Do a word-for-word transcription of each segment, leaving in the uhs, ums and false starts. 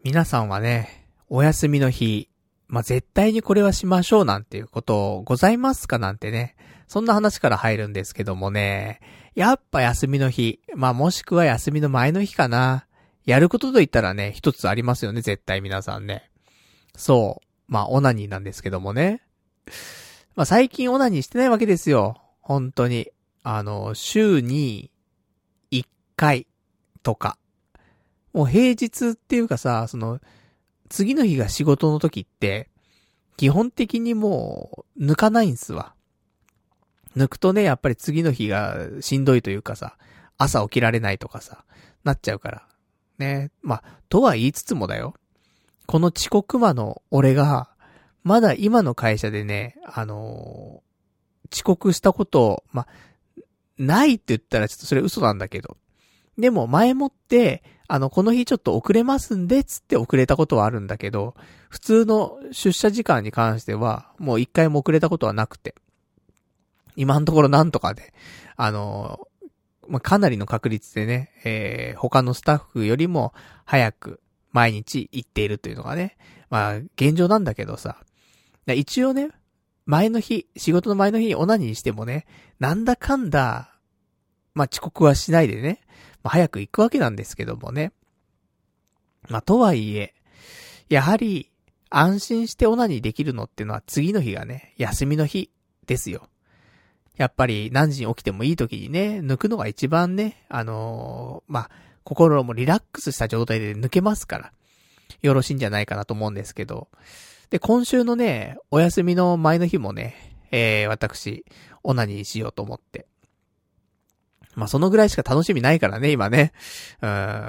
皆さんはね、お休みの日、まあ、絶対にこれはしましょうなんていうことございますかなんてね、そんな話から入るんですけどもね、やっぱ休みの日、まあ、もしくは休みの前の日かな。やることと言ったらね、一つありますよね、絶対皆さんね。そう。まあ、オナニーなんですけどもね。まあ、最近オナニーしてないわけですよ。本当に。あの、週にいっかいとか。もう平日っていうかさ、その、次の日が仕事の時って、基本的にもう、抜かないんすわ。抜くとね、やっぱり次の日がしんどいというかさ、朝起きられないとかさ、なっちゃうから。ね。まあ、とは言いつつもだよ。この遅刻魔の俺が、まだ今の会社でね、あのー、遅刻したこと、まあ、ないって言ったらちょっとそれ嘘なんだけど。でも前もって、あの、この日ちょっと遅れますんで、つって遅れたことはあるんだけど、普通の出社時間に関しては、もう一回も遅れたことはなくて。今のところなんとかで、あのー、まあ、かなりの確率でね、えー、他のスタッフよりも早く毎日行っているというのがね、まあ、現状なんだけどさ。一応ね、前の日、仕事の前の日にオナニーしてもね、なんだかんだ、まあ、遅刻はしないでね、まあ、早く行くわけなんですけどもね。まあ、とはいえ、やはり、安心してオナニーできるのっていうのは次の日がね、休みの日ですよ。やっぱり何時に起きてもいい時にね、抜くのが一番ね、あのー、まあ、心もリラックスした状態で抜けますから、よろしいんじゃないかなと思うんですけど。で、今週のね、お休みの前の日もね、えー、私、オナニーしようと思って。まあ、そのぐらいしか楽しみないからね、今ね。うん、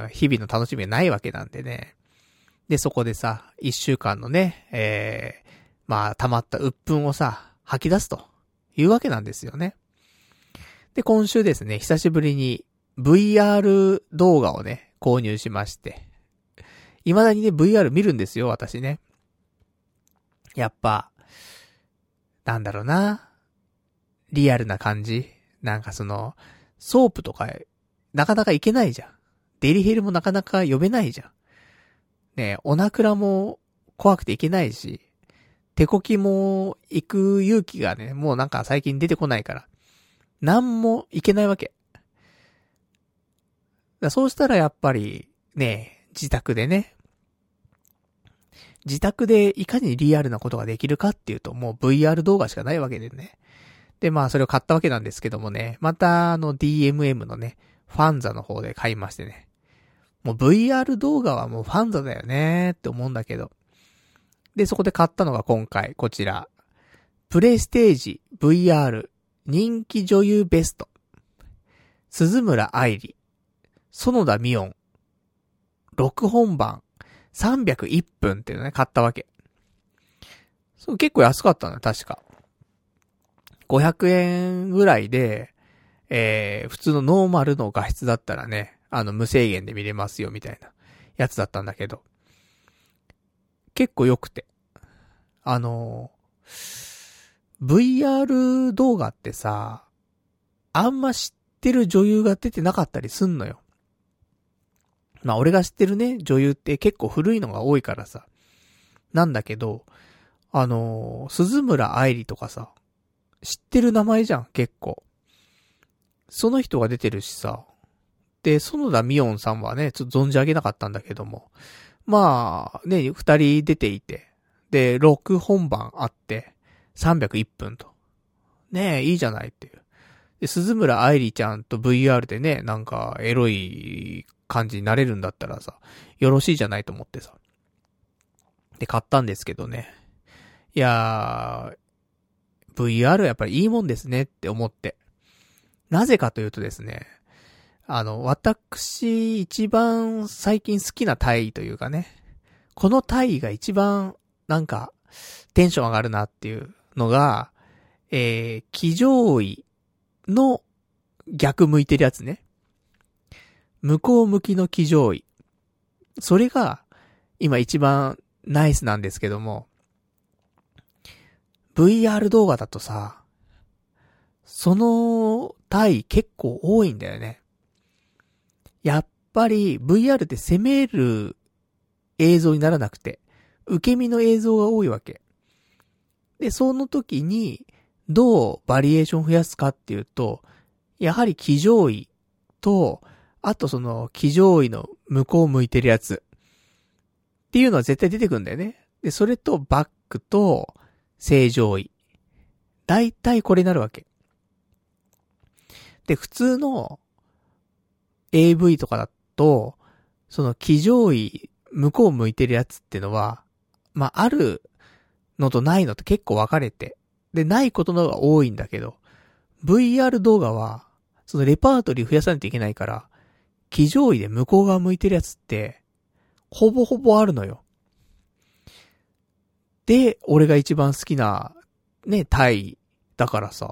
日々の楽しみがないわけなんでね。で、そこでさ、一週間のね、えー、まあ、溜まった鬱憤をさ、吐き出すというわけなんですよね。で、今週ですね、久しぶりに ブイアール 動画をね、購入しまして。未だにね、ブイアール 見るんですよ、私ね。やっぱ、なんだろうな。リアルな感じ。なんかその、ソープとか、なかなか行けないじゃん。デリヘルもなかなか呼べないじゃん。ねえ、おなくらも怖くて行けないし、手こきも行く勇気がね、もうなんか最近出てこないから、なんも行けないわけ。だそうしたらやっぱり、ねえ、自宅でね、自宅でいかにリアルなことができるかっていうと、もう ブイアール 動画しかないわけでね。で、まあそれを買ったわけなんですけどもね、またあの ディーエムエム のね、ファンザの方で買いましてね。もう ブイアール 動画はもうファンザだよねーって思うんだけど。で、そこで買ったのが今回、こちら。プレステージ ブイアール 人気女優ベスト。鈴村愛理、園田美音、ろくほんばん、さんびゃくいっぷんっていうのね、買ったわけ。そう、結構安かったの確か。ごひゃくえんぐらいで、えー、普通のノーマルの画質だったらね、あの無制限で見れますよみたいなやつだったんだけど、結構良くて。あのー、ブイアール 動画ってさ、あんま知ってる女優が出てなかったりすんのよ。まあ俺が知ってるね、女優って結構古いのが多いからさ。なんだけど、あのー、鈴村愛理とかさ、知ってる名前じゃん、結構。その人が出てるしさ。で、園田美音さんはね、ちょっと存じ上げなかったんだけども。まあ、ね、二人出ていて。で、ろくほんばんあって、さんびゃくいっぷんと。ねえ、いいじゃないっていう。で、鈴村愛理ちゃんと ブイアール でね、なんか、エロい感じになれるんだったらさ、よろしいじゃないと思ってさ。で、買ったんですけどね。いやー、ブイアール やっぱりいいもんですねって思って。なぜかというとですね、あの、私一番最近好きな体位というかね、この体位が一番なんかテンション上がるなっていうのが、えー、騎乗位の逆向いてるやつね。向こう向きの騎乗位。それが今一番ナイスなんですけども、ブイアール 動画だとさ、その体結構多いんだよね。やっぱり ブイアール って攻める映像にならなくて、受け身の映像が多いわけ。で、その時に、どうバリエーション増やすかっていうと、やはり騎乗位と、あとその騎乗位の向こう向いてるやつっていうのは絶対出てくるんだよね。で、それとバックと正常位。だいたいこれになるわけ。で、普通の エーブイ とかだと、その騎乗位向こう向いてるやつってのは、まあ、あるのとないのと結構分かれて、で、ないことの方が多いんだけど、ブイアール 動画は、そのレパートリー増やさないといけないから、騎乗位で向こう側向いてるやつって、ほぼほぼあるのよ。で、俺が一番好きな、ね、タイだからさ。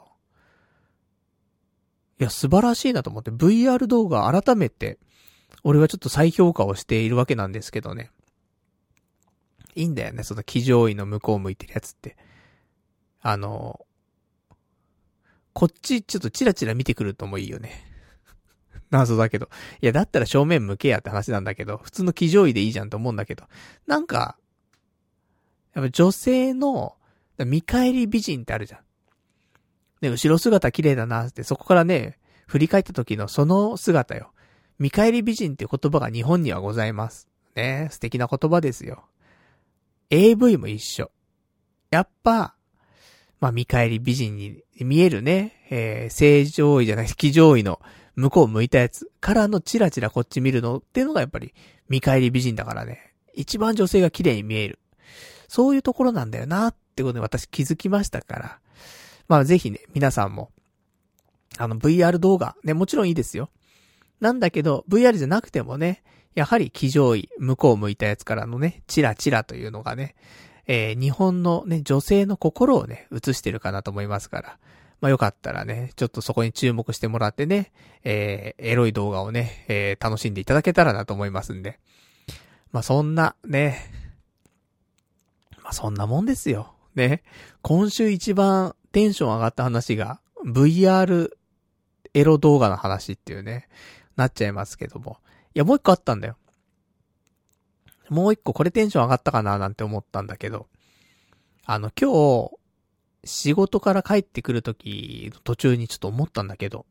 いや、素晴らしいなと思って、ブイアール 動画改めて、俺はちょっと再評価をしているわけなんですけどね。いいんだよね、その騎乗位の向こう向いてるやつって。あの、こっちちょっとチラチラ見てくるともいいよね。謎だけど。いや、だったら正面向けやって話なんだけど、普通の騎乗位でいいじゃんと思うんだけど。なんか、やっぱ女性の見返り美人ってあるじゃん。で、後ろ姿綺麗だなって、そこからね、振り返った時のその姿よ。見返り美人っていう言葉が日本にはございます。ね、素敵な言葉ですよ。エーブイ も一緒。やっぱ、まあ、見返り美人に見えるね、えー、正常位じゃない、騎乗位の向こう向いたやつからのチラチラこっち見るのっていうのがやっぱり見返り美人だからね。一番女性が綺麗に見える。そういうところなんだよなってことで私気づきましたから。まあぜひね、皆さんも、あの ブイアール 動画、ね、もちろんいいですよ。なんだけど、ブイアール じゃなくてもね、やはり騎乗位、向こう向いたやつからのね、チラチラというのがね、えー、日本のね、女性の心をね、映してるかなと思いますから。まあよかったらね、ちょっとそこに注目してもらってね、えー、エロい動画をね、えー、楽しんでいただけたらなと思いますんで。まあそんな、ね、まあそんなもんですよ。ね。今週一番テンション上がった話が、ブイアール エロ動画の話っていうね、なっちゃいますけども。いや、もう一個あったんだよ。もう一個これテンション上がったかななんて思ったんだけど、あの今日、仕事から帰ってくるときの途中にちょっと思ったんだけど、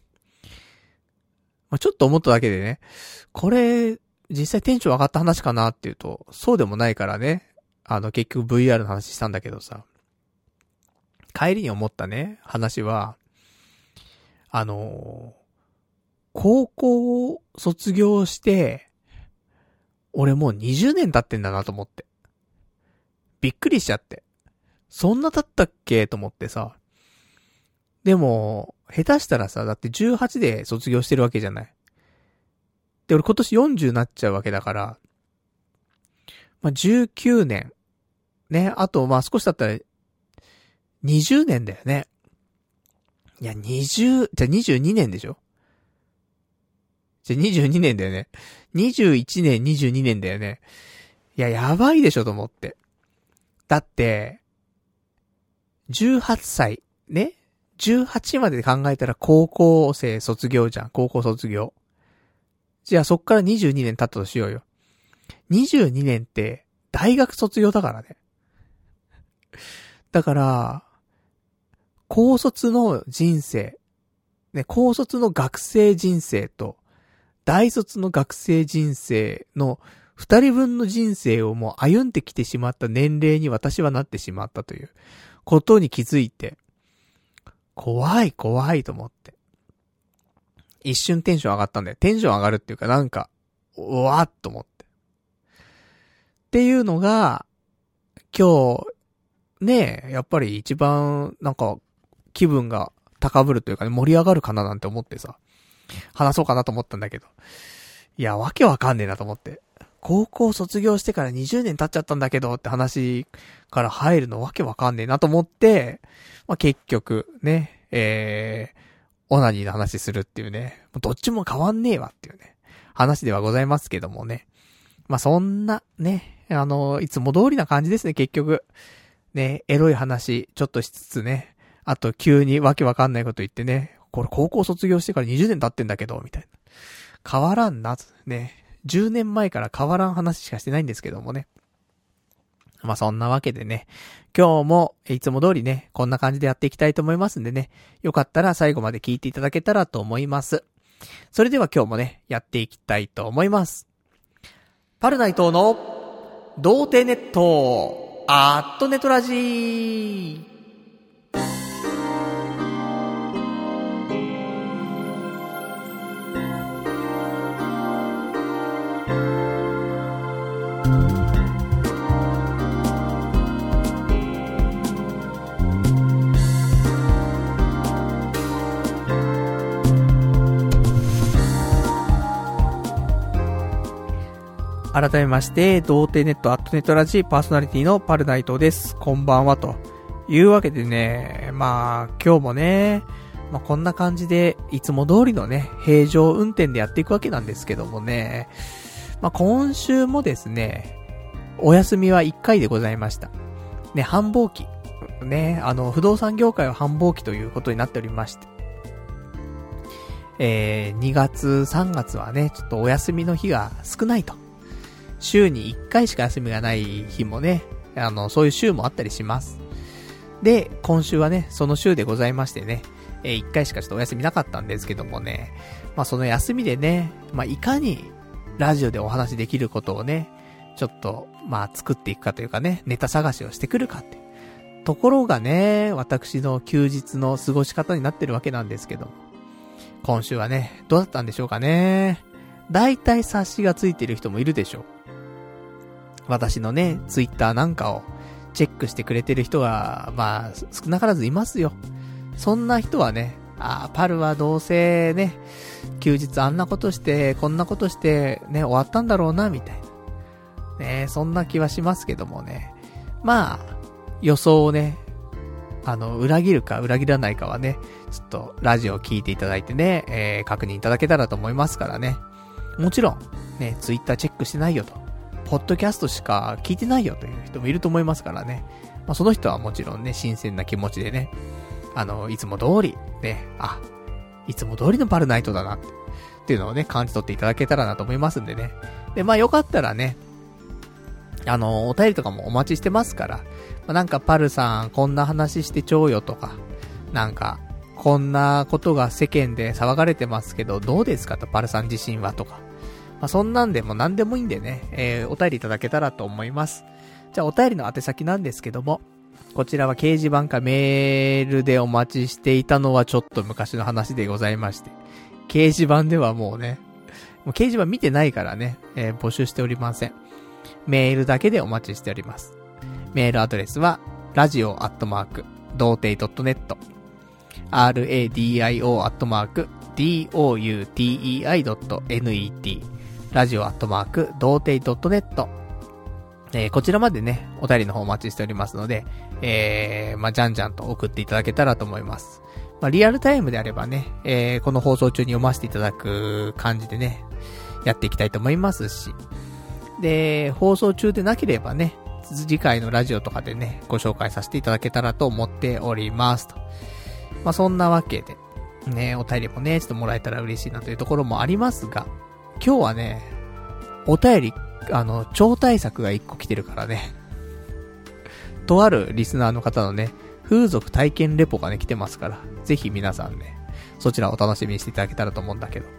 まあ、ちょっと思っただけでね、これ実際テンション上がった話かなっていうと、そうでもないからね、あの結局 ブイアール の話したんだけどさ、帰りに思ったね、話は、あの、高校を卒業して、俺もうにじゅうねん経ってんだなと思って。びっくりしちゃって。そんな経ったっけと思ってさ。でも、下手したらさ、だってじゅうはちで卒業してるわけじゃない。で、俺今年よんじゅうになっちゃうわけだから、まあ、じゅうきゅうねん。ね、あと、まあ、少し経ったら、にじゅうねんだよね。いや、にじゅう、じゃあにじゅうにねんでしょ？じゃあにじゅうにねんだよね。にじゅういちねん、にじゅうにねんだよね。いや、やばいでしょと思って。だって、じゅうはっさい、ね？ じゅうはち までで考えたら高校生卒業じゃん。高校卒業。じゃあそっからにじゅうにねん経ったとしようよ。にじゅうにねんって大学卒業だからね。だから、高卒の人生、ね、高卒の学生人生と大卒の学生人生の二人分の人生をもう歩んできてしまった年齢に私はなってしまったということに気づいて、怖い怖いと思って。一瞬テンション上がったんだよ。テンション上がるっていうかなんか、うわーっと思って。っていうのが、今日、ねえ、やっぱり一番なんか気分が高ぶるというかね、盛り上がるかななんて思ってさ、話そうかなと思ったんだけど。いや、わけわかんねえなと思って。高校卒業してからにじゅうねん経っちゃったんだけどって話から入るのわけわかんねえなと思って、まあ、結局ね、えー、オナニーの話するっていうね、どっちも変わんねえわっていうね、話ではございますけどもね。まあ、そんなね、あの、いつも通りな感じですね、結局。ね、エロい話ちょっとしつつね、あと急にわけわかんないこと言ってね、これ高校卒業してからにじゅうねん経ってんだけど、みたいな。変わらんな、ね。 じゅうねんまえから変わらん話しかしてないんですけどもね。まあそんなわけでね、今日もいつも通りね、こんな感じでやっていきたいと思いますんでね、よかったら最後まで聞いていただけたらと思います。それでは今日もね、やっていきたいと思います。パルナイトの童貞ネットアットネトラジー。改めまして、童貞ネットアットネットラジパーソナリティのパルナイトです。こんばんはというわけでね、まあ今日もね、まあこんな感じでいつも通りのね、平常運転でやっていくわけなんですけどもね、まあ今週もですね、お休みはいっかいでございました。ね、繁忙期。ね、あの、不動産業界は繁忙期ということになっておりまして、えー、にがつ、さんがつはね、ちょっとお休みの日が少ないと。週にいっかいしか休みがない日もね、あの、そういう週もあったりします。で、今週はね、その週でございましてね、えー、いっかいしかちょっとお休みなかったんですけどもね、まあその休みでね、まあいかにラジオでお話できることをね、ちょっと、まあ作っていくかというかね、ネタ探しをしてくるかっていうところがね、私の休日の過ごし方になってるわけなんですけど、今週はね、どうだったんでしょうかね。だいたい察しがついてる人もいるでしょう。私のね、ツイッターなんかをチェックしてくれてる人が、まあ、少なからずいますよ。そんな人はね、ああ、パルはどうせね、休日あんなことして、こんなことして、ね、終わったんだろうな、みたいな。ね、そんな気はしますけどもね。まあ、予想をね、あの、裏切るか裏切らないかはね、ちょっとラジオを聞いていただいてね、えー、確認いただけたらと思いますからね。もちろん、ね、ツイッターチェックしてないよと。ポッドキャストしか聞いてないよという人もいると思いますからね。まあ、その人はもちろんね、新鮮な気持ちでね、あの、いつも通り、ね、あ、いつも通りのパルナイトだなって、っていうのをね、感じ取っていただけたらなと思いますんでね。で、まあよかったらね、あの、お便りとかもお待ちしてますから、まあ、なんかパルさん、こんな話してちょうよとか、なんか、こんなことが世間で騒がれてますけど、どうですかと、パルさん自身はとか。まあ、そんなんでも何でもいいんでね、えー、お便りいただけたらと思います。じゃあお便りの宛先なんですけども、こちらは掲示板かメールでお待ちしていたのはちょっと昔の話でございまして、掲示板ではもうね、もう掲示板見てないからね、えー、募集しておりません。メールだけでお待ちしております。メールアドレスは、ラジオアットマーク、童貞ドットネット、ラディオアットマーク、ドゥテイドットネット、ラジオアットマーク、童貞ドットネット、えー、こちらまでね、お便りの方お待ちしておりますので、えー、まあ、じゃんじゃんと送っていただけたらと思います。まあ、リアルタイムであればね、えー、この放送中に読ませていただく感じでね、やっていきたいと思いますし、で、放送中でなければね、次回のラジオとかでね、ご紹介させていただけたらと思っておりますと。まあ、そんなわけで、ね、お便りもね、ちょっともらえたら嬉しいなというところもありますが、今日はね、お便り、あの、超大作が一個来てるからね。とあるリスナーの方のね、風俗体験レポがね、来てますから、ぜひ皆さんね、そちらをお楽しみにしていただけたらと思うんだけど。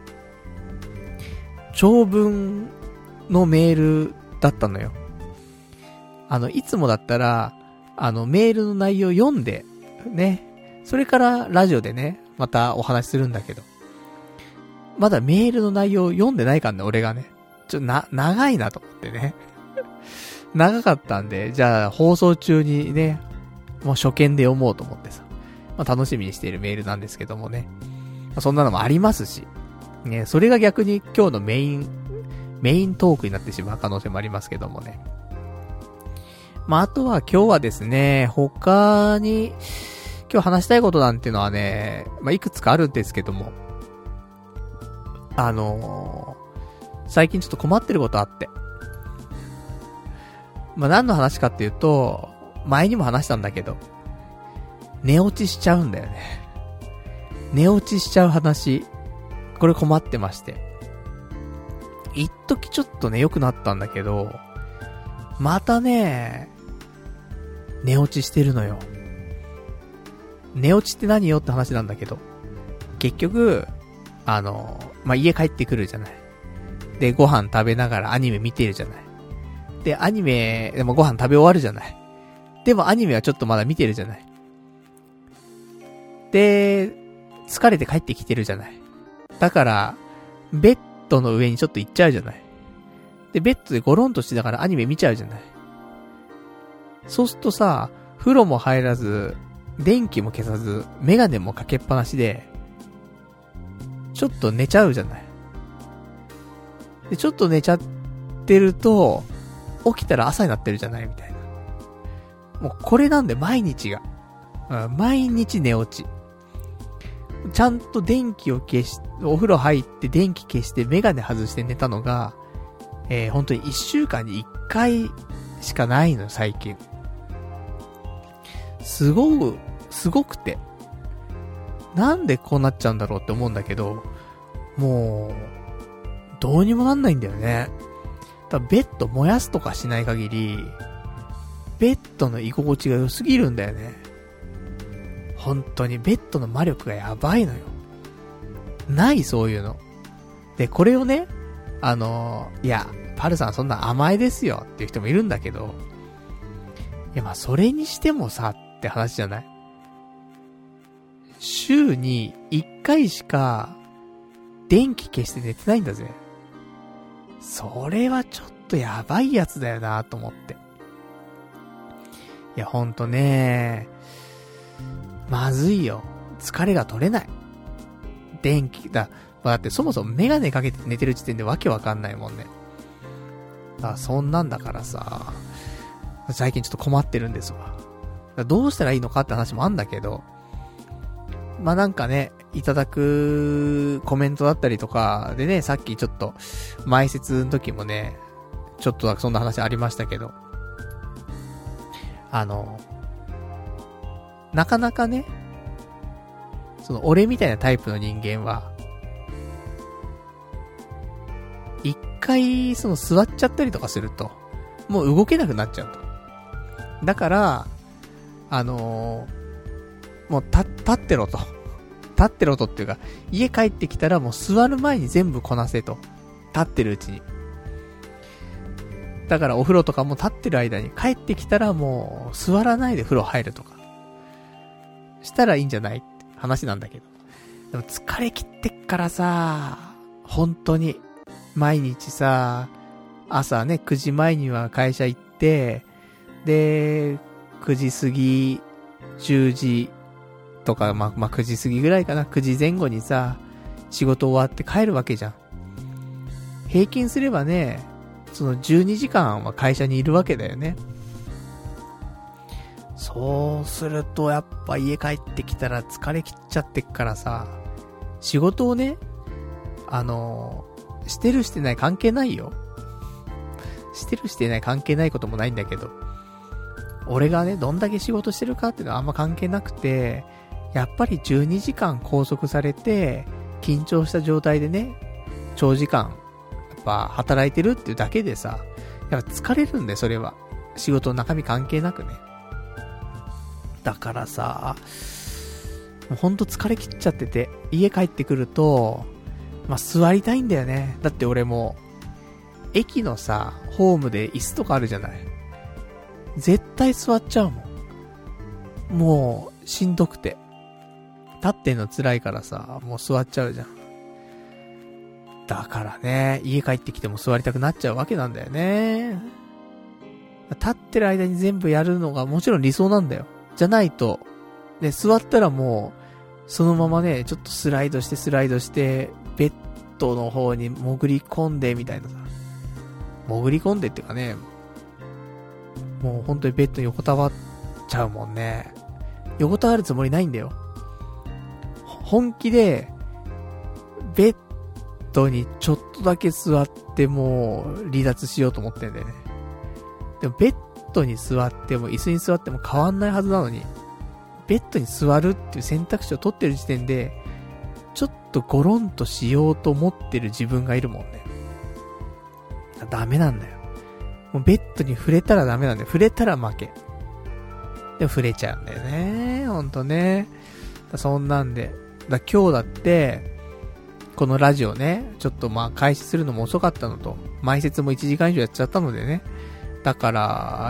長文のメールだったのよ。あの、いつもだったら、あの、メールの内容読んで、ね、それからラジオでね、またお話しするんだけど、まだメールの内容読んでないからね、俺がね。ちょっとな、長いなと思ってね。長かったんで、じゃあ放送中にね、もう初見で読もうと思ってさ。まあ楽しみにしているメールなんですけどもね。まあ、そんなのもありますし。ね、それが逆に今日のメイン、メイントークになってしまう可能性もありますけどもね。まああとは今日はですね、他に、今日話したいことなんていうのはね、まあいくつかあるんですけども。あのー、最近ちょっと困ってることあって。まあ、何の話かっていうと、前にも話したんだけど、寝落ちしちゃうんだよね。寝落ちしちゃう話、これ困ってまして。 一時ちょっとね、良くなったんだけど、またね、寝落ちしてるのよ。寝落ちって何よって話なんだけど、結局、あの、まあ、家帰ってくるじゃない。で、ご飯食べながらアニメ見てるじゃない。で、アニメ、でもご飯食べ終わるじゃない。でもアニメはちょっとまだ見てるじゃない。で、疲れて帰ってきてるじゃない。だから、ベッドの上にちょっと行っちゃうじゃない。で、ベッドでゴロンとしてだからアニメ見ちゃうじゃない。そうするとさ、風呂も入らず、電気も消さず、メガネもかけっぱなしで、ちょっと寝ちゃうじゃない。で、ちょっと寝ちゃってると、起きたら朝になってるじゃないみたいな。もうこれなんで毎日が。うん、毎日寝落ち。ちゃんと電気を消し、お風呂入って電気消してメガネ外して寝たのが、えー、本当に一週間に一回しかないのよ、最近。すごく、すごくて。なんでこうなっちゃうんだろうって思うんだけど、もう、どうにもなんないんだよね。だからベッド燃やすとかしない限り、ベッドの居心地が良すぎるんだよね。本当にベッドの魔力がやばいのよ。ないそういうの。で、これをね、あのー、いや、パルさんそんな甘えですよっていう人もいるんだけど、いやまあそれにしてもさって話じゃない？週にいっかいしか電気消して寝てないんだぜ。それはちょっとやばいやつだよなと思って。いやほんとね、まずいよ。疲れが取れない。電気だ、まあ、だってそもそもメガネかけて寝てる時点でわけわかんないもんね。だからそんなんだからさ、最近ちょっと困ってるんですわ。だからどうしたらいいのかって話もあんだけど、まあ、なんかね、いただくコメントだったりとかでね、さっきちょっと前説の時もね、ちょっとそんな話ありましたけど、あの、なかなかね、その俺みたいなタイプの人間は、一回その座っちゃったりとかすると、もう動けなくなっちゃうと。だから、あのー、もうた、立ってろと。立ってろとっていうか、家帰ってきたらもう座る前に全部こなせと。立ってるうちに。だからお風呂とかも立ってる間に帰ってきたらもう座らないで風呂入るとか。したらいいんじゃないって話なんだけど。でも疲れ切ってっからさ、本当に、毎日さ、朝ね、くじまえには会社行って、で、くじ過ぎ、じゅうじとか、ま、まあ、くじ過ぎぐらいかな、くじぜん後にさ、仕事終わって帰るわけじゃん。平均すればね、そのじゅうにじかんは会社にいるわけだよね。そうするとやっぱ家帰ってきたら疲れ切っちゃってっからさ、仕事をね、あの、してるしてない関係ないよ。してるしてない関係ないこともないんだけど、俺がね、どんだけ仕事してるかっていうのはあんま関係なくて、やっぱりじゅうにじかん拘束されて、緊張した状態でね、長時間、やっぱ働いてるっていうだけでさ、やっぱ疲れるんだよ、それは。仕事の中身関係なくね。だからさ、もうほんと疲れ切っちゃってて、家帰ってくると、まあ、座りたいんだよね。だって俺も、駅のさ、ホームで椅子とかあるじゃない。絶対座っちゃうもん。もう、しんどくて。立ってんの辛いからさ、もう座っちゃうじゃん。だからね、家帰ってきても座りたくなっちゃうわけなんだよね。立ってる間に全部やるのがもちろん理想なんだよ。じゃないと、ね、座ったらもう、そのままね、ちょっとスライドしてスライドして、ベッドの方に潜り込んでみたいなさ。潜り込んでっていうかね、もう本当にベッドに横たわっちゃうもんね。横たわるつもりないんだよ。本気で、ベッドにちょっとだけ座ってもう離脱しようと思ってんだよね。でもベッドに座っても椅子に座っても変わんないはずなのに、ベッドに座るっていう選択肢を取ってる時点で、ちょっとゴロンとしようと思ってる自分がいるもんね。 ダメなんだよ。もうベッドに触れたらダメなんだよ。触れたら負け。でも触れちゃうんだよね。ほんとね。そんなんで。だ今日だって、このラジオね、ちょっとまあ開始するのも遅かったのと、前説もいちじかん以上やっちゃったのでね。だから、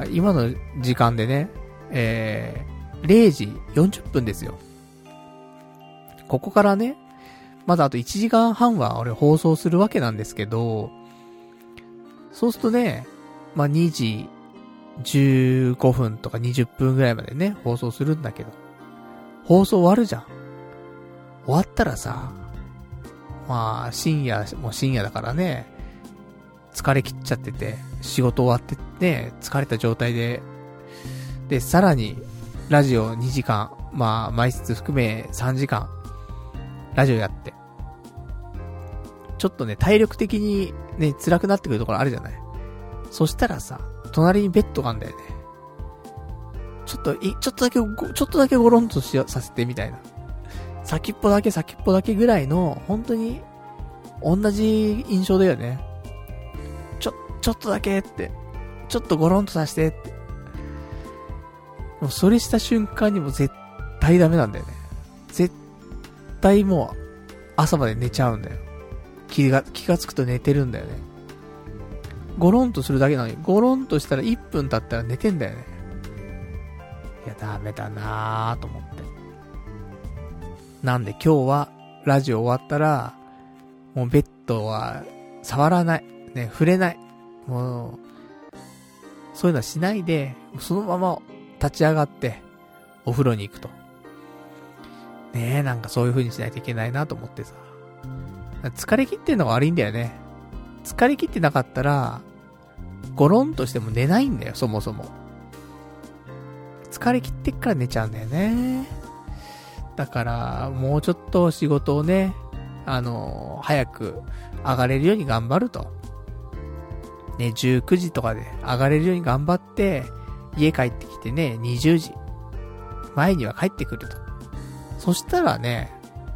今の時間でね、えー、れいじよんじゅっぷんですよ。ここからね、まだあといちじかんはんは俺放送するわけなんですけど、そうするとね、まあにじじゅうごふんとかにじゅっぷんぐらいまでね、放送するんだけど、放送終わるじゃん。終わったらさ、まあ深夜、もう深夜だからね、疲れ切っちゃってて、仕事終わってね、疲れた状態で、で、さらに、ラジオにじかん、まあ、毎日含めさんじかん、ラジオやって、ちょっとね、体力的にね、辛くなってくるところあるじゃない。そしたらさ、隣にベッドがあんだよね。ちょっと、い、ちょっとだけ、ちょっとだけゴロンとしよ、させてみたいな。先っぽだけ先っぽだけぐらいの、本当に、同じ印象だよね。ちょ、ちょっとだけって。ちょっとゴロンとさせてって。もうそれした瞬間にも絶対ダメなんだよね。絶対もう、朝まで寝ちゃうんだよ。気が、気がつくと寝てるんだよね。ゴロンとするだけなのに、ゴロンとしたらいっぷん経ったら寝てんだよね。いや、ダメだなぁと思って。なんで今日は、ラジオ終わったら、もうベッドは、触らない。ね、触れない。もう、そういうのはしないで、そのまま立ち上がって、お風呂に行くと。ねえ、なんかそういう風にしないといけないなと思ってさ。疲れ切ってんのが悪いんだよね。疲れ切ってなかったら、ゴロンとしても寝ないんだよ、そもそも。疲れ切ってっから寝ちゃうんだよね。だから、もうちょっと仕事をね、あのー、早く上がれるように頑張ると。ね、じゅうくじとかで上がれるように頑張って、家帰ってきてね、にじゅうじ。前には帰ってくると。そしたらね、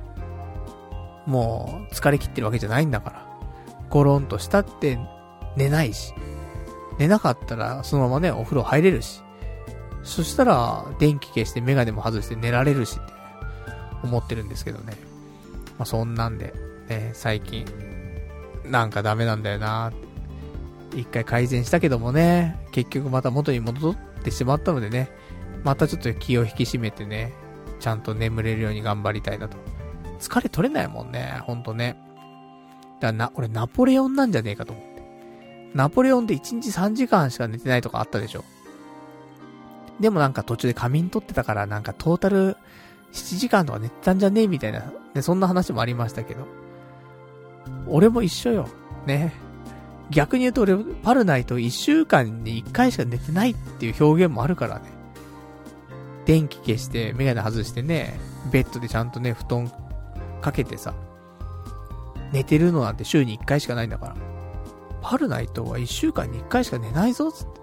もう疲れ切ってるわけじゃないんだから。ゴロンとしたって寝ないし。寝なかったらそのままね、お風呂入れるし。そしたら、電気消してメガネも外して寝られるしって思ってるんですけどね。まあそんなんで、ね、最近、なんかダメなんだよなーって。一回改善したけどもね、結局また元に戻ってしまったのでね、またちょっと気を引き締めてね、ちゃんと眠れるように頑張りたいなと。疲れ取れないもんね、ほんとね。だからな、俺ナポレオンなんじゃねえかと思って。ナポレオンでいちにちさんじかんしか寝てないとかあったでしょ。でもなんか途中で仮眠取ってたからなんかトータルななじかんとか寝てたんじゃねえみたいな、ね、そんな話もありましたけど。俺も一緒よ。ね。逆に言うと俺、パルナイトいっしゅうかんにいっかいしか寝てないっていう表現もあるからね。電気消して、メガネ外してね、ベッドでちゃんとね、布団かけてさ、寝てるのなんて週にいっかいしかないんだから。パルナイトはいっしゅうかんにいっかいしか寝ないぞ、つって。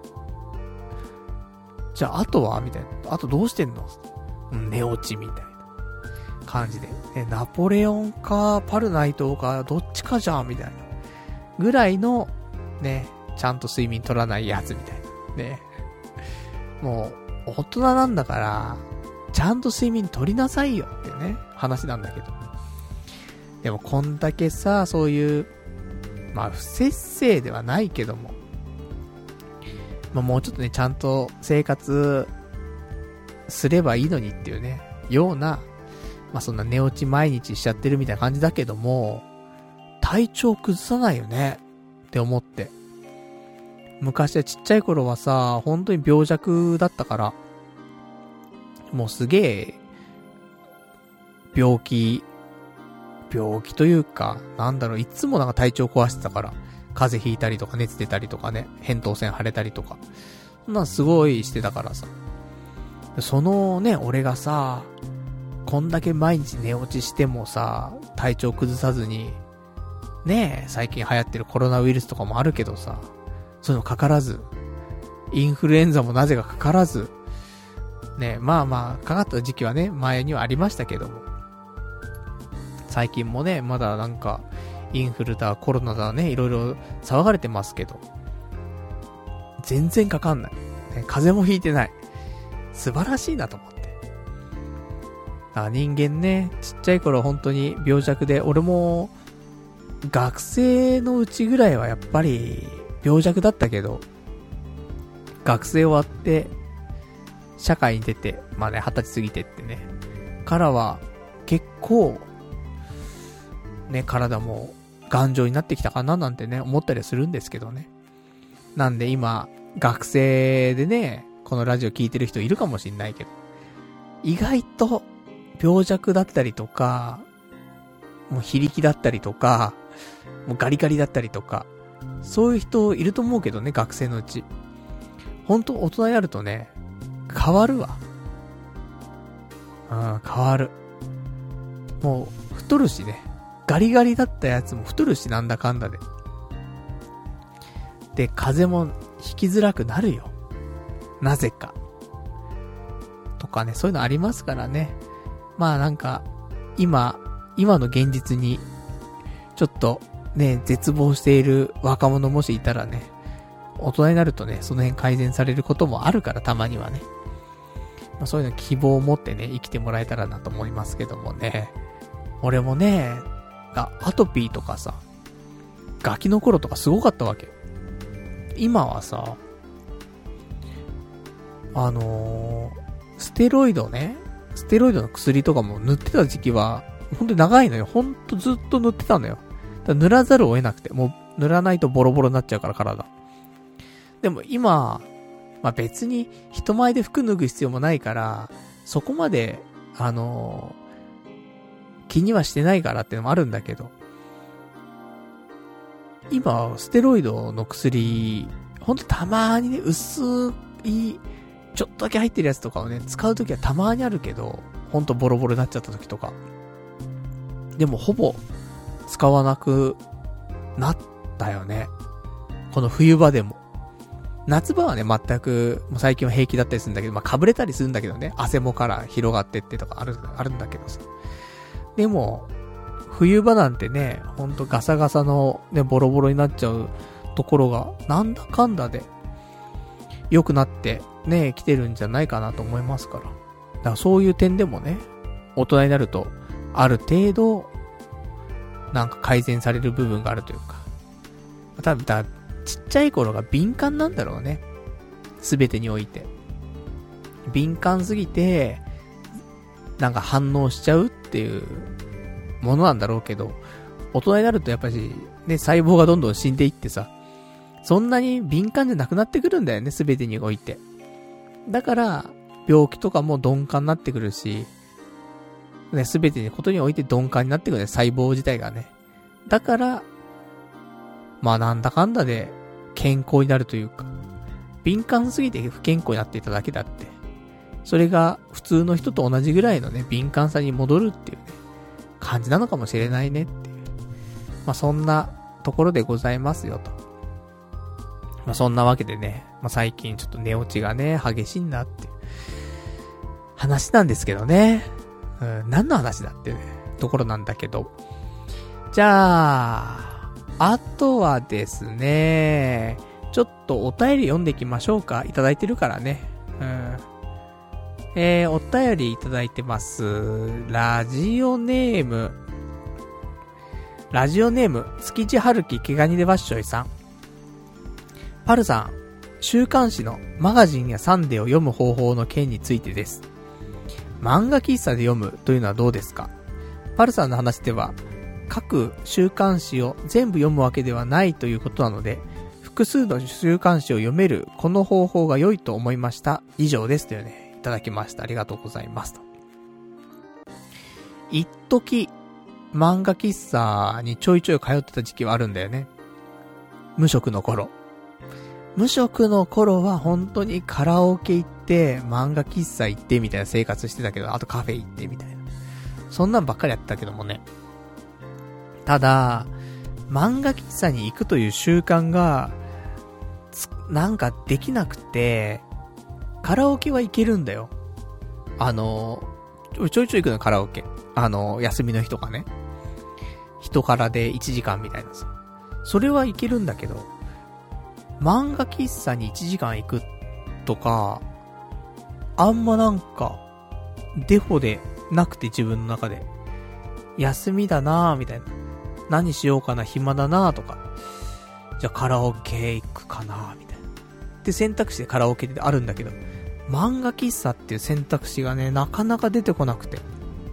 じゃあ、あとはみたいな。あとどうしてんの、うん、寝落ちみたいな感じで。ね、ナポレオンか、パルナイトか、どっちかじゃん、みたいな。ぐらいの、ね、ちゃんと睡眠取らないやつみたいな。ね。もう、大人なんだから、ちゃんと睡眠取りなさいよってね、話なんだけど。でも、こんだけさ、そういう、まあ、不節制ではないけども、まあ、もうちょっとね、ちゃんと生活すればいいのにっていうね、ような、まあ、そんな寝落ち毎日しちゃってるみたいな感じだけども、体調崩さないよねって思って。昔はちっちゃい頃はさ、本当に病弱だったから、もうすげえ、病気、病気というか、なんだろう、いつもなんか体調壊してたから、風邪ひいたりとか熱出たりとかね、扁桃腺腫れたりとか、そんなんすごいしてたからさ。そのね、俺がさ、こんだけ毎日寝落ちしてもさ、体調崩さずに、ねえ、最近流行ってるコロナウイルスとかもあるけどさ、そういうのかからず、インフルエンザもなぜかかからず、ねえ、まあまあ、かかった時期はね、前にはありましたけども、最近もね、まだなんか、 インフルだ、コロナだね、いろいろ騒がれてますけど、全然かかんない。ね、風邪もひいてない。素晴らしいなと思って。あ、人間ね、ちっちゃい頃本当に病弱で、俺も、学生のうちぐらいはやっぱり病弱だったけど、学生終わって、社会に出て、まあね、二十歳過ぎてってね、からは結構、ね、体も頑丈になってきたかななんてね、思ったりするんですけどね。なんで今、学生でね、このラジオ聞いてる人いるかもしんないけど、意外と病弱だったりとか、もう非力だったりとか、もうガリガリだったりとか、そういう人いると思うけどね、学生のうち。ほんと大人になるとね、変わるわ。うん、変わる。もう、太るしね。ガリガリだったやつも太るし、なんだかんだで。で、風邪もひきづらくなるよ。なぜか。とかね、そういうのありますからね。まあなんか、今、今の現実に、ちょっと、ね、絶望している若者もしいたらね、大人になるとね、その辺改善されることもあるから、たまにはね。まあ、そういうの希望を持ってね、生きてもらえたらなと思いますけどもね。俺もね、あ、アトピーとかさ、ガキの頃とかすごかったわけ。今はさ、あのー、ステロイドね、ステロイドの薬とかも塗ってた時期は、ほんと長いのよ。ほんとずっと塗ってたのよ。だ塗らざるを得なくて、もう塗らないとボロボロになっちゃうから体。でも今、まあ、別に人前で服脱ぐ必要もないから、そこまで、あのー、気にはしてないからってのもあるんだけど、今、ステロイドの薬、ほんとたまーにね、薄い、ちょっとだけ入ってるやつとかをね、使うときはたまーにあるけど、ほんとボロボロになっちゃったときとか。でもほぼ、使わなくなったよね。この冬場でも。夏場はね、全く、もう最近は平気だったりするんだけど、まあ、かぶれたりするんだけどね、汗もから広がってってとかある、あるんだけどさ。でも、冬場なんてね、ほんとガサガサのね、ボロボロになっちゃうところが、なんだかんだで、良くなってね、来てるんじゃないかなと思いますから。だからそういう点でもね、大人になると、ある程度、なんか改善される部分があるというか。多分、だちっちゃい頃が敏感なんだろうね。すべてにおいて。敏感すぎて、なんか反応しちゃうっていうものなんだろうけど、大人になるとやっぱりね、細胞がどんどん死んでいってさ、そんなに敏感じゃなくなってくるんだよね、すべてにおいて。だから、病気とかも鈍感になってくるし、ね、すべてのことにおいて鈍感になってくるね、細胞自体がね。だから、まあなんだかんだで健康になるというか、敏感すぎて不健康になっていただけだって、それが普通の人と同じぐらいのね、敏感さに戻るっていうね、感じなのかもしれないねっていう。まあそんなところでございますよと。まあそんなわけでね、まあ最近ちょっと寝落ちがね、激しいんだっていう話なんですけどね。うん、何の話だってね、ところなんだけど。じゃあ、あとはですね、ちょっとお便り読んでいきましょうか。いただいてるからね。うん。えー、お便りいただいてます。ラジオネーム。ラジオネーム、築地春樹毛ガニでわっしょいさん。パルさん、週刊誌のマガジンやサンデーを読む方法の件についてです。漫画喫茶で読むというのはどうですか？パルさんの話では、各週刊誌を全部読むわけではないということなので、複数の週刊誌を読めるこの方法が良いと思いました。以上ですというね、いただきました。ありがとうございますと。一時漫画喫茶にちょいちょい通ってた時期はあるんだよね。無職の頃。無職の頃は本当にカラオケ行って、漫画喫茶行ってみたいな生活してたけど、あとカフェ行ってみたいな。そんなんばっかりやってたけどもね。ただ、漫画喫茶に行くという習慣が、なんかできなくて、カラオケは行けるんだよ。あの、ちょいちょい行くのカラオケ。あの、休みの日とかね。 人からでいちじかんみたいなさ。それはいけるんだけど、漫画喫茶にいちじかん行くとか、あんまなんか、デフォでなくて自分の中で。休みだなぁ、みたいな。何しようかな、暇だなぁとか。じゃあカラオケ行くかなぁ、みたいな。で選択肢でカラオケってあるんだけど、漫画喫茶っていう選択肢がね、なかなか出てこなくて。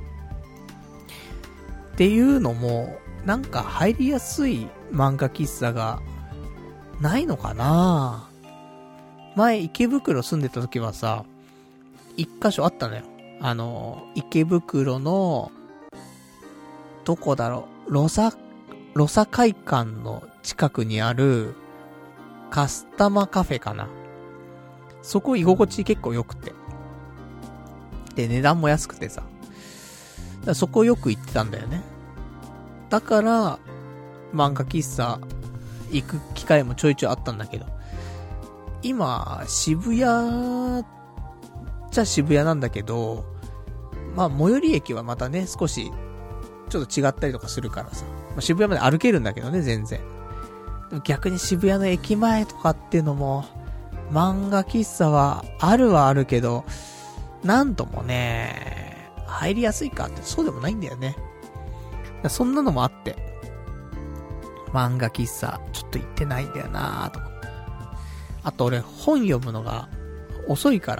っていうのも、なんか入りやすい漫画喫茶がないのかなぁ。前池袋住んでた時はさ、一箇所あったのよ。あの、池袋の、どこだろう、ロサ、ロサ会館の近くにある、カスタマカフェかな。そこ居心地結構良くて。で、値段も安くてさ。だからそこよく行ってたんだよね。だから、漫画喫茶行く機会もちょいちょいあったんだけど、今、渋谷、じゃ渋谷なんだけど、まあ、最寄り駅はまたね、少し、ちょっと違ったりとかするからさ。まあ、渋谷まで歩けるんだけどね、全然。でも逆に渋谷の駅前とかっていうのも、漫画喫茶はあるはあるけど、なんともね、入りやすいかってそうでもないんだよね。そんなのもあって、漫画喫茶ちょっと行ってないんだよなぁと思って。あと俺本読むのが遅いから、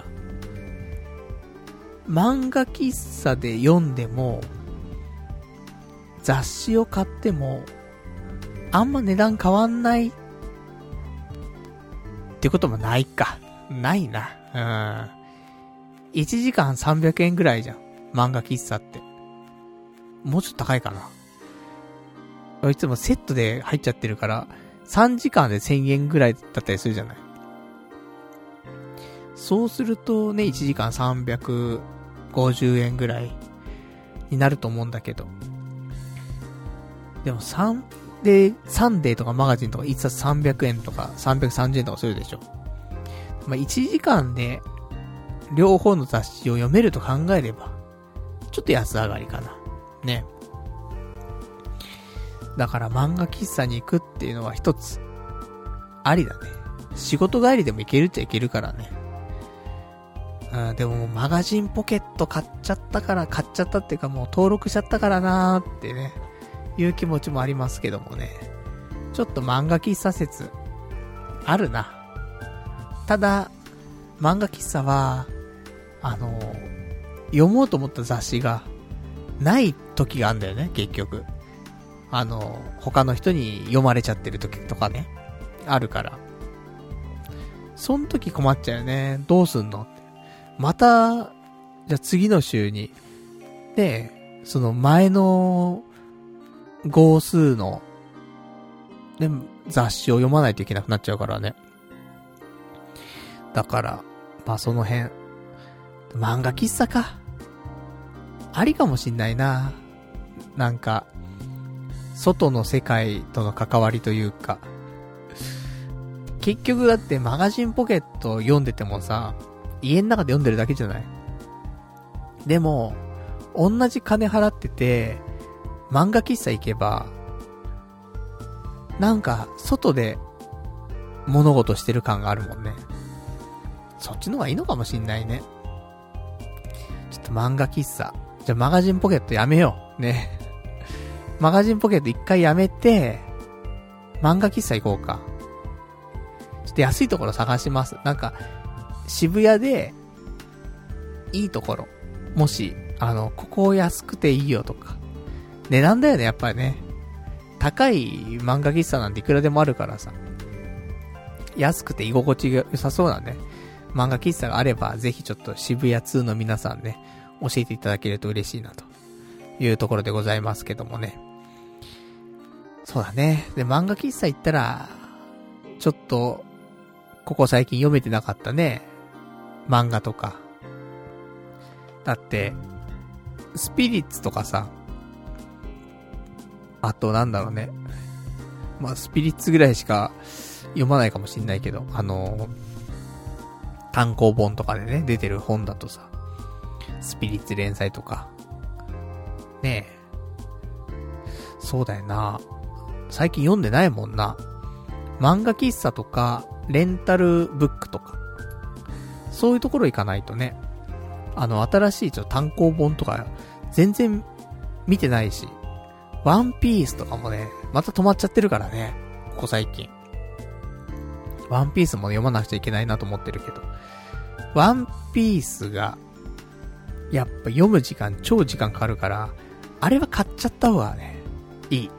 漫画喫茶で読んでも、雑誌を買っても、あんま値段変わんないってこともないか。ないな。うん。いちじかんさんびゃくえんぐらいじゃん。漫画喫茶って。もうちょっと高いかな。いつもセットで入っちゃってるから、さんじかんでせんえんぐらいだったりするじゃない。そうするとね、いちじかんさんびゃくごじゅうえんぐらいになると思うんだけど。でもさんで、サンデーとかマガジンとかいっさつさんびゃくえんとかさんびゃくさんじゅうえんとかするでしょ。まあ、いちじかんで両方の雑誌を読めると考えれば、ちょっと安上がりかな。ね。だから漫画喫茶に行くっていうのは一つ、ありだね。仕事帰りでも行けるっちゃ行けるからね。うん、でもマガジンポケット買っちゃったから、買っちゃったっていうかもう登録しちゃったからなーってね。いう気持ちもありますけどもね。ちょっと漫画喫茶説、あるな。ただ、漫画喫茶は、あの、読もうと思った雑誌が、ない時があるんだよね、結局。あの、他の人に読まれちゃってる時とかね、あるから。その時困っちゃうよね。どうすんのって。また、じゃあ次の週に、で、その前の、号数の、ね、雑誌を読まないといけなくなっちゃうからね。だから、まあその辺、漫画喫茶か。ありかもしんないな。なんか、外の世界との関わりというか。結局だってマガジンポケット読んでてもさ、家の中で読んでるだけじゃない。でも、同じ金払ってて、漫画喫茶行けば、なんか、外で、物事してる感があるもんね。そっちの方がいいのかもしんないね。ちょっと漫画喫茶。じゃあマガジンポケットやめよう。ね。マガジンポケット一回やめて、漫画喫茶行こうか。ちょっと安いところ探します。なんか、渋谷で、いいところ。もし、あの、ここ安くていいよとか。値段だよね、やっぱりね。高い漫画喫茶なんていくらでもあるからさ。安くて居心地が良さそうなね。漫画喫茶があれば、ぜひちょっと渋谷ツーの皆さんね、教えていただけると嬉しいな、というところでございますけどもね。そうだね。で、漫画喫茶行ったら、ちょっと、ここ最近読めてなかったね。漫画とか。だって、スピリッツとかさ、あとなんだろうね。まあ、スピリッツぐらいしか読まないかもしんないけど、あのー、単行本とかでね、出てる本だとさ、スピリッツ連載とか、ねえ。 そうだよな。最近読んでないもんな。漫画喫茶とか、レンタルブックとか。そういうところ行かないとね。あの、新しいちょっと単行本とか、全然見てないし。ワンピースとかもね、また止まっちゃってるからね。ここ最近。ワンピースも読まなくちゃいけないなと思ってるけど。ワンピースが、やっぱ読む時間超時間かかるから、あれは買っちゃった方がね、いい。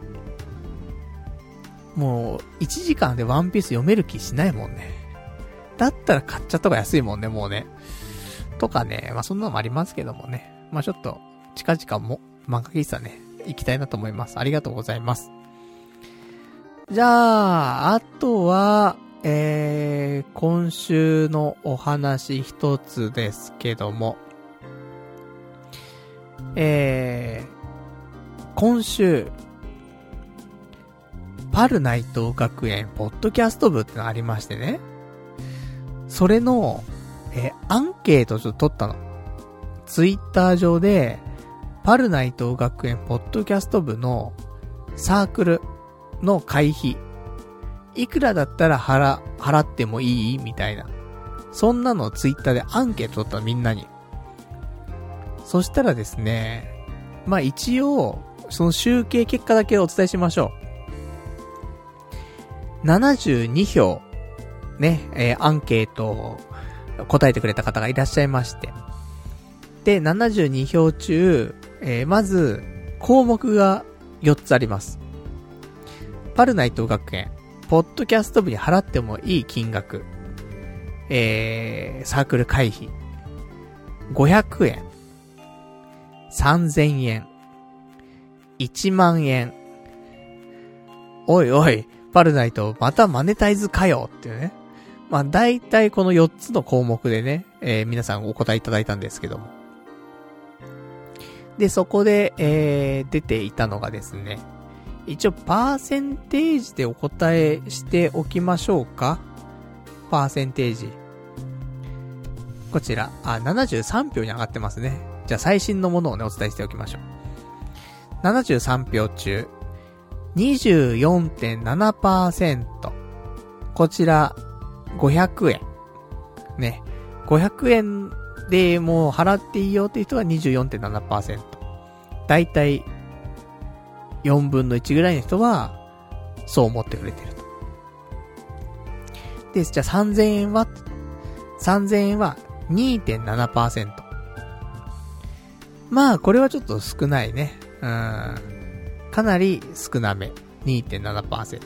もう、いちじかんでワンピース読める気しないもんね。だったら買っちゃった方が安いもんね、もうね。とかね、まあそんなのもありますけどもね。まあちょっと、近々も、漫画喫茶ね、行きたいなと思います。ありがとうございます。じゃあ、あとは、えー、今週のお話一つですけども、えー、今週、パルナイト学園ポッドキャスト部ってのがありましてね、それの、えー、アンケートをちょっと取ったの。ツイッター上で、パルナイト学園ポッドキャスト部のサークルの会費、いくらだったら払、払ってもいいみたいな。そんなのをツイッターでアンケート取ったのみんなに。そしたらですね、まあ一応、その集計結果だけお伝えしましょう。ななじゅうに票、ね、えー、アンケートを答えてくれた方がいらっしゃいまして。で、ななじゅうに票中、えー、まず、項目がよっつあります。パルナイト学園、ポッドキャスト部に払ってもいい金額、えー、サークル会費、ごひゃくえん、さんぜんえん、いちまんえん。おいおい、パルナイト、またマネタイズかよっていうね。まあ、大体このよっつの項目でね、えー、皆さんお答えいただいたんですけども。で、そこで、えー、出ていたのがですね、一応パーセンテージでお答えしておきましょうか。パーセンテージ。こちら、あ、ななじゅうさん票に上がってますね。じゃあ最新のものをね、お伝えしておきましょう。ななじゅうさん票中、にじゅうよんてんななパーセント。こちら、ごひゃくえん。ね。ごひゃくえんでもう払っていいよっていう人は にじゅうよんてんななパーセント。だいたいよんぶんのいちぐらいの人は、そう思ってくれてると。で、じゃあさんぜんえんは ?さんぜんえんは にてんななパーセント。まあ、これはちょっと少ないね。うん。かなり少なめ。にてんななパーセント。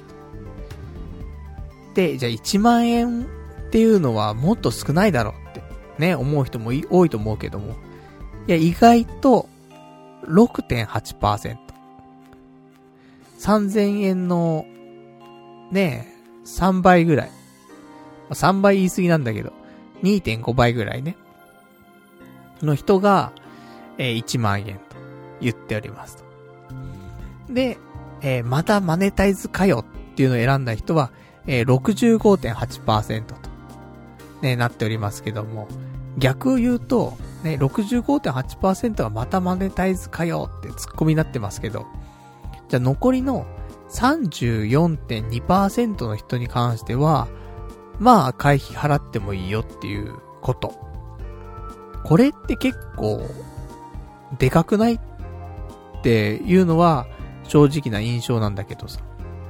で、じゃあいちまんえんっていうのはもっと少ないだろうってね、思う人も多いと思うけども。いや、意外と ろくてんはちパーセント。さんぜんえんの、ねえ、さんばいぐらい。さんばい言い過ぎなんだけど、にてんごばいぐらいね。の人が、えー、いちまんえんと言っておりますと。で、えー、またマネタイズかよっていうのを選んだ人は、えー、ろくじゅうごてんはちパーセント と、ね、なっておりますけども、逆を言うと、ね、ろくじゅうごてんはちパーセント がまたマネタイズかよってツッコミになってますけど、じゃあ残りの さんじゅうよんてんにパーセント の人に関しては、まあ会費払ってもいいよっていうこと。これって結構、でかくないっていうのは正直な印象なんだけどさ。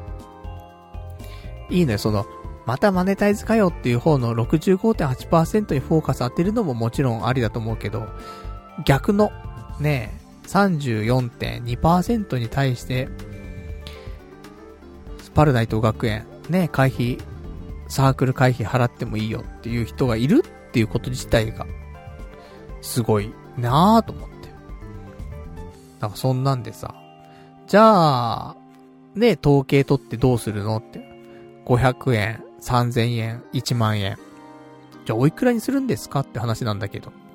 いいのよ、その、またマネタイズかよっていう方の ろくじゅうごてんはちパーセント にフォーカス当てるのももちろんありだと思うけど、逆の、ね、さんじゅうよんてんにパーセント に対して、パルナイト学園、ね、会費、サークル会費払ってもいいよっていう人がいるっていうこと自体が、すごいなぁと思って。なんかそんなんでさ、じゃあ、ね、統計取ってどうするのって。ごひゃくえん、さんぜんえん、いちまんえん。じゃあおいくらにするんですかって話なんだけど。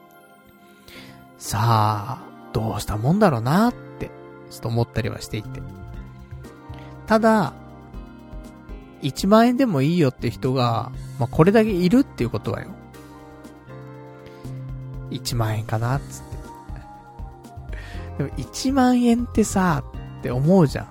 さあ、どうしたもんだろうなって、ちょっと思ったりはしていて。ただ、いちまんえんでもいいよって人が、まあ、これだけいるっていうことはよ。いちまんえんかなっつって。でもいちまんえんってさ、っって思うじゃん。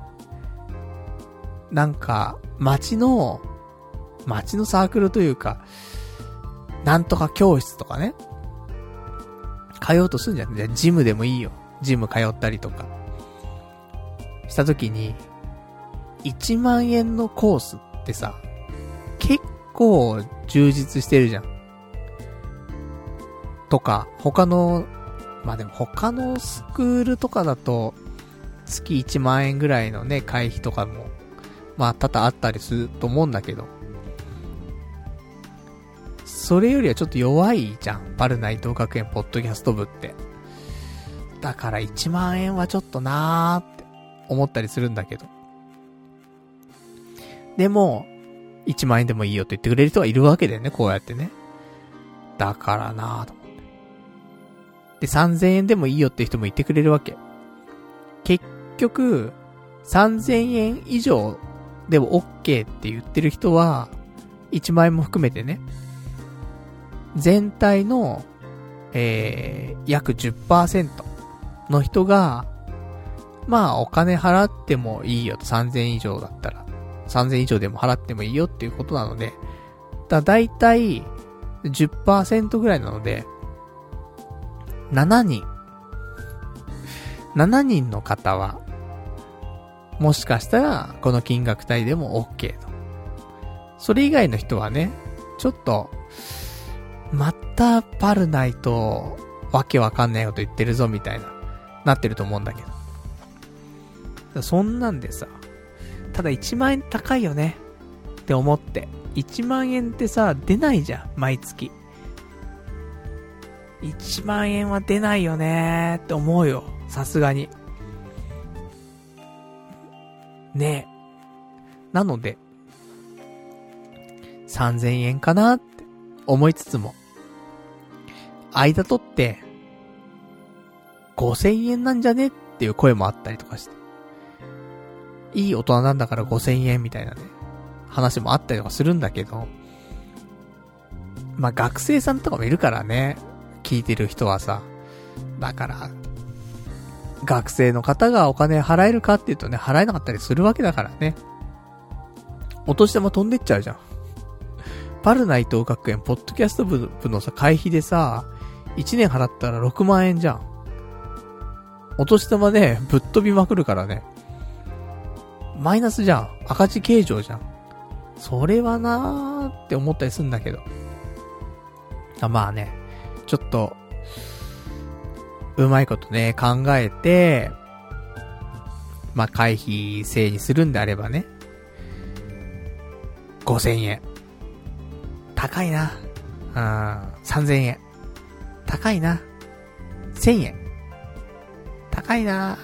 なんか、街の、街のサークルというか、なんとか教室とかね。通おうとするんじゃん。じゃあジムでもいいよ。ジム通ったりとか。したときに、いちまんえんのコースってさ、結構充実してるじゃん。とか、他の、まあでも他のスクールとかだと、月いちまんえんぐらいのね、会費とかも、まあ多々あったりすると思うんだけど、それよりはちょっと弱いじゃん。パルナイト学園ポッドキャスト部って。だからいちまんえんはちょっとなーって思ったりするんだけど。でも、いちまんえんでもいいよって言ってくれる人がいるわけだよね、こうやってね。だからなーと思って。で、さんぜんえんでもいいよって人も言ってくれるわけ。結局、さんぜんえん以上でも OK って言ってる人は、いちまんえんも含めてね、全体の、えー、約 じゅっパーセント の人が、まあお金払ってもいいよと、さんぜんえん以上だったら。さんぜんえん以上でも払ってもいいよっていうことなので、だだいたい じゅっパーセント ぐらいなので、しちにん。しちにんの方は、もしかしたら、この金額帯でも OK と。それ以外の人はね、ちょっと、またパルナイト、わけわかんないこと言ってるぞみたいな、なってると思うんだけど。そんなんでさ、ただいちまんえん高いよねって思って、いちまんえんってさ、出ないじゃん、毎月。いちまんえんは出ないよねーって思うよ、さすがに。ねえ。なので、さんぜんえんかなって思いつつも、間取って、ごせんえんなんじゃねっていう声もあったりとかして。いい大人なんだからごせんえんみたいなね、話もあったりとかするんだけど、まあ学生さんとかもいるからね、聞いてる人はさ。だから、学生の方がお金払えるかっていうとね、払えなかったりするわけだからね。お年玉飛んでっちゃうじゃん。パルナイト学園ポッドキャスト部のさ、会費でさ、いちねん払ったらろくまんえんじゃん。お年玉ね、ぶっ飛びまくるからね。マイナスじゃん。赤字計上じゃん。それはなーって思ったりするんだけど。あ、まあね、ちょっと、うまいことね、考えて、まあ、会費制にするんであればね。ごせんえん。高いな。うん、さんぜんえん。高いな。せんえん。高いな。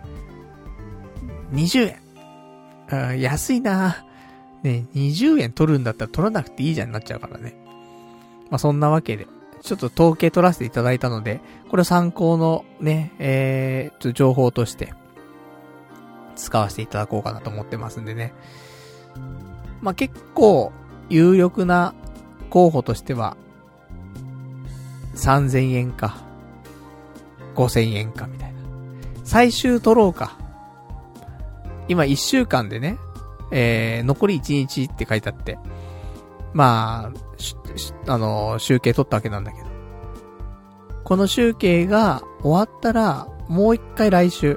にじゅうえん。うん、安いな。ね、にじゅうえん取るんだったら取らなくていいじゃんなっちゃうからね。まあ、そんなわけで。ちょっと統計取らせていただいたので、これを参考のね、えー、ちょっと情報として使わせていただこうかなと思ってますんでね。まあ、結構有力な候補としてはさんぜんえんかごせんえんかみたいな。最終取ろうか。今いっしゅうかんでね、えー、残りいちにちって書いてあって、まあ、あのー、集計取ったわけなんだけど。この集計が終わったら、もう一回来週、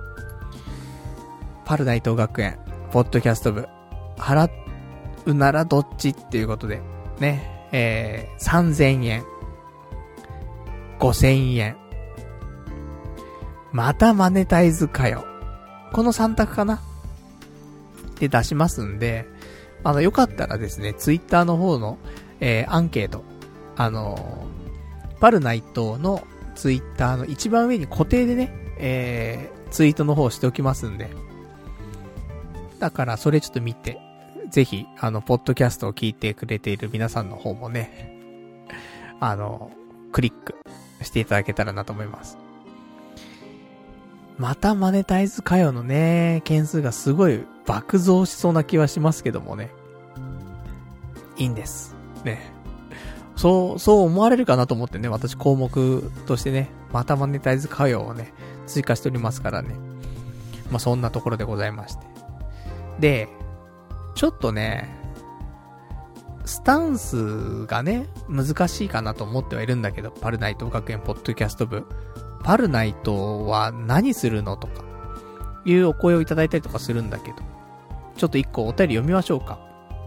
パルナイト学園、ポッドキャスト部、払うならどっちっていうことで、ね、えー、さんぜんえん、ごせんえん、またマネタイズかよ。このさん択かなで出しますんで、あの、よかったらですね、ツイッターの方の、えー、アンケート、あのー、パルナイトのツイッターの一番上に固定でね、えー、ツイートの方しておきますんで、だからそれちょっと見て、ぜひ、あの、ポッドキャストを聞いてくれている皆さんの方もね、あの、クリックしていただけたらなと思います。またマネタイズかよのね、件数がすごい爆増しそうな気はしますけどもね。いいんです。ね。そう、そう思われるかなと思ってね、私項目としてね、またマネタイズかよをね、追加しておりますからね。 まあ、そんなところでございまして。で、ちょっとね、スタンスがね、難しいかなと思ってはいるんだけど、パルナイト学園ポッドキャスト部。パルナイトは何するのとか、いうお声をいただいたりとかするんだけど、ちょっと一個お便り読みましょうか。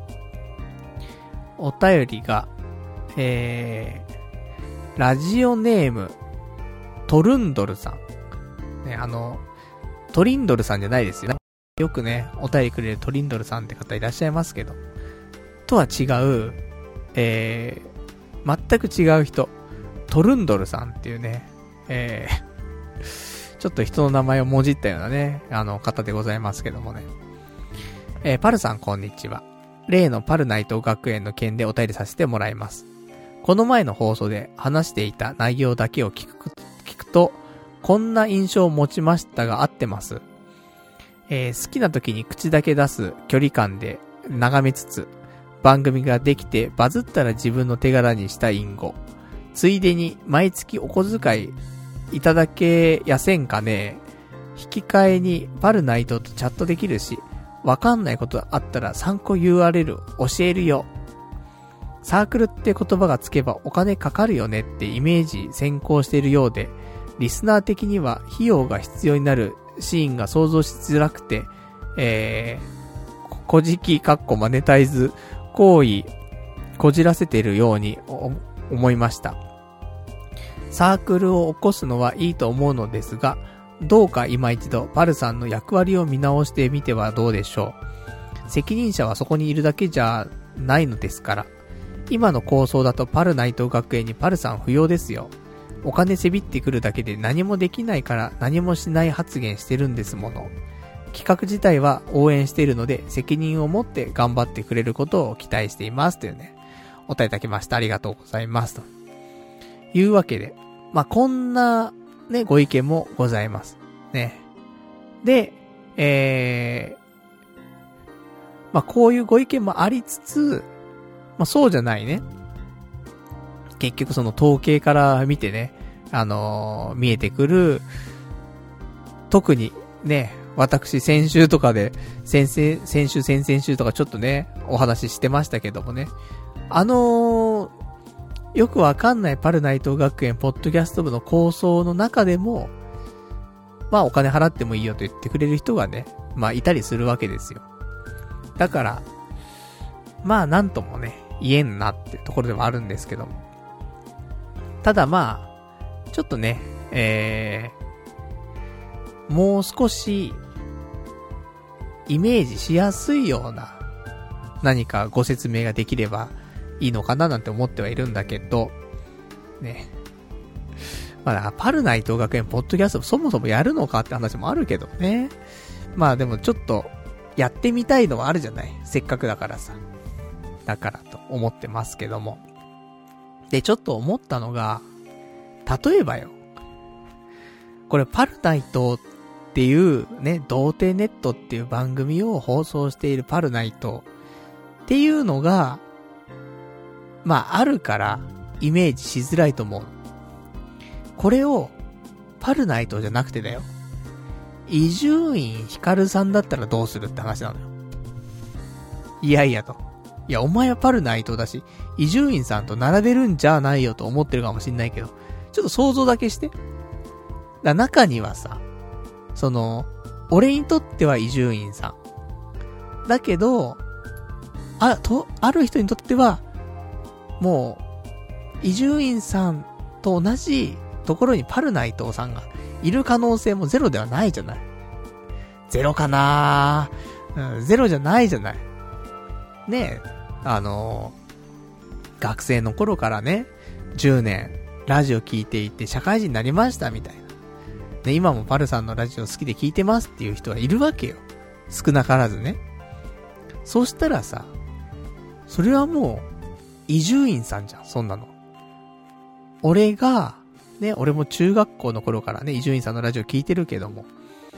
お便りが、えー、ラジオネーム、トルンドルさん。ね、あの、トリンドルさんじゃないですよ。よくね、お便りくれるトリンドルさんって方いらっしゃいますけど、とは違う、えー、全く違う人、トルンドルさんっていうね、えー、ちょっと人の名前をもじったようなね、あの方でございますけどもね。えー、パルさんこんにちは。例のパルナイト学園の件でお便りさせてもらいます。この前の放送で話していた内容だけを聞く、聞くと、こんな印象を持ちましたが合ってます。えー、好きな時に口だけ出す距離感で眺めつつ、番組ができてバズったら自分の手柄にしたインゴ。ついでに毎月お小遣いいただけやせんかね。引き換えにパルナイトとチャットできるし、わかんないことあったら参考 ユーアールエル 教えるよ。サークルって言葉がつけばお金かかるよねってイメージ先行しているようで、リスナー的には費用が必要になるシーンが想像しづらくて、えー、こじきかっこマネタイズ行為こじらせているように思いました。サークルを起こすのはいいと思うのですが、どうか今一度パルさんの役割を見直してみてはどうでしょう。責任者はそこにいるだけじゃないのですから。今の構想だとパルナイト学園にパルさん不要ですよ。お金せびってくるだけで何もできないから何もしない発言してるんですもの。企画自体は応援しているので責任を持って頑張ってくれることを期待していますというね、お答えいただきました。ありがとうございますというわけで、まあ、こんなねご意見もございますね。で、えー、まあ、こういうご意見もありつつ、まあ、そうじゃないね。結局その統計から見てね、あのー、見えてくる、特にね、私先週とかで、先々、先週先々週とかちょっとね、お話ししてましたけどもね、あのー、よくわかんないパルナイト学園ポッドキャスト部の構想の中でも、まあお金払ってもいいよと言ってくれる人がね、まあいたりするわけですよ。だから、まあなんともね、言えんなってところではあるんですけども。ただまあ、ちょっとね、えー、もう少し、イメージしやすいような、何かご説明ができればいいのかななんて思ってはいるんだけど、ね。まあだからパルナイト学園ポッドキャストそもそもやるのかって話もあるけどね。まあでもちょっと、やってみたいのはあるじゃない。せっかくだからさ。だからと思ってますけども。で、ちょっと思ったのが、例えばよ。これパルナイトっていうね、童貞ネットっていう番組を放送しているパルナイトっていうのが、まああるからイメージしづらいと思う。これをパルナイトじゃなくてだよ。伊集院光さんだったらどうするって話なのよ。いやいやと。いや、お前はパルナイトだし、伊集院さんと並べるんじゃないよと思ってるかもしんないけど、ちょっと想像だけして。だ中にはさ、その、俺にとっては伊集院さん。だけど、あ、と、ある人にとっては、もう、伊集院さんと同じところにパルナイトさんがいる可能性もゼロではないじゃない。ゼロかなぁ、うん、ゼロじゃないじゃない。ねえ、あのー、学生の頃からね、じゅうねん、ラジオ聞いていて社会人になりましたみたいな。ね、今もパルさんのラジオ好きで聞いてますっていう人はいるわけよ。少なからずね。そしたらさ、それはもう、伊集院さんじゃん、そんなの。俺が、ね、俺も中学校の頃からね、伊集院さんのラジオ聞いてるけども。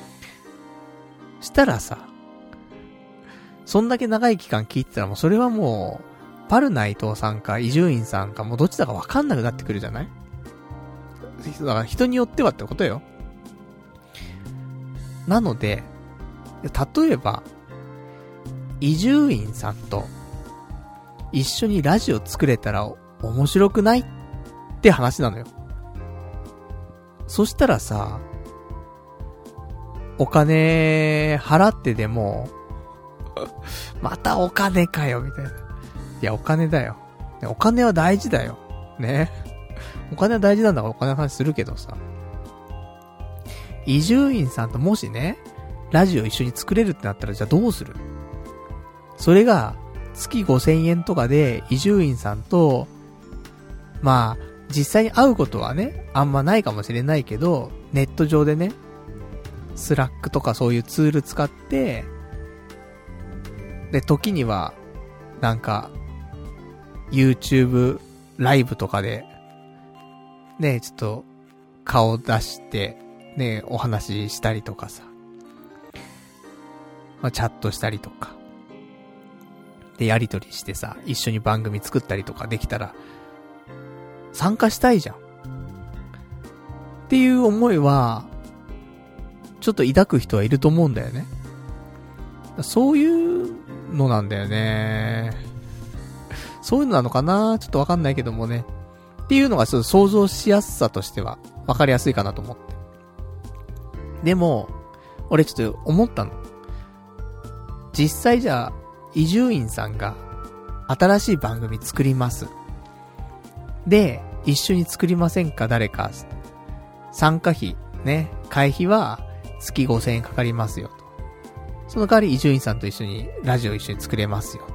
したらさ、そんだけ長い期間聞いてたらもうそれはもう、パルナイトさんか伊集院さんかもうどっちだかわかんなくなってくるじゃない？だから人によってはってことよ。なので、 例えば、伊集院さんと一緒にラジオ作れたら面白くないって話なのよ。そしたらさ、お金払ってでも、またお金かよ、みたいな。いや、お金だよ。お金は大事だよ。ね。お金は大事なんだからお金の話するけどさ。伊集院さんともしね、ラジオ一緒に作れるってなったらじゃあどうする？それが、月ごせんえんとかで伊集院さんと、まあ、実際に会うことはね、あんまないかもしれないけど、ネット上でね、スラックとかそういうツール使って、で、時には、なんか、YouTube ライブとかで、ね、ちょっと、顔出して、ね、お話ししたりとかさ。まあ、チャットしたりとか。で、やりとりしてさ、一緒に番組作ったりとかできたら、参加したいじゃん。っていう思いは、ちょっと抱く人はいると思うんだよね。そういうのなんだよね。そういうのなのかな？ちょっとわかんないけどもね。っていうのがちょっと想像しやすさとしてはわかりやすいかなと思って。でも、俺ちょっと思ったの。実際じゃあ、伊集院さんが新しい番組作ります。で、一緒に作りませんか誰か。参加費、ね、会費は月ごせんえんかかりますよと。その代わり伊集院さんと一緒にラジオ一緒に作れますよ。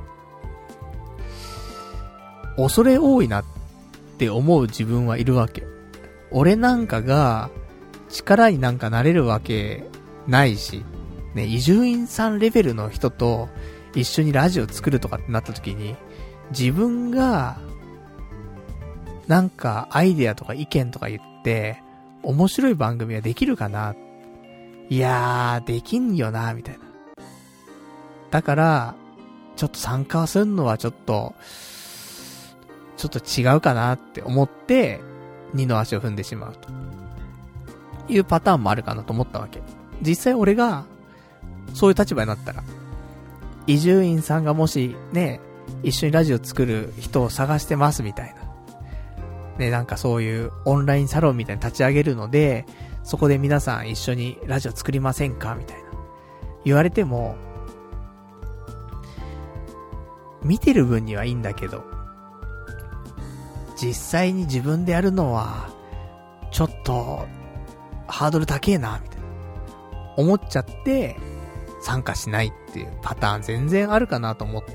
恐れ多いなって思う自分はいるわけ。俺なんかが力になんかなれるわけないし、ね、伊集院さんレベルの人と一緒にラジオ作るとかってなった時に、自分がなんかアイデアとか意見とか言って面白い番組はできるかな？いやー、できんよな、みたいな。だから、ちょっと参加するのはちょっと、ちょっと違うかなって思って、二の足を踏んでしまうと。いうパターンもあるかなと思ったわけ。実際俺が、そういう立場になったら、伊集院さんがもし、ね、一緒にラジオ作る人を探してますみたいな。ね、なんかそういうオンラインサロンみたいに立ち上げるので、そこで皆さん一緒にラジオ作りませんかみたいな。言われても、見てる分にはいいんだけど、実際に自分でやるのは、ちょっと、ハードル高えな、みたいな。思っちゃって、参加しないっていうパターン全然あるかなと思って。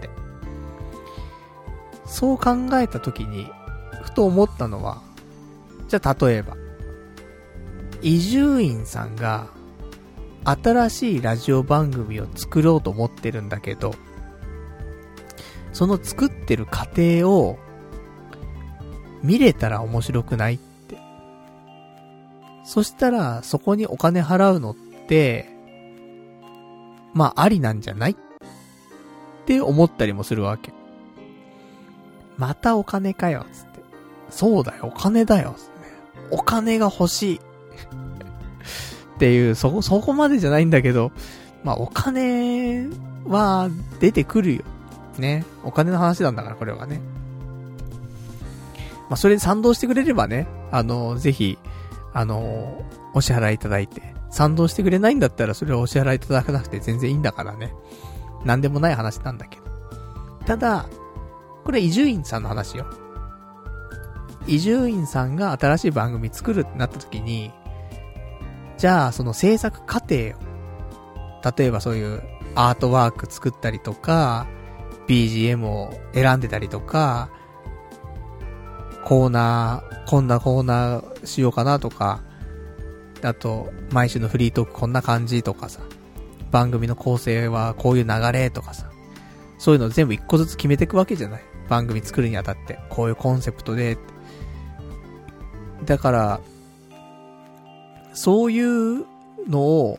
そう考えたときに、ふと思ったのは、じゃあ例えば、伊集院さんが、新しいラジオ番組を作ろうと思ってるんだけど、その作ってる過程を、見れたら面白くないって。そしたら、そこにお金払うのって、まあ、ありなんじゃないって思ったりもするわけ。またお金かよ、つって。そうだよ、お金だよ、つってね。お金が欲しい。っていう、そこ、そこまでじゃないんだけど、まあ、お金は出てくるよ。ね。お金の話なんだから、これはね。まあ、それに賛同してくれればね、あの、ぜひ、あの、お支払いいただいて、賛同してくれないんだったらそれをお支払いいただかなくて全然いいんだからね。なんでもない話なんだけど。ただ、これ伊集院さんの話よ。伊集院さんが新しい番組作るってなった時に、じゃあその制作過程よ。例えばそういうアートワーク作ったりとか、ビージーエム を選んでたりとか、コーナー、こんなコーナーしようかなとか、あと、毎週のフリートークこんな感じとかさ、番組の構成はこういう流れとかさ、そういうの全部一個ずつ決めていくわけじゃない。番組作るにあたって、こういうコンセプトで。だから、そういうのを、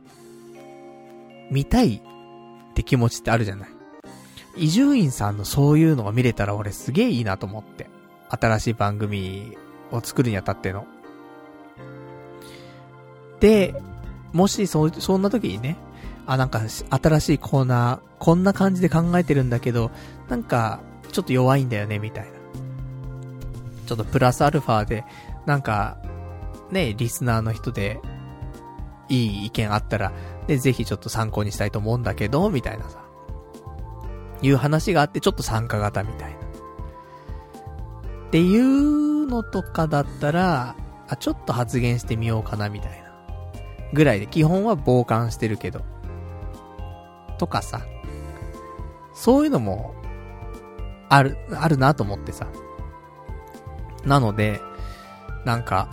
見たいって気持ちってあるじゃない。伊集院さんのそういうのが見れたら俺すげえいいなと思って。新しい番組を作るにあたっての。で、もしそ、そんな時にね、 あ、なんか新しいコーナー、こんな感じで考えてるんだけど、なんかちょっと弱いんだよね、みたいな。ちょっとプラスアルファで、なんか、ね、リスナーの人で、いい意見あったら、で、ぜひちょっと参考にしたいと思うんだけど、みたいなさ。いう話があって、ちょっと参加型みたいな。っていうのとかだったら、あ、ちょっと発言してみようかな、みたいな。ぐらいで、基本は傍観してるけど。とかさ。そういうのも、ある、あるなと思ってさ。なので、なんか、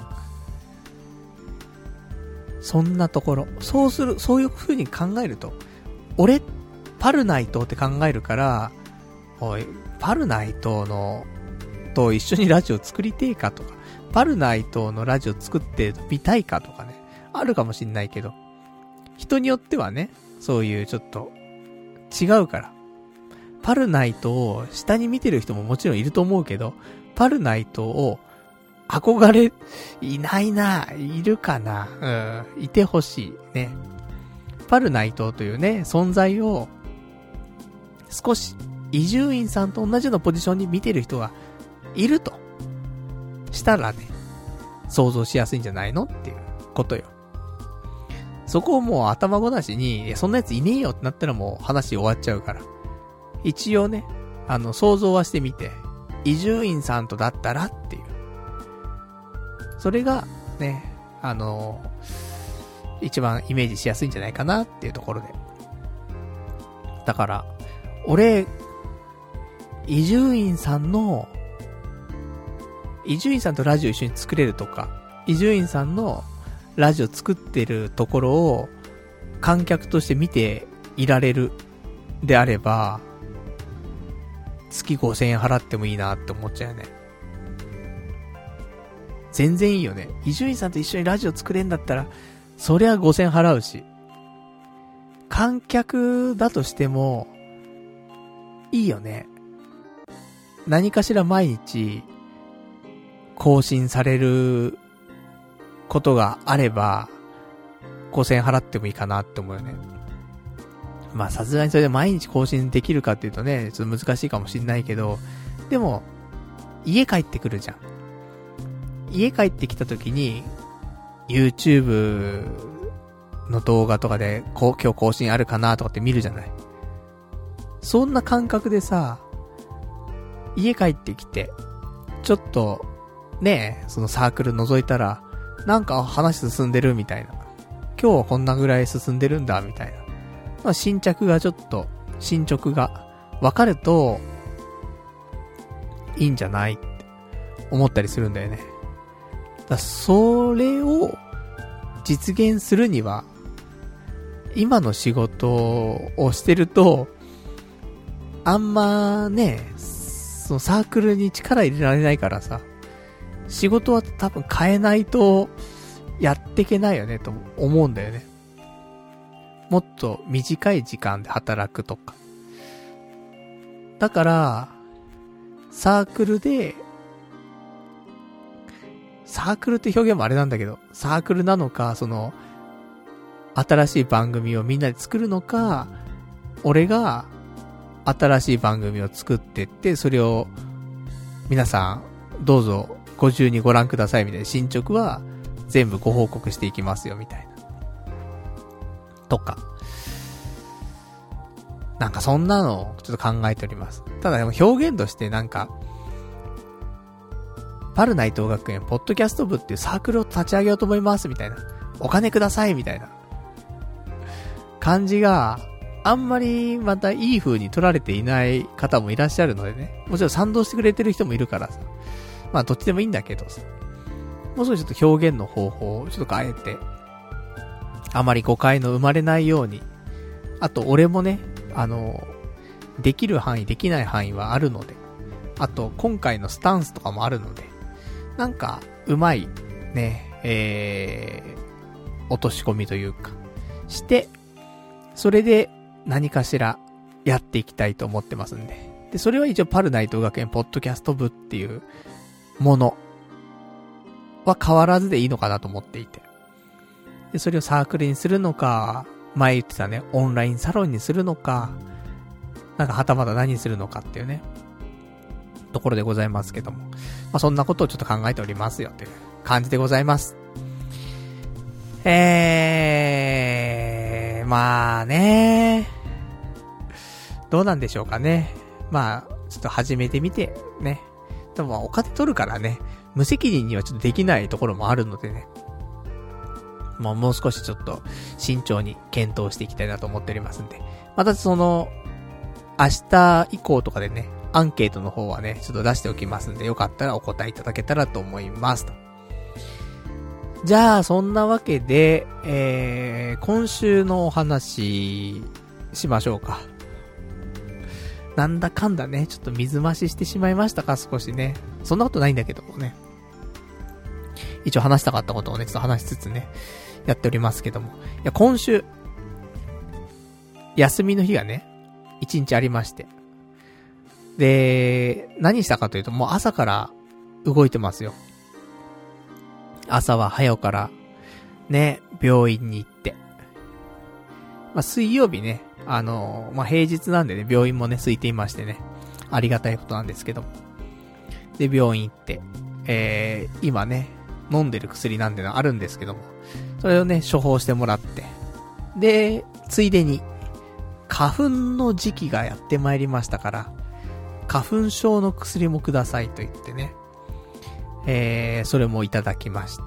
そんなところ。そうする、そういう風に考えると、俺、パルナイトって考えるから、おい、パルナイトの、と一緒にラジオ作りてえかとか、パルナイトのラジオ作ってみたいかとかね、あるかもしんないけど、人によってはね、そういうちょっと、違うから。パルナイトを下に見てる人ももちろんいると思うけど、パルナイトを憧れ、いないな、いるかな、うん、いてほしいね。パルナイトというね、存在を、少し、伊集院さんと同じようなポジションに見てる人がいると。したらね、想像しやすいんじゃないのっていうことよ。そこをもう頭ごなしに、いや、そんなやついねえよってなったらもう話終わっちゃうから。一応ね、あの、想像はしてみて、伊集院さんとだったらっていう。それが、ね、あのー、一番イメージしやすいんじゃないかなっていうところで。だから、俺、伊集院さんの、伊集院さんとラジオ一緒に作れるとか、伊集院さんのラジオ作ってるところを観客として見ていられるであれば、月ごせんえん払ってもいいなって思っちゃうよね。全然いいよね。伊集院さんと一緒にラジオ作れんだったら、そりゃごせんえん払うし。観客だとしても、いいよね。何かしら毎日、更新されることがあれば、ごせんえん払ってもいいかなって思うよね。まあさすがにそれで毎日更新できるかっていうとね、ちょっと難しいかもしんないけど、でも、家帰ってくるじゃん。家帰ってきた時に、YouTube の動画とかで、こう、今日更新あるかなとかって見るじゃない。そんな感覚でさ、家帰ってきて、ちょっと、ねえ、そのサークル覗いたら、なんか話進んでるみたいな。今日はこんなぐらい進んでるんだ、みたいな。まあ、進捗がちょっと、進捗が分かると、いいんじゃないって思ったりするんだよね。だそれを実現するには、今の仕事をしてると、あんまね、そのサークルに力入れられないからさ、仕事は多分変えないとやっていけないよねと思うんだよね。もっと短い時間で働くとか。だから、サークルで、サークルって表現もあれなんだけど、サークルなのか、その、新しい番組をみんなで作るのか、俺が新しい番組を作ってって、それを皆さんどうぞご自由にご覧くださいみたいな進捗は全部ご報告していきますよみたいな。とか。なんかそんなのをちょっと考えております。ただでも表現としてなんか、パル内藤学園ポッドキャスト部っていうサークルを立ち上げようと思いますみたいな。お金くださいみたいな感じがあんまりまたいい風に取られていない方もいらっしゃるのでね。もちろん賛同してくれてる人もいるからさ。まあどっちでもいいんだけどさ。もう少しちょっと表現の方法をちょっと変えて、あまり誤解の生まれないように。あと俺もね、あの、できる範囲できない範囲はあるので。あと今回のスタンスとかもあるので。なんか、うまい、ね、えー、落とし込みというか、して、それで何かしらやっていきたいと思ってますんで。で、それは一応パル内藤学園ポッドキャスト部っていうものは変わらずでいいのかなと思っていて。で、それをサークルにするのか、 前言ってたね、オンラインサロンにするのか、なんかはたまた何するのかっていうね、ところでございますけども。まあ、そんなことをちょっと考えておりますよという感じでございます。えー、まあね、どうなんでしょうかね。まあ、ちょっと始めてみて、ね。でもまあお金取るからね、無責任にはちょっとできないところもあるのでね。まあもう少しちょっと慎重に検討していきたいなと思っておりますんで。またその、明日以降とかでね、アンケートの方はね、ちょっと出しておきますんで、よかったらお答えいただけたらと思いますと。じゃあ、そんなわけで、えー、今週のお話、しましょうか。なんだかんだね、ちょっと水増ししてしまいましたか、少しね。そんなことないんだけどもね。一応話したかったことをね、ちょっと話しつつね、やっておりますけども。いや、今週、休みの日がね、一日ありまして。で、何したかというと、もう朝から動いてますよ。朝は早から、ね、病院に行って。まあ、水曜日ね、あのー、まあ、平日なんでね、病院もね、空いていましてね、ありがたいことなんですけども。で、病院行って、えー、今ね、飲んでる薬なんてのあるんですけども、それをね、処方してもらって、で、ついでに、花粉の時期がやってまいりましたから、花粉症の薬もくださいと言ってね、えー、それもいただきまして。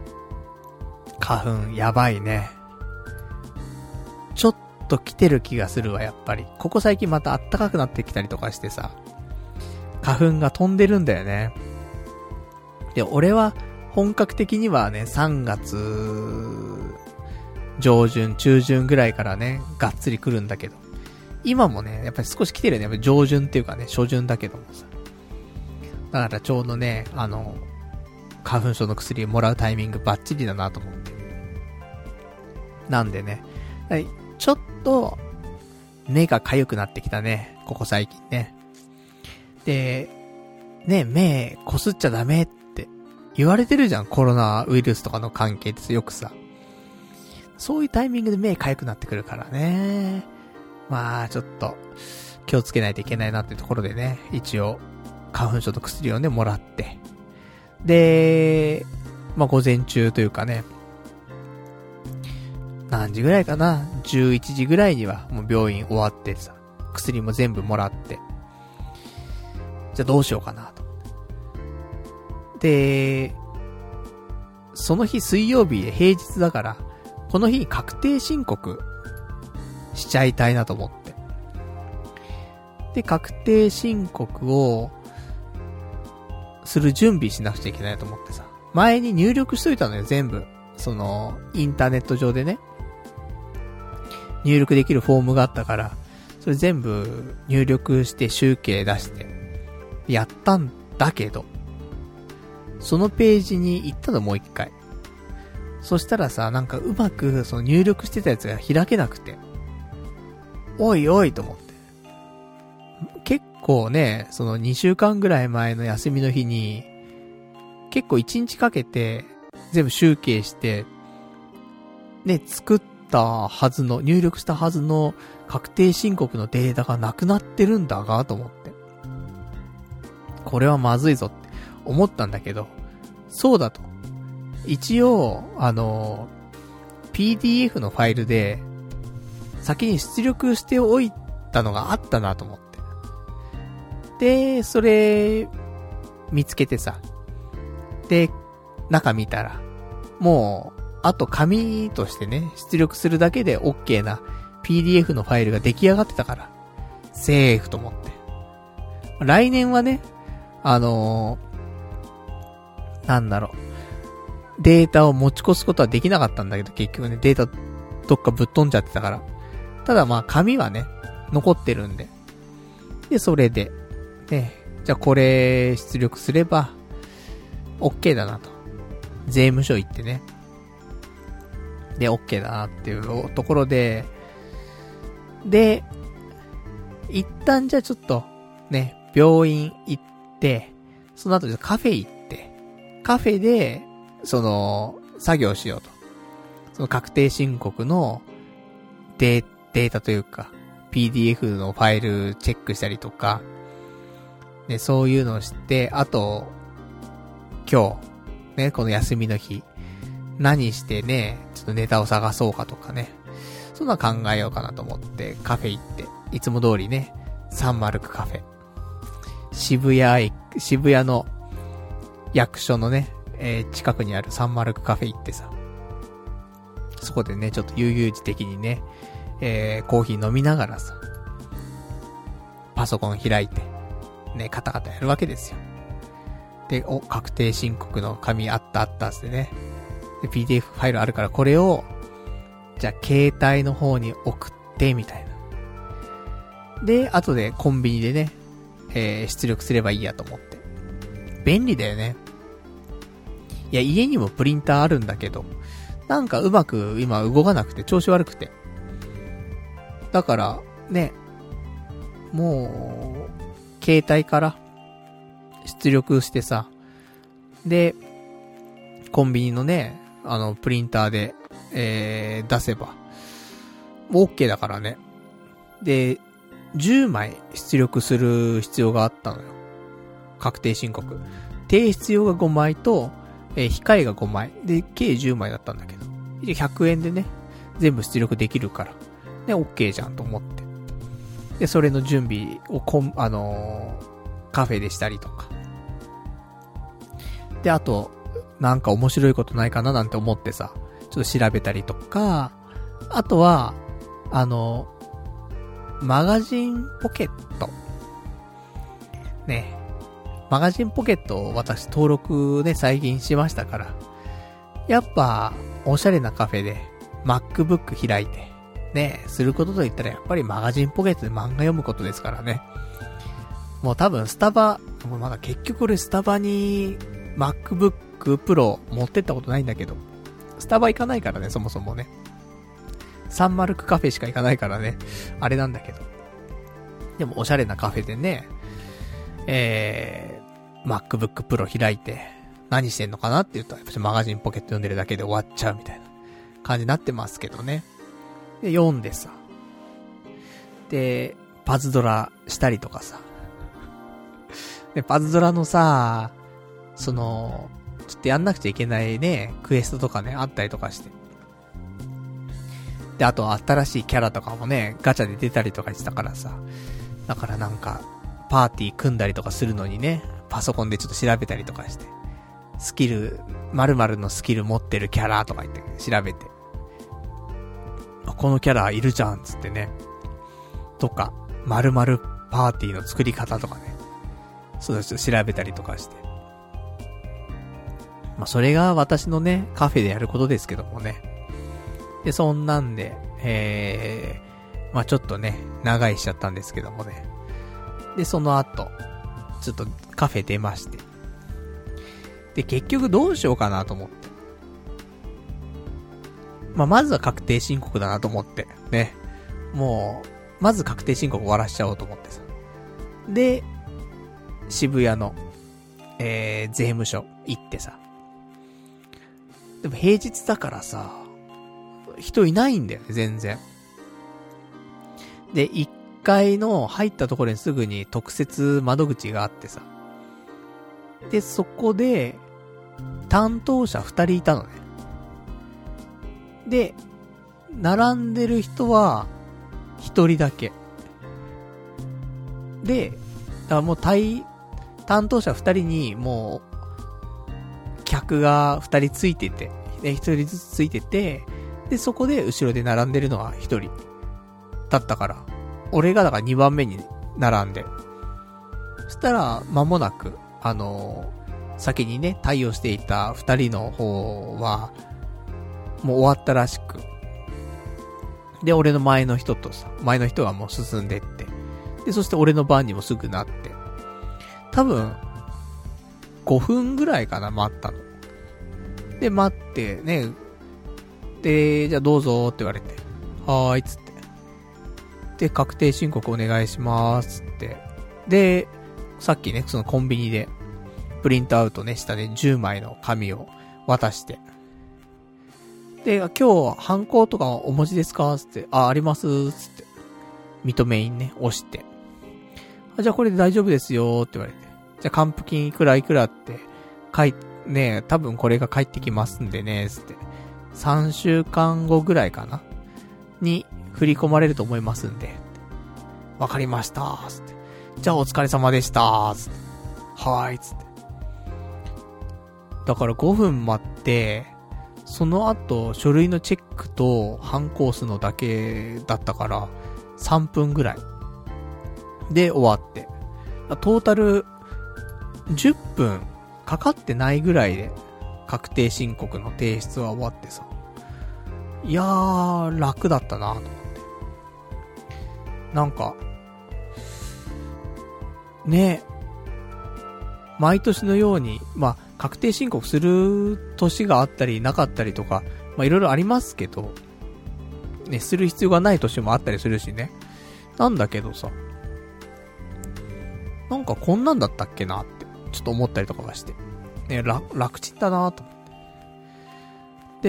花粉、やばいね。ちょっと来てる気がするわ、やっぱり。ここ最近また暖かくなってきたりとかしてさ、花粉が飛んでるんだよね。で、俺は、本格的にはね、さんがつ上旬、中旬ぐらいからね、がっつり来るんだけど。今もね、やっぱり少し来てるよね。やっぱり上旬っていうかね、初旬だけどもさ。だからちょうどね、あの、花粉症の薬をもらうタイミングバッチリだなと思って。なんでね、ちょっと、目が痒くなってきたね。ここ最近ね。で、ね、目こすっちゃダメって言われてるじゃん。コロナウイルスとかの関係ってよくさ。そういうタイミングで目痒くなってくるからね。まあ、ちょっと、気をつけないといけないなっていうところでね、一応、花粉症の薬をね、もらって。で、まあ、午前中というかね、何時ぐらいかな ?じゅういちじぐらいにはもう病院終わってさ、薬も全部もらって。じゃあどうしようかなと。で、その日水曜日で平日だから、この日に確定申告しちゃいたいなと思って。で、確定申告をする準備しなくちゃいけないと思ってさ。前に入力しといたのよ、全部。その、インターネット上でね。入力できるフォームがあったから、それ全部入力して集計出して、やったんだけど、そのページに行ったのもう一回。そしたらさ、なんかうまくその入力してたやつが開けなくて、おいおいと思って。結構ね、そのにしゅうかんぐらい前の休みの日に、結構いちにちかけて、全部集計して、ね、作ったはずの、入力したはずの確定申告のデータがなくなってるんだが、と思って。これはまずいぞって思ったんだけど、そうだと。一応、あの、ピーディーエフ のファイルで、先に出力しておいたのがあったなと思って。で、それ、見つけてさ。で、中見たら、もう、あと紙としてね、出力するだけで OK な ピーディーエフ のファイルが出来上がってたから、セーフと思って。来年はね、あのー、なんだろう、データを持ち越すことはできなかったんだけど、結局ね、データどっかぶっ飛んじゃってたから。ただまあ、紙はね、残ってるんで。で、それで、ね、じゃあこれ出力すれば、OK だなと。税務署行ってね。で、OK だなっていうところで、で、一旦じゃあちょっと、ね、病院行って、その後でカフェ行って、カフェで、その、作業しようと。その確定申告の、 デ、データというか、ピーディーエフ のファイルチェックしたりとか、ね、そういうのをして、あと、今日、ね、この休みの日、何してね、ちょっとネタを探そうかとかね、そんな考えようかなと思ってカフェ行って、いつも通りね、サンマルクカフェ。渋谷、渋谷の役所のね、えー、近くにあるサンマルクカフェ行ってさ、そこでね、ちょっと悠々自適にね、えー、コーヒー飲みながらさ、パソコン開いて、ね、カタカタやるわけですよ。で、お、確定申告の紙あったあったっつってね。で、ピーディーエフ ファイルあるからこれを、じゃあ携帯の方に送って、みたいな。で、後でコンビニでね、えー、出力すればいいやと思って。便利だよね。いや、家にもプリンターあるんだけど、なんかうまく今動かなくて調子悪くて。だから、ね、もう、携帯から出力してさ、で、コンビニのね、あの、プリンターで、えー、出せば、もう OK だからね。で、じゅうまい出力する必要があったのよ。確定申告。提出用がごまいと、えー、控えがごまい。で、計じゅうまいだったんだけど。ひゃくえんでね、全部出力できるから。ね、OK じゃんと思って。で、それの準備をこん、あのー、カフェでしたりとか。で、あと、なんか面白いことないかななんて思ってさ、ちょっと調べたりとか、あとは、あの、マガジンポケット。ね。マガジンポケットを私登録ね、最近しましたから。やっぱ、おしゃれなカフェで、MacBook 開いて、ね、することといったらやっぱりマガジンポケットで漫画読むことですからね。もう多分スタバ、もうまだ結局俺スタバに MacBook Pro 持ってったことないんだけど、スタバ行かないからね、そもそもね。サンマルクカフェしか行かないからね、あれなんだけど。でもおしゃれなカフェでね、えー、MacBook Pro 開いて、何してんのかなって言ったら、やっぱりマガジンポケット読んでるだけで終わっちゃうみたいな感じになってますけどね。で、読んでさ。で、パズドラしたりとかさ。で、パズドラのさ、その、ちょっとやんなくちゃいけないね、クエストとかね、あったりとかして。で、あと新しいキャラとかもね、ガチャで出たりとかしてたからさ。だからなんか、パーティー組んだりとかするのにね、パソコンでちょっと調べたりとかして。スキル、〇〇のスキル持ってるキャラとか言って調べて。このキャラいるじゃんつってね。とか、〇〇パーティーの作り方とかね。そうですよ、調べたりとかして。まあ、それが私のね、カフェでやることですけどもね。で、そんなんで、えー、まあ、ちょっとね、長いしちゃったんですけどもね。で、その後、ちょっとカフェ出まして。で、結局どうしようかなと思って。まあ、まずは確定申告だなと思って。ね。もう、まず確定申告終わらしちゃおうと思ってさ。で、渋谷の、えー、税務署行ってさ。でも平日だからさ、人いないんだよね、全然。で、いっかいの入ったところにすぐに特設窓口があってさ。で、そこで、担当者ふたりいたのね。で、並んでる人は、ひとりだけ。で、だからもう対、担当者ふたりに、もう、客がふたりついてて、で、ひとりずつついてて、で、そこで後ろで並んでるのはひとりだったから、俺がだからにばんめに並んで、そしたら、間もなく、あのー、先にね、対応していたふたりの方は、もう終わったらしく。で、俺の前の人とさ、前の人がもう進んでって。で、そして俺の番にもすぐなって。多分、ごふんぐらいかな、待ったの。で、待ってね、で、じゃあどうぞって言われて。はーい、つって。で、確定申告お願いします、つって。で、さっきね、そのコンビニで、プリントアウトね、したね、じゅうまいの紙を渡して。 で、今日、ハンコとかお持ちですかつって、あ、ありますつって。認め印ね、押して。あ、じゃあこれで大丈夫ですよって言われて。じゃあ還付金いくらいくらって、書い、ね、多分これが返ってきますんでね、つって。さんしゅうかんごぐらいかなに振り込まれると思いますんで。わかりましたつって。じゃあお疲れ様でしたつって。はーいつって。だからごふん待って、その後書類のチェックとハンコ押すのだけだったからさんぷんぐらいで終わって、トータルじゅっぷんかかってないぐらいで確定申告の提出は終わってさ、いやー楽だったなと思って。なんかね、毎年のようにまあ確定申告する年があったりなかったりとか、まあいろいろありますけどね、する必要がない年もあったりするしね。なんだけどさ、なんかこんなんだったっけなってちょっと思ったりとかはしてね、楽、楽ちんだなと思って。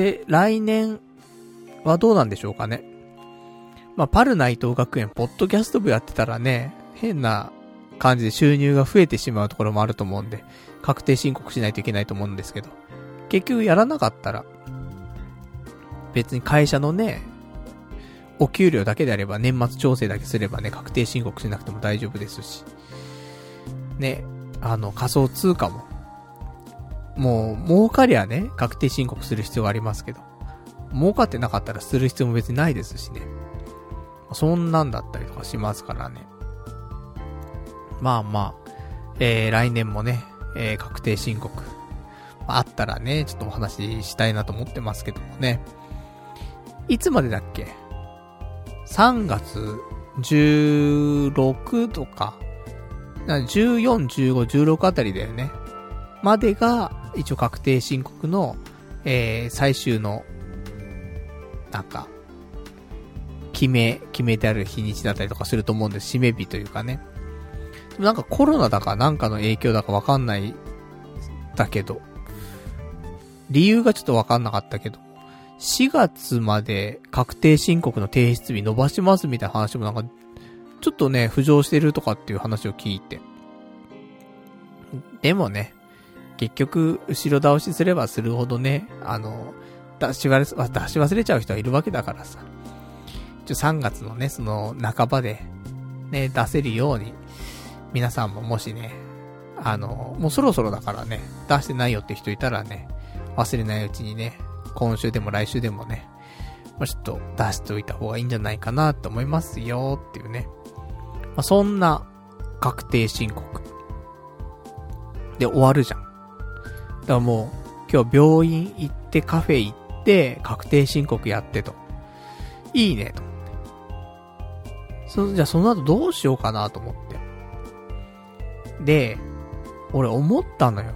で、来年はどうなんでしょうかね。まあパルナイト学園ポッドキャスト部やってたらね、変な感じで収入が増えてしまうところもあると思うんで、確定申告しないといけないと思うんですけど、結局やらなかったら別に会社のね、お給料だけであれば年末調整だけすればね、確定申告しなくても大丈夫ですしね、あの仮想通貨ももう儲かりゃね確定申告する必要がありますけど、儲かってなかったらする必要も別にないですしね。そんなんだったりとかしますからね。まあまあ、えー、来年もね、えー、確定申告あったらね、ちょっとお話ししたいなと思ってますけどもね。いつまでだっけ？さんがつじゅうろくとか、じゅうよん、じゅうご、じゅうろくあたりだよね。までが一応確定申告の、えー、最終のなんか決め決めてある日にちだったりとかすると思うんです。締め日というかね。なんかコロナだかなんかの影響だかわかんないだけど、理由がちょっとわかんなかったけど、しがつまで確定申告の提出日伸ばしますみたいな話もなんかちょっとね浮上してるとかっていう話を聞いて、でもね結局後ろ倒しすればするほどね、あの出し忘れ出し忘れちゃう人はいるわけだからさ、ちょさんがつのねその半ばでね出せるように、皆さんももしね、あのもうそろそろだからね出してないよって人いたらね、忘れないうちにね、今週でも来週でもね、まあ、ちょっと出しておいた方がいいんじゃないかなと思いますよっていうね。まあ、そんな確定申告で終わるじゃん。だからもう今日病院行ってカフェ行って確定申告やってと、いいねと思って。そじゃあその後どうしようかなと思って。で、俺思ったのよ。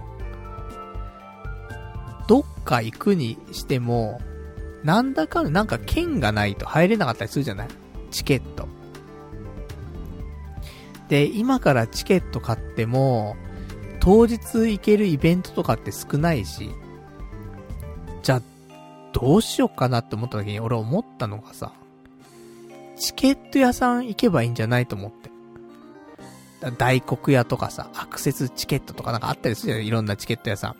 どっか行くにしても、なんだかんだなんか券がないと入れなかったりするじゃない？チケット。で、今からチケット買っても、当日行けるイベントとかって少ないし、じゃあ、どうしようかなって思った時に俺思ったのがさ、チケット屋さん行けばいいんじゃないと思って。大黒屋とかさ、アクセスチケットとかなんかあったりするじゃない？いろんなチケット屋さん。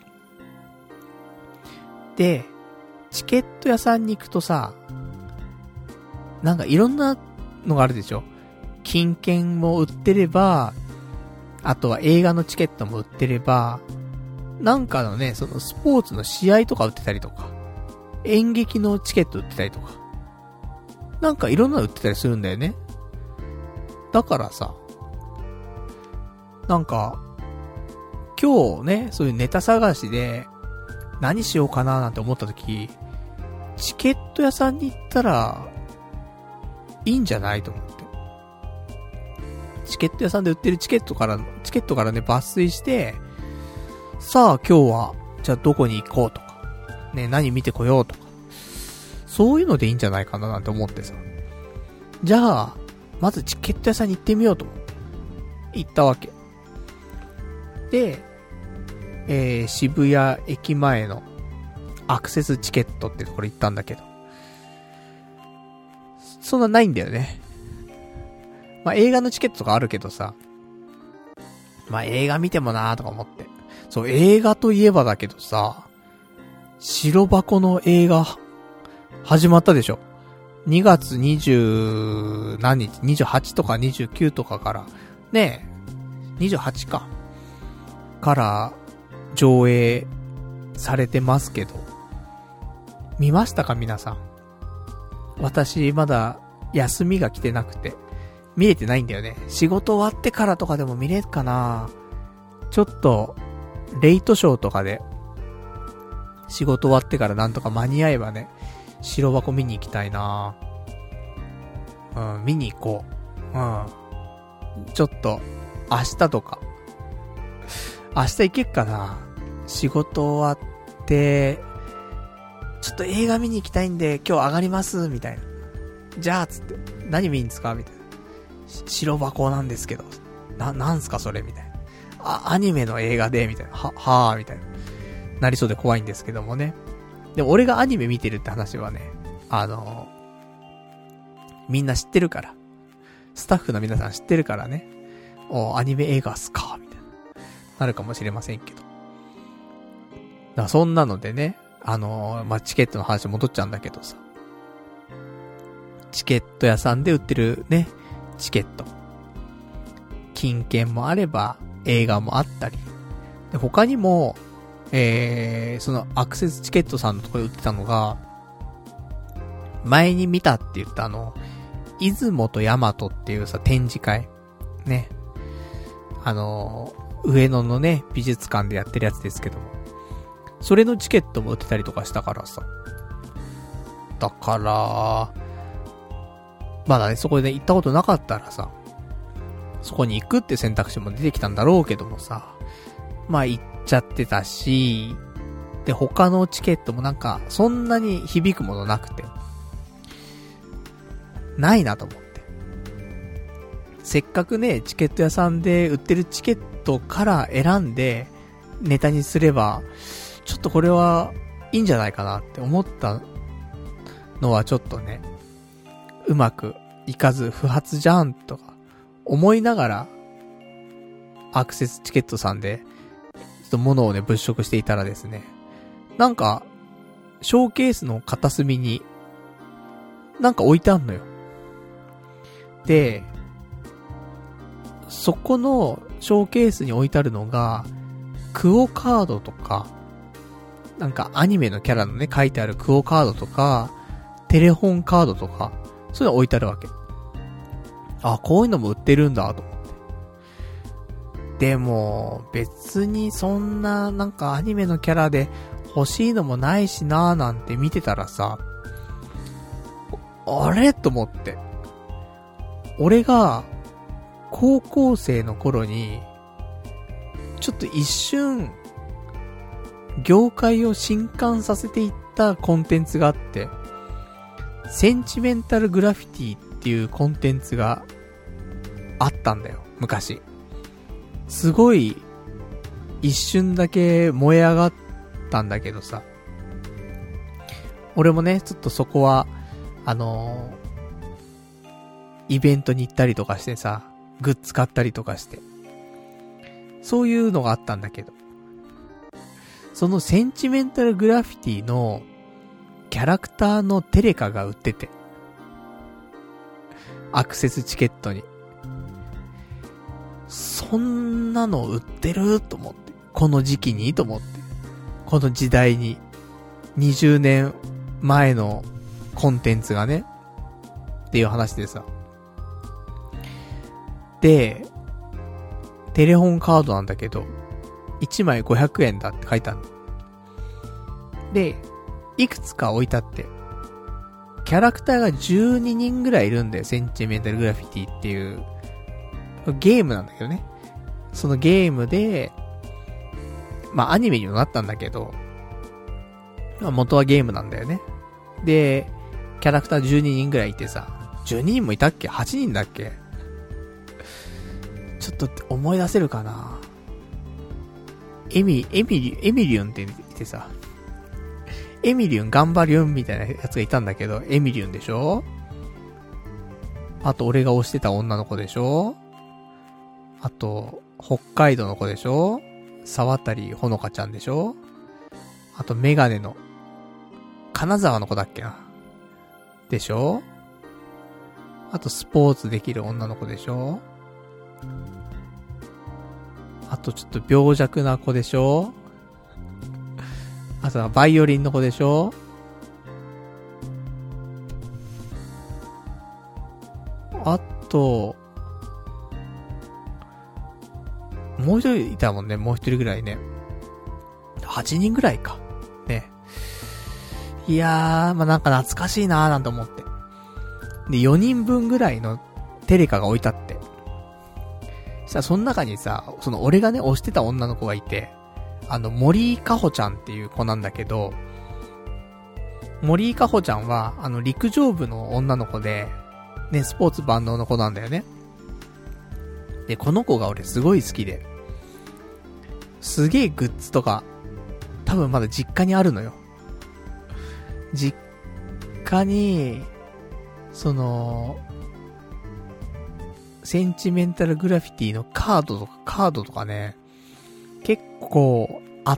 で、チケット屋さんに行くとさ、なんかいろんなのがあるでしょ？金券も売ってれば、あとは映画のチケットも売ってれば、なんかのね、そのスポーツの試合とか売ってたりとか、演劇のチケット売ってたりとか、なんかいろんなの売ってたりするんだよね。だからさ、なんか、今日ね、そういうネタ探しで、何しようかななんて思ったとき、チケット屋さんに行ったら、いいんじゃないと思って。チケット屋さんで売ってるチケットから、チケットからね、抜粋して、さあ今日は、じゃあどこに行こうとか、ね、何見てこようとか、そういうのでいいんじゃないかななんて思ってさ。じゃあ、まずチケット屋さんに行ってみようと思って、行ったわけ。で、えー、渋谷駅前のアクセスチケットってところ行ったんだけど、そんなないんだよね。まあ、映画のチケットとかあるけどさ、まあ、映画見てもなーとか思って。そう、映画といえばだけどさ、白箱の映画、始まったでしょ。にがつにじゅう何日 ?にじゅうはち とかにじゅうくとかから、ねえ、にじゅうはちか。から上映されてますけど。見ましたか皆さん。私まだ休みが来てなくて、見れてないんだよね。仕事終わってからとかでも見れるかな。ちょっと、レイトショーとかで、仕事終わってからなんとか間に合えばね、白箱見に行きたいな。うん、見に行こう。うん。ちょっと、明日とか。明日行けっかな。仕事終わって、ちょっと映画見に行きたいんで今日上がります、みたいな。じゃあ、つって、何見んですかみたいな。白箱なんですけど。な、なんすかそれみたいな。あ、アニメの映画で、みたいな。は、はぁ、みたいな。なりそうで怖いんですけどもね。でも俺がアニメ見てるって話はね、あのー、みんな知ってるから。スタッフの皆さん知ってるからね。お、アニメ映画っすかみたいな。なるかもしれませんけど。だからそんなのでね、あのー、まあ、チケットの話戻っちゃうんだけどさ。チケット屋さんで売ってるね、チケット。金券もあれば、映画もあったり。で、他にも、えー、そのアクセスチケットさんのところで売ってたのが、前に見たって言ったあの、出雲と大和っていうさ、展示会。ね。あの、上野のね、美術館でやってるやつですけども。それのチケットも売ってたりとかしたからさ。だから、まだね、そこで、ね、行ったことなかったらさ、そこに行くって選択肢も出てきたんだろうけどもさ、まあ行っちゃってたし、で、他のチケットもなんか、そんなに響くものなくて、ないなと思って。せっかくね、チケット屋さんで売ってるチケットから選んで、ネタにすれば、ちょっとこれはいいんじゃないかなって思ったのはちょっとね、うまくいかず不発じゃんとか思いながら、アクセスチケットさんで、ちょっと物をね、物色していたらですね、なんか、ショーケースの片隅に、なんか置いてあんのよ。で、そこのショーケースに置いてあるのが、クオカードとか、なんかアニメのキャラのね、書いてあるクオカードとか、テレホンカードとか、そういうの置いてあるわけ。あ、こういうのも売ってるんだ、と思って。でも、別にそんな、なんかアニメのキャラで欲しいのもないしなーなんて見てたらさ、あれと思って。俺が、高校生の頃に、ちょっと一瞬、業界を震撼させていったコンテンツがあって、センチメンタルグラフィティっていうコンテンツがあったんだよ、昔。すごい、一瞬だけ燃え上がったんだけどさ。俺もね、ちょっとそこは、あのー、イベントに行ったりとかしてさ、グッズ買ったりとかして。そういうのがあったんだけど。そのセンチメンタルグラフィティのキャラクターのテレカが売ってて。アクセスチケットに。そんなの売ってると思って。この時期にと思って。この時代に。にじゅうねんまえのコンテンツがね。っていう話でさ。で、テレホンカードなんだけど、いちまいごひゃくえんだって書いてあるの。で、いくつか置いてあって、キャラクターがじゅうににんぐらいいるんだよ、センチメンタルグラフィティっていう、ゲームなんだけどね。そのゲームで、まあアニメにもなったんだけど、まあ、元はゲームなんだよね。で、キャラクターじゅうににんぐらいいてさ、じゅうににんもいたっけ ?はち 人だっけちょっと思い出せるかな。エミ、エミリ、エミリオンっていてさ、 エミリュン頑張るよみたいなやつがいたんだけど、エミリュンでしょ？あと俺が推してた女の子でしょ？あと、北海道の子でしょ？沢渡ほのかちゃんでしょ？あとメガネの、金沢の子だっけな。でしょ？あとスポーツできる女の子でしょ？あとちょっと病弱な子でしょ？あとはバイオリンの子でしょ？あと、もう一人いたもんね、もう一人ぐらいね。はちにんぐらいか。ね。いやー、まあ、なんか懐かしいなーなんて思って。で、よにんぶんぐらいのテレカが置いてあって。そしたらその中にさ、その俺がね、推してた女の子がいて、あの、森井かほちゃんっていう子なんだけど、森井かほちゃんは、あの、陸上部の女の子で、ね、スポーツ万能の子なんだよね。で、この子が俺すごい好きで、すげえグッズとか、多分まだ実家にあるのよ。実家に、その、センチメンタルグラフィティのカードとか、カードとかね、結構あって、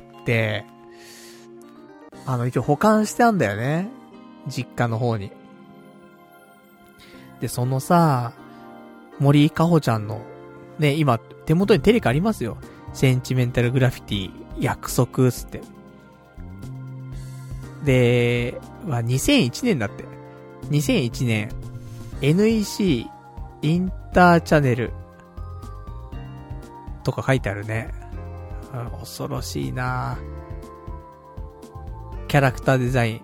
あの、一応保管してあんだよね。実家の方に。で、そのさ、森井かほちゃんの、ね、今、手元にテレカありますよ。センチメンタルグラフィティ、約束つって。で、はにせんいちねんだって。にせんいちねん、エヌイーシー、インターチャネル、とか書いてあるね。うん、恐ろしいなキャラクターデザイン。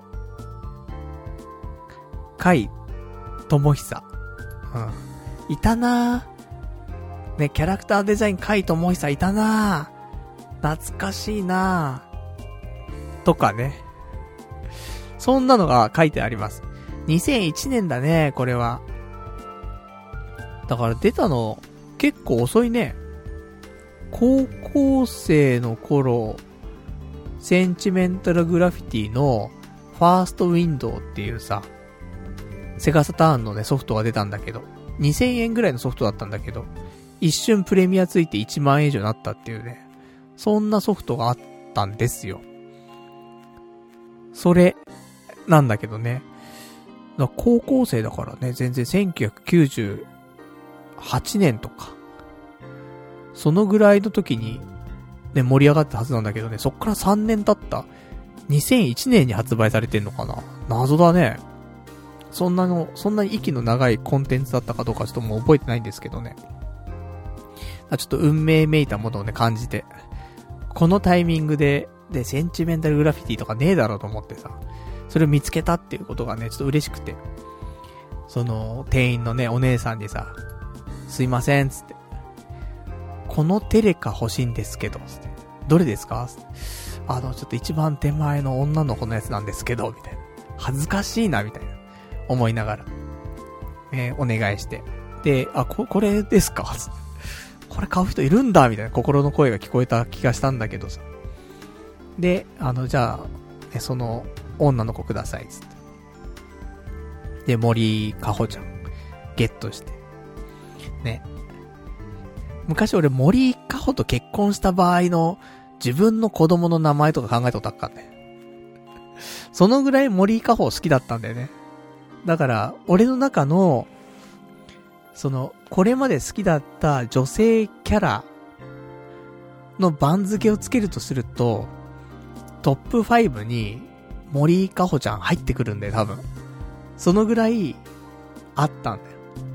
甲斐智久。うん。いたなぁ。ね、キャラクターデザイン甲斐智久いたなぁ。懐かしいなぁ。とかね。そんなのが書いてあります。にせんいちねんだね、これは。だから出たの結構遅いね。高校生の頃、センチメンタルグラフィティのファーストウィンドウっていうさ、セガサターンのねソフトが出たんだけど、にせんえんぐらいのソフトだったんだけど、一瞬プレミアついていちまんえん以上になったっていうね、そんなソフトがあったんですよ。それなんだけどね、だから高校生だからね、全然せんきゅうひゃくきゅうじゅうはちねんとかそのぐらいの時にね盛り上がったはずなんだけどね、そっからさんねん経ったにせんいちねんに発売されてんのかな。謎だね。そんなのそんなに息の長いコンテンツだったかどうかちょっともう覚えてないんですけどね。ちょっと運命めいたものをね感じて、このタイミングででセンチメンタルグラフィティとかねえだろうと思ってさ、それを見つけたっていうことがねちょっと嬉しくて、その店員のねお姉さんにさ、すいませんつって、このテレカ欲しいんですけどつって、どれですかつって、あのちょっと一番手前の女の子のやつなんですけどみたいな、恥ずかしいなみたいな思いながら、えー、お願いして、で、あ、こ、これですかつって、これ買う人いるんだみたいな心の声が聞こえた気がしたんだけどさ、で、あのじゃあ、ね、その女の子くださいつって、で森かほちゃんゲットしてね。昔俺森かほと結婚した場合の自分の子供の名前とか考えたことあったんだよ。そのぐらい森かほ好きだったんだよね。だから俺の中のそのこれまで好きだった女性キャラの番付をつけるとすると、トップごに森かほちゃん入ってくるんだよ多分。そのぐらいあったんだよ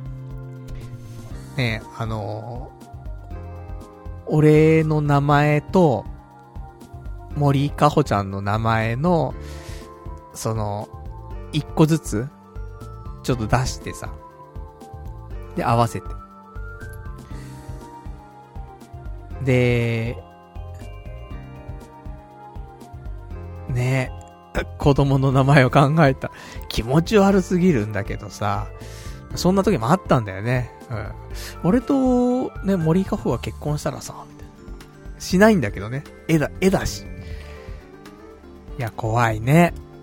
ね。え、あのー、俺の名前と森かほちゃんの名前のその一個ずつちょっと出してさ、で合わせて、でねえ、子供の名前を考えた。気持ち悪すぎるんだけどさ、そんな時もあったんだよね。うん。俺とね森かほが結婚したらさ、みたいな。しないんだけどね。絵だ絵だし。いや怖いね。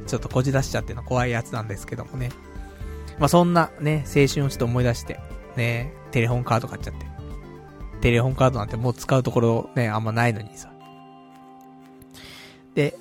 ちょっとこじ出しちゃっての怖いやつなんですけどもね。まあ、そんなね、青春をちょっと思い出して、ね、テレホンカード買っちゃって。テレホンカードなんてもう使うところね、あんまないのにさ。で、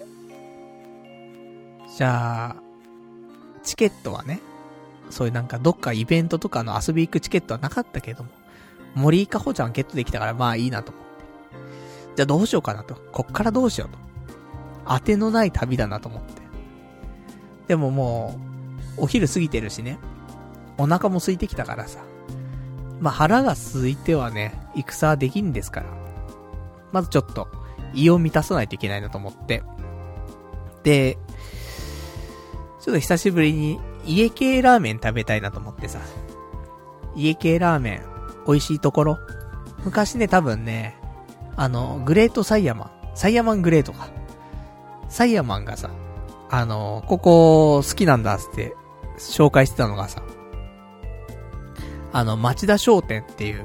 じゃあ、チケットはね、そういうなんかどっかイベントとかの遊び行くチケットはなかったけども、森井かほちゃんゲットできたからまあいいなと思って。じゃあどうしようかなと。こっからどうしようと。当てのない旅だなと思って。でももう、お昼過ぎてるしね。お腹も空いてきたからさ。まあ腹が空いてはね、戦はできんですから。まずちょっと、胃を満たさないといけないなと思って。で、ちょっと久しぶりに家系ラーメン食べたいなと思ってさ。家系ラーメン、美味しいところ。昔ね、多分ね、あの、グレートサイヤマン、サイヤマングレートか。サイヤマンがさ、あの、ここ好きなんだって紹介してたのがさ、あの、町田商店っていう、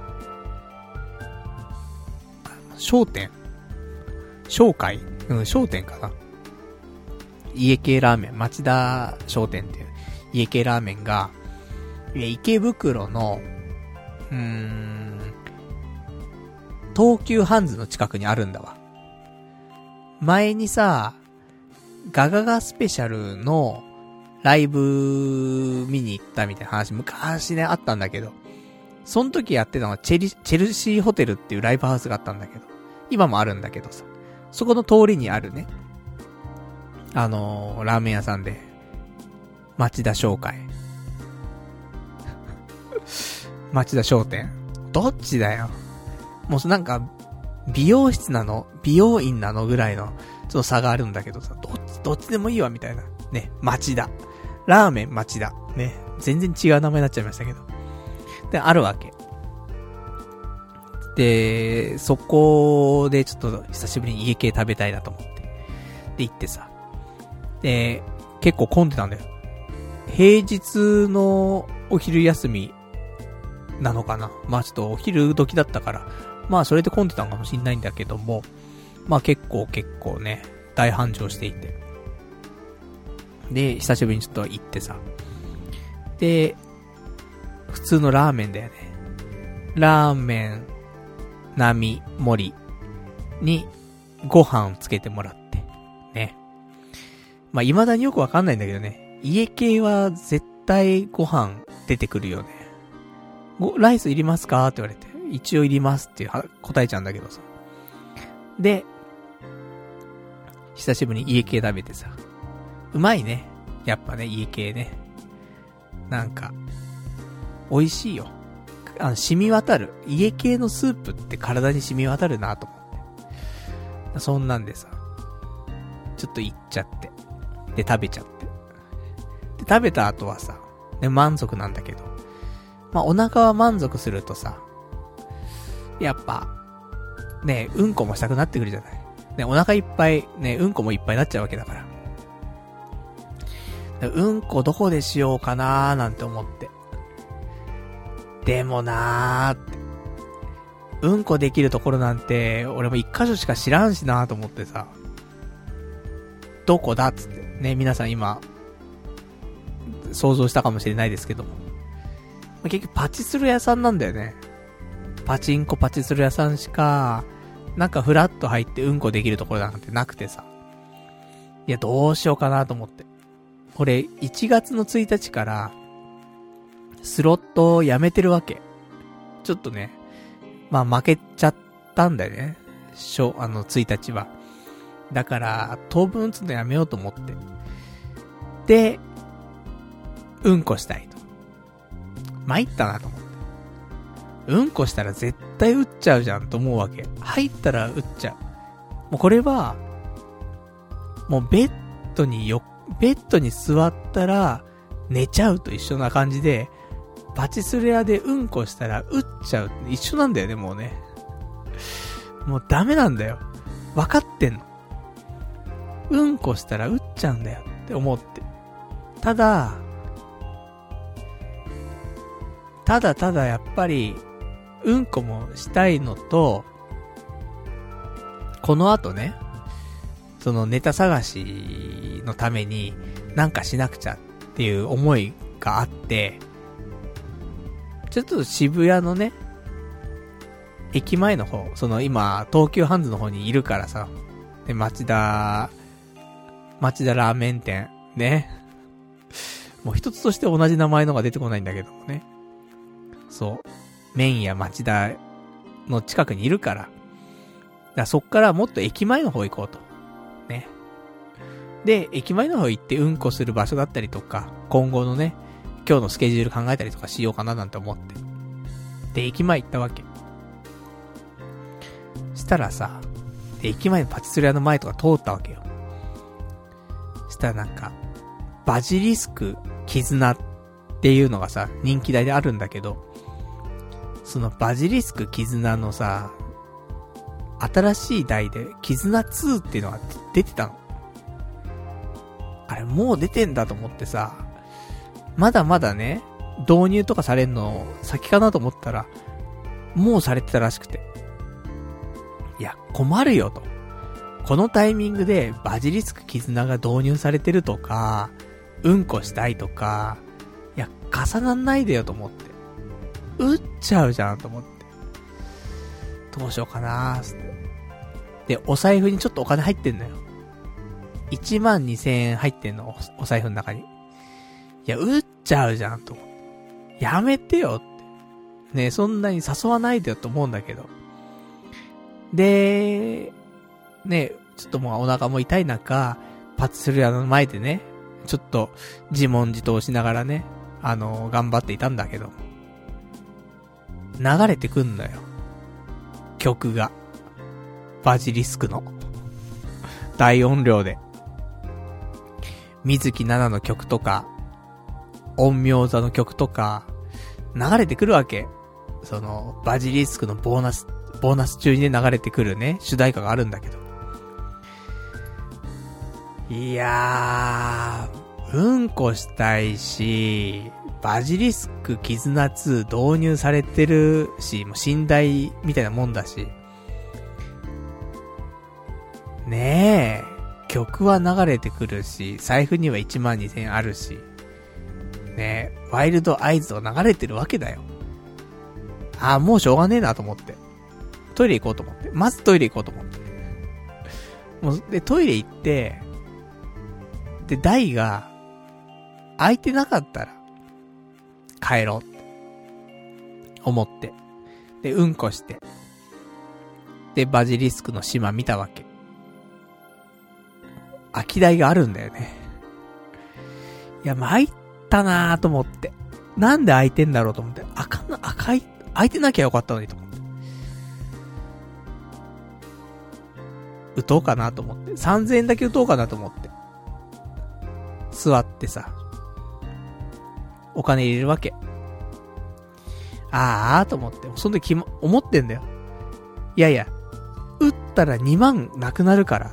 商店商会うん、商店かな。家系ラーメン、町田商店っていう家系ラーメンが、池袋の、うーん、東急ハンズの近くにあるんだわ。前にさ、ガガガスペシャルのライブ見に行ったみたいな話昔ねあったんだけど、その時やってたのはチェリ、チェルシーホテルっていうライブハウスがあったんだけど、今もあるんだけどさ、そこの通りにあるね、あのー、ラーメン屋さんで、町田商会。町田商店。どっちだよ。もうなんか、美容室なの美容院なのぐらいの、ちょっと差があるんだけどさ、どっち、どっちでもいいわみたいな。ね、町田。ラーメン町田。ね、全然違う名前になっちゃいましたけど。で、あるわけ。で、そこでちょっと久しぶりに家系食べたいなと思って。で、行ってさ。で、結構混んでたんだよ。平日のお昼休みなのかな。まあちょっとお昼時だったから、まあそれで混んでたのかもしんないんだけども、まあ結構結構ね、大繁盛していて。で、久しぶりにちょっと行ってさ。で、普通のラーメンだよね。ラーメン、並盛りにご飯つけてもらって。ね。まあ未だによくわかんないんだけどね。家系は絶対ご飯出てくるよね。ご、ライスいりますかって言われて。一応いりますって答えちゃうんだけどさ。で、久しぶりに家系食べてさ。うまいね。やっぱね、家系ね。なんか、美味しいよ。あの、染み渡る。家系のスープって体に染み渡るなと思って。そんなんでさ、ちょっと行っちゃって。で、食べちゃって。で、食べた後はさ、ね、満足なんだけど。まあ、お腹は満足するとさ、やっぱ、ね、うんこもしたくなってくるじゃない。ね、お腹いっぱい、ね、うんこもいっぱいになっちゃうわけだから。うんこどこでしようかなーなんて思って。でもなーって。うんこできるところなんて、俺も一箇所しか知らんしなーと思ってさ。どこだっつって。ね、皆さん今、想像したかもしれないですけども。結局パチスロ屋さんなんだよね。パチンコパチスロ屋さんしか、なんかフラッと入ってうんこできるところなんてなくてさ。いや、どうしようかなと思って。俺、いちがつのついたちから、スロットをやめてるわけ。ちょっとね、まあ負けちゃったんだよね。しょ、あの、ついたちは。だから、当分打つのやめようと思って。で、うんこしたいと。参ったなと思って。うんこしたら絶対打っちゃうじゃんと思うわけ。入ったら打っちゃう。もうこれは、もうベッドによ、ベッドに座ったら寝ちゃうと一緒な感じで、パチスロ屋でうんこしたら打っちゃうって一緒なんだよね、もうね。もうダメなんだよ。分かってんの。うんこしたら打っちゃうんだよって思って。ただ、ただただやっぱり、うんこもしたいのと、この後ね、そのネタ探しのためになんかしなくちゃっていう思いがあって、ちょっと渋谷のね、駅前の方、その今、東急ハンズの方にいるからさ、で、町田、町田ラーメン店、ね。もう一つとして同じ名前のが出てこないんだけどもね。そう。麺屋町田の近くにいるから。だからそっからもっと駅前の方行こうと。ね。で、駅前の方行ってうんこする場所だったりとか、今後のね、今日のスケジュール考えたりとかしようかななんて思って。で、駅前行ったわけ。したらさ、で、駅前のパティスリー屋の前とか通ったわけよ。したらなんか、バジリスク絆っていうのがさ、人気台であるんだけど、そのバジリスク絆のさ、新しい台で絆ツーっていうのが出てたの。あれもう出てんだと思ってさ、まだまだね、導入とかされんの先かなと思ったら、もうされてたらしくて。いや、困るよと。このタイミングでバジリスク絆が導入されてるとか、うんこしたいとか、いや、重なんないでよと思って。打っちゃうじゃんと思って。どうしようかなーって。で、お財布にちょっとお金入ってんのよ。いちまんにせんえん入ってんの、お、お財布の中に。いや、打っちゃうじゃんと思って。やめてよって。ね、そんなに誘わないでよと思うんだけど。で、ね、ちょっともうお腹も痛い中、パティスリー屋の前でね、ちょっと自問自答しながらね、あのー、頑張っていたんだけど、流れてくんのよ。曲が。バジリスクの。大音量で。水木奈々の曲とか、陰陽座の曲とか、流れてくるわけ。その、バジリスクのボーナス、ボーナス中にね、流れてくるね、主題歌があるんだけど。いやー、うんこしたいし、バジリスク絆ツー導入されてるし、もう寝台みたいなもんだし。ねえ、曲は流れてくるし、財布にはいちまんにせんえんあるし、ねえ、ワイルドアイズが流れてるわけだよ。ああ、もうしょうがねえなと思って。トイレ行こうと思って。まずトイレ行こうと思って。もう、で、トイレ行って、で、台が、空いてなかったら、帰ろうって。思って。で、うんこして。で、バジリスクの島見たわけ。空き台があるんだよね。いや、参ったなーと思って。なんで空いてんだろうと思って。あかんな、赤い、空いてなきゃよかったのにと思って。打とうかなと思って。さんぜんえんだけ打とうかなと思って。座ってさ。お金入れるわけ。あーと思って。その時、思ってんだよ。いやいや、打ったらにまんなくなるから。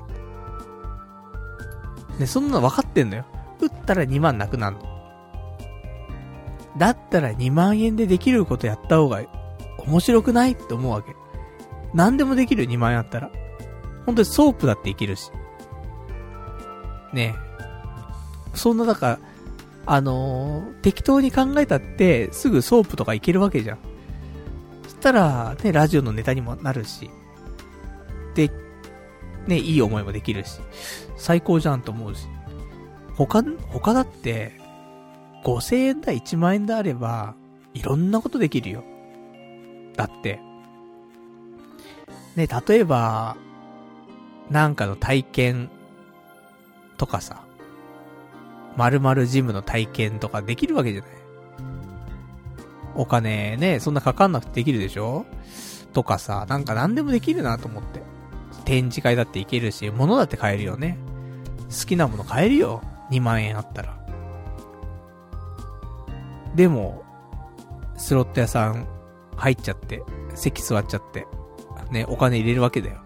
ね、そんなの分かってんのよ。打ったらにまんなくなるの。だったらにまんえんでできることやった方が面白くないって思うわけ。何でもできるにまんえんあったら。本当にソープだっていけるし。ねえ。そんなだから、あのー、適当に考えたってすぐソープとかいけるわけじゃん。そしたら、ね、ラジオのネタにもなるし。で、ね、いい思いもできるし。最高じゃんと思うし。他、他だって、ごせんえんだ、いちまんえんだあれば、いろんなことできるよ。だって。ね、例えば、なんかの体験とかさ、〇〇ジムの体験とかできるわけじゃない。お金ね、そんなかかんなくてできるでしょとかさ、なんか何でもできるなと思って。展示会だって行けるし、物だって買えるよね。好きなもの買えるよ。にまんえんあったら。でも、スロット屋さん入っちゃって、席座っちゃって、ね、お金入れるわけだよ。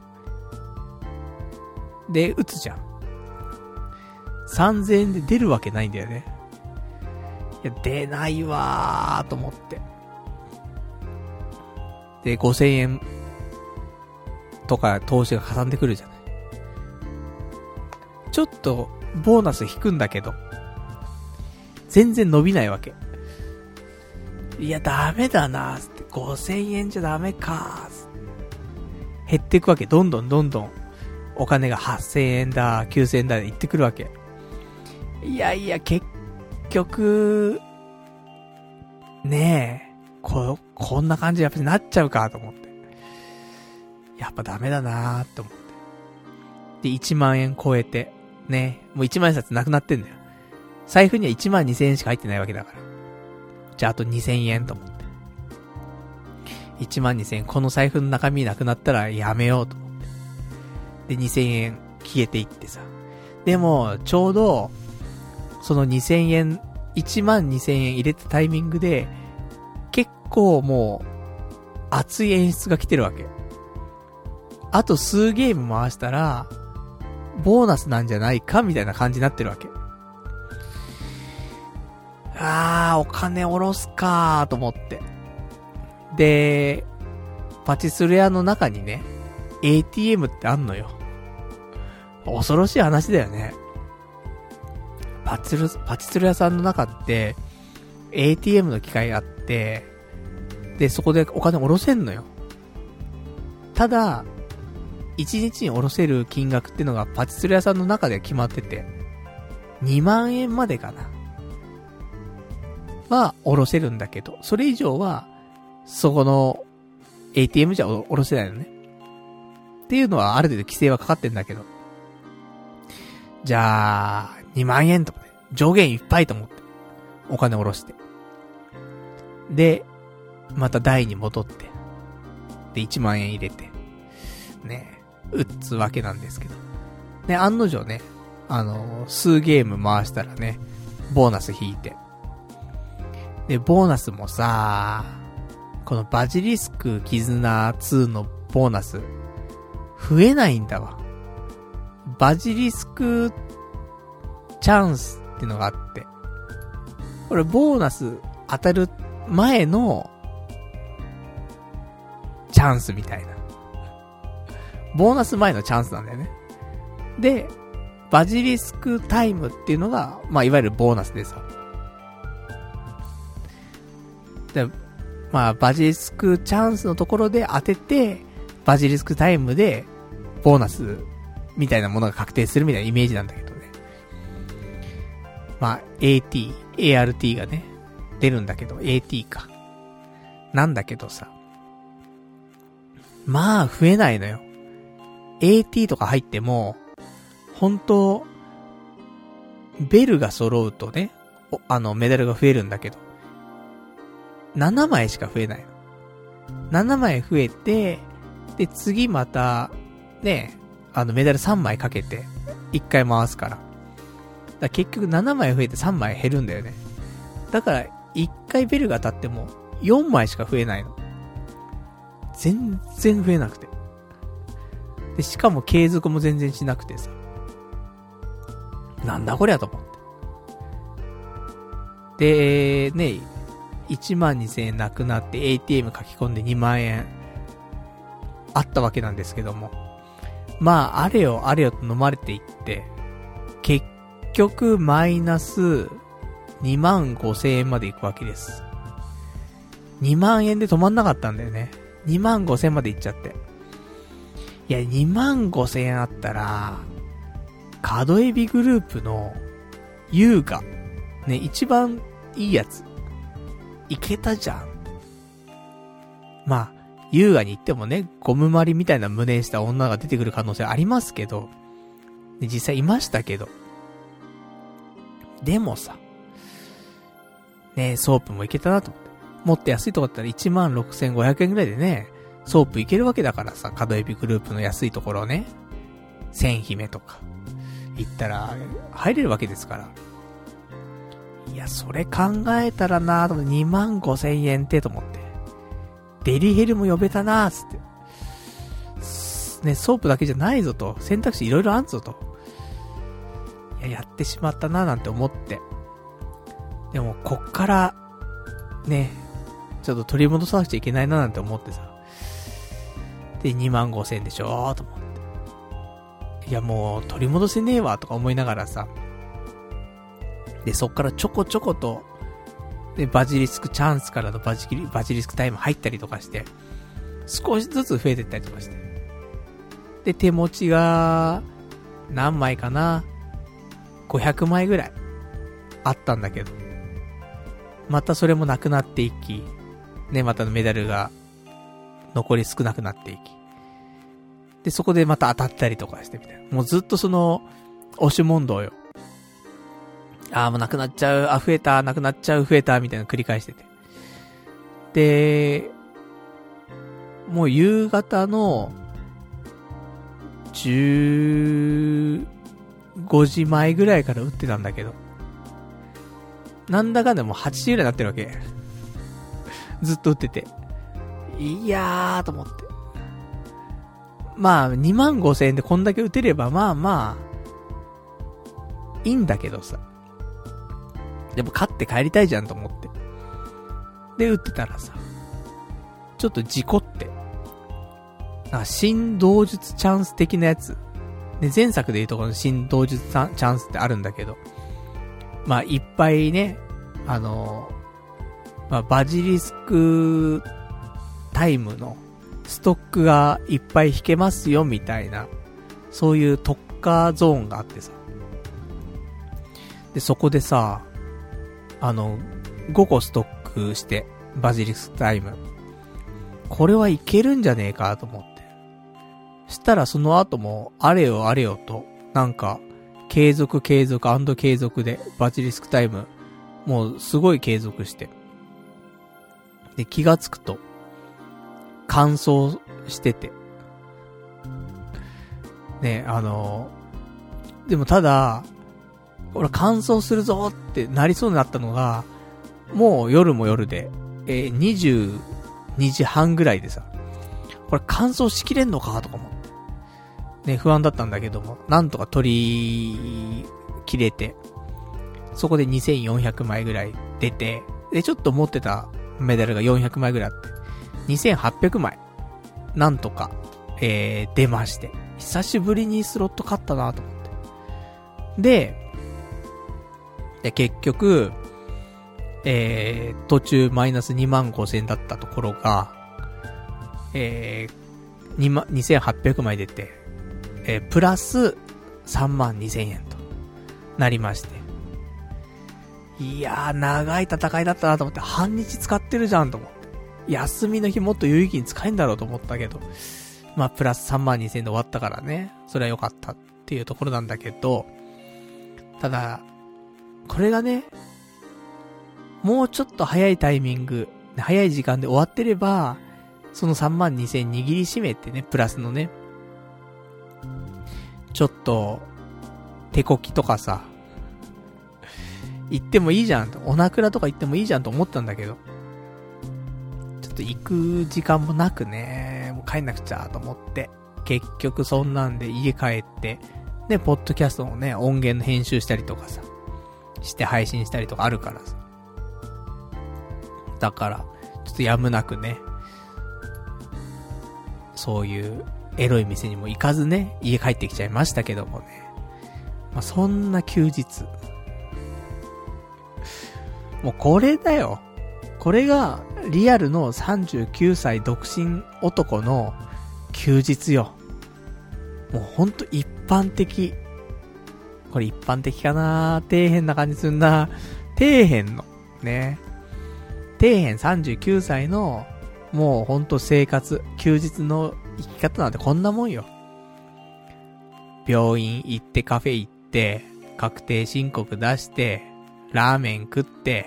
で、打つじゃん。さんぜんえんで出るわけないんだよね。いや、出ないわーと思って。で、ごせんえんとか投資がかさんでくるじゃない。ちょっとボーナス引くんだけど、全然伸びないわけ。いや、ダメだなーって、ごせんえんじゃダメかー。減っていくわけ。どんどんどんどん、お金がはっせんえんだ、きゅうせんえんだでいってくるわけ。いやいや、結局、ねえ、こ、こんな感じやっぱりなっちゃうかと思って。やっぱダメだなーって思って。で、いちまんえん超えて、ね、もういちまんえん札なくなってんだよ。財布にはいちまんにせんえんしか入ってないわけだから。じゃああとにせんえんと思って。いちまんにせんえん、この財布の中身なくなったらやめようと思って。で、にせんえん消えていってさ。でも、ちょうど、そのにせんえん、いちまんにせんえん入れたタイミングで、結構もう、熱い演出が来てるわけ。あと数ゲーム回したら、ボーナスなんじゃないかみたいな感じになってるわけ。あー、お金下ろすかーと思って。で、パチスロ屋の中にね、エーティーエム ってあんのよ。恐ろしい話だよね。パチスロ、パチスロ屋さんの中って、エーティーエム の機械あって、で、そこでお金下ろせんのよ。ただ、いちにちに下ろせる金額ってのがパチスロ屋さんの中で決まってて、にまんえんまでかな。は、下ろせるんだけど、それ以上は、そこの エーティーエム じゃ下ろせないのね。っていうのはある程度規制はかかってんだけど。じゃあ、にまんえんとかね、上限いっぱいと思って、お金下ろして。で、また台に戻って、で、いちまんえん入れて、ね、打つわけなんですけど。ね、案の定ね、あの、数ゲーム回したらね、ボーナス引いて。で、ボーナスもさ、このバジリスク絆ツーのボーナス、増えないんだわ。バジリスクチャンスってのがあって、これボーナス当たる前のチャンスみたいな。ボーナス前のチャンスなんだよね。で、バジリスクタイムっていうのが、まあいわゆるボーナスでさ。で、まあバジリスクチャンスのところで当てて、バジリスクタイムでボーナスみたいなものが確定するみたいなイメージなんだけどね。まあ エーティー、エーアールティー がね、出るんだけど、エーティー か。なんだけどさ。まあ増えないのよ。エーティー とか入っても、本当ベルが揃うとね、あのメダルが増えるんだけど、ななまいしか増えないの。ななまい増えて、で次またね、あのメダルさんまいかけていっかい回すから。だから結局ななまい増えてさんまい減るんだよね。だからいっかいベルが当たってもよんまいしか増えないの。全然増えなくて。で、しかも継続も全然しなくてさ。なんだこりゃと思って。で、ね、いちまんにせんえんなくなって エーティーエム 書き込んでにまんえんあったわけなんですけども。まあ、あれよあれよと飲まれていって、結局マイナスにまんごせんえんまで行くわけです。にまんえんで止まんなかったんだよね。にまんごせんまで行っちゃって。いや、にまんごせんえんあったら、角エビグループの優雅。ね、一番いいやつ。いけたじゃん。まあ、優雅に言ってもね、ゴムまりみたいな胸した女が出てくる可能性ありますけど、ね、実際いましたけど。でもさ、ね、ソープもいけたなと思って。もっと安いとこだったらいちまんろくせんごひゃくえんぐらいでね、ソープいけるわけだからさ、角エビグループの安いところをね、千姫とか行ったら入れるわけですから。いや、それ考えたらなぁと思って、にまんごせんえんってと思って。デリヘルも呼べたなぁつって。ね、ソープだけじゃないぞと。選択肢いろいろあんぞと。いや、やってしまったなぁなんて思って。でも、こっから、ね、ちょっと取り戻さなくちゃいけないななんて思ってさ。で、にまんごせんでしょーと思って。いや、もう取り戻せねえわとか思いながらさ、 で、そっからちょこちょこと、で、バジリスクチャンスからのバジリ、バジリスクタイム入ったりとかして、少しずつ増えてったりとかして。で、手持ちが、何枚かな ?ごひゃくまいぐらいあったんだけど、またそれもなくなっていき、ね、またメダルが残り少なくなっていき、で、そこでまた当たったりとかしてみたいな。もうずっとその、押し問答よ。あーもうなくなっちゃう、あ、増えた、なくなっちゃう、増えた、みたいなの繰り返してて。で、もう夕方の、じゅうごじまえぐらいから打ってたんだけど、なんだかんだもうはちじぐらいになってるわけ。ずっと打ってて。いやーと思って。まあ、にまんごせんえんでこんだけ打てれば、まあまあ、いいんだけどさ。でも勝って帰りたいじゃんと思って。で、打ってたらさ、ちょっと事故って。なんか新同術チャンス的なやつ。で、前作でいうとこの新同術チャンスってあるんだけど、まあ、いっぱいね、あの、まあ、バジリスクタイムのストックがいっぱい引けますよ、みたいな、そういう特化ゾーンがあってさ。で、そこでさ、あの、ごこストックして、バジリスクタイム。これはいけるんじゃねえかと思って。したらその後も、あれよあれよと、なんか、継続継続&継続で、バジリスクタイム、もうすごい継続して。で、気がつくと、乾燥してて。ね、あの、でもただ、俺乾燥するぞってなりそうになったのが、もう夜も夜で、えー、にじゅうにじはんぐらいでさ、これ乾燥しきれんのかとか思って。ね、不安だったんだけども、なんとか取り切れて、そこでにせんよんひゃくまいぐらい出て、で、ちょっと持ってたメダルがよんひゃくまいぐらいあって、にせんはっぴゃくまい、なんとか、えー、出まして、久しぶりにスロット勝ったなと思って。で、で結局、えー、途中マイナスにまんごせんだったところが、えー、にせんはっぴゃくまい出て、えー、プラスさんまんにせんえんとなりまして。いやー、長い戦いだったなと思って、半日使ってるじゃんと思って。休みの日もっと有意義に使えんだろうと思ったけど、まあ、プラスさんまんにせんえんで終わったからね、それは良かったっていうところなんだけど、ただ、これがね、もうちょっと早いタイミング、早い時間で終わってれば、そのさんまんにせん握りしめてね、プラスのね、ちょっと、手こきとかさ、行ってもいいじゃんと、おなくらとか行ってもいいじゃんと思ったんだけど、ちょっと行く時間もなくね、もう帰んなくちゃと思って、結局そんなんで家帰って、で、ポッドキャストのね、音源の編集したりとかさ、して配信したりとかあるからさ。だから、ちょっとやむなくね、そういうエロい店にも行かずね、家帰ってきちゃいましたけどもね。まあ、そんな休日。もうこれだよ。これがリアルのさんじゅうきゅうさい独身男の休日よ。もうほんと一般的。これ一般的かな？底辺な感じすんな。底辺の。ね。底辺さんじゅうきゅうさいの、もうほんと生活、休日の生き方なんてこんなもんよ。病院行ってカフェ行って、確定申告出して、ラーメン食って、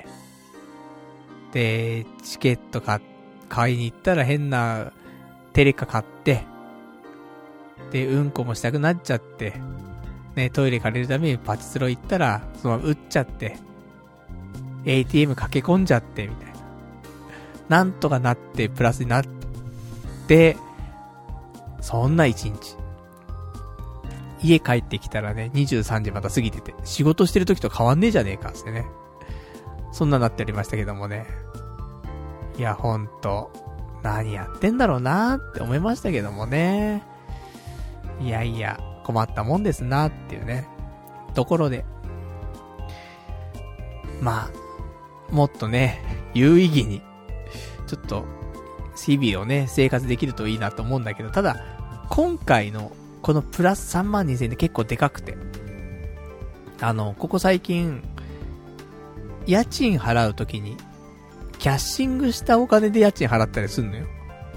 で、チケット買、買いに行ったら変なテレカ買って、で、うんこもしたくなっちゃって、ね、トイレ借りるためにパチスロ行ったら、そのまま打っちゃって、エーティーエム 駆け込んじゃって、みたいな。なんとかなって、プラスになって、そんな一日。家帰ってきたらね、にじゅうさんじまた過ぎてて、仕事してる時と変わんねえじゃねえかってね。そんななっておりましたけどもね。いや、ほんと、何やってんだろうなーって思いましたけどもね。いやいや、困ったもんですなーっていうね。ところで。 まあ、もっとね、有意義に、ちょっと、日々をね、生活できるといいなと思うんだけど、ただ、今回の、このプラスさんまんにせんえんで結構でかくて、あの、ここ最近、家賃払うときに、キャッシングしたお金で家賃払ったりすんのよ。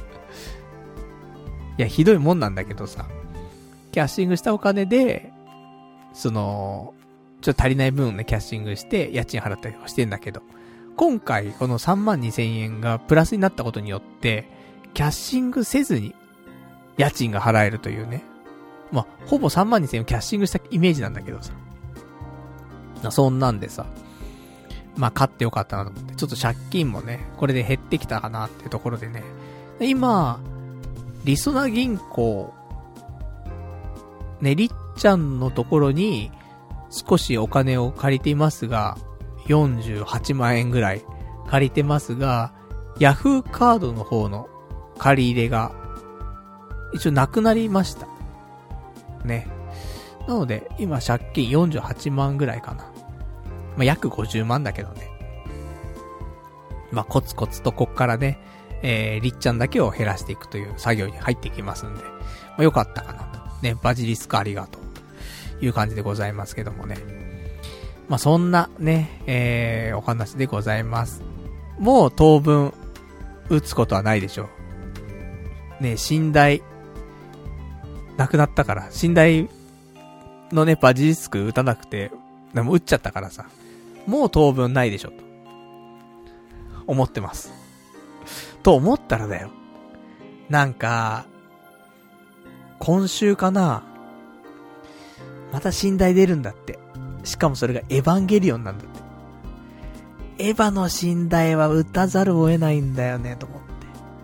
いや、ひどいもんなんだけどさ、キャッシングしたお金で、その、ちょっと足りない分ね、キャッシングして、家賃払ったりとかしてんだけど、今回、このさんまんにせんえんがプラスになったことによって、キャッシングせずに、家賃が払えるというね。まあ、ほぼさんまんにせんえんをキャッシングしたイメージなんだけどさ。そんなんでさ、まあ、買ってよかったなと思って、ちょっと借金もね、これで減ってきたかなっていうところでね。今、りそな銀行、ね、りっちゃんのところに、少しお金を借りていますが、よんじゅうはちまんえんぐらい借りてますが、ヤフーカードの方の借り入れが、一応なくなりました。ね。なので、今借金よんじゅうはちまんぐらいかな。まあ、約ごじゅうまんだけどね。まあ、コツコツとこっからね、えー、りっちゃんだけを減らしていくという作業に入っていきますんで、まあ、よかったかなと。ね、バジリスクありがとう。という感じでございますけどもね。まあ、そんなね、えー、お話でございます。もう当分、打つことはないでしょう。ね、寝台、なくなったから、寝台のね、バジリスク打たなくて、でも打っちゃったからさ、もう当分ないでしょ、と思ってます。と思ったらだよ。なんか、今週かな、また寝台出るんだって。しかもそれがエヴァンゲリオンなんだって。エヴァの寝台は打たざるを得ないんだよね、と思って。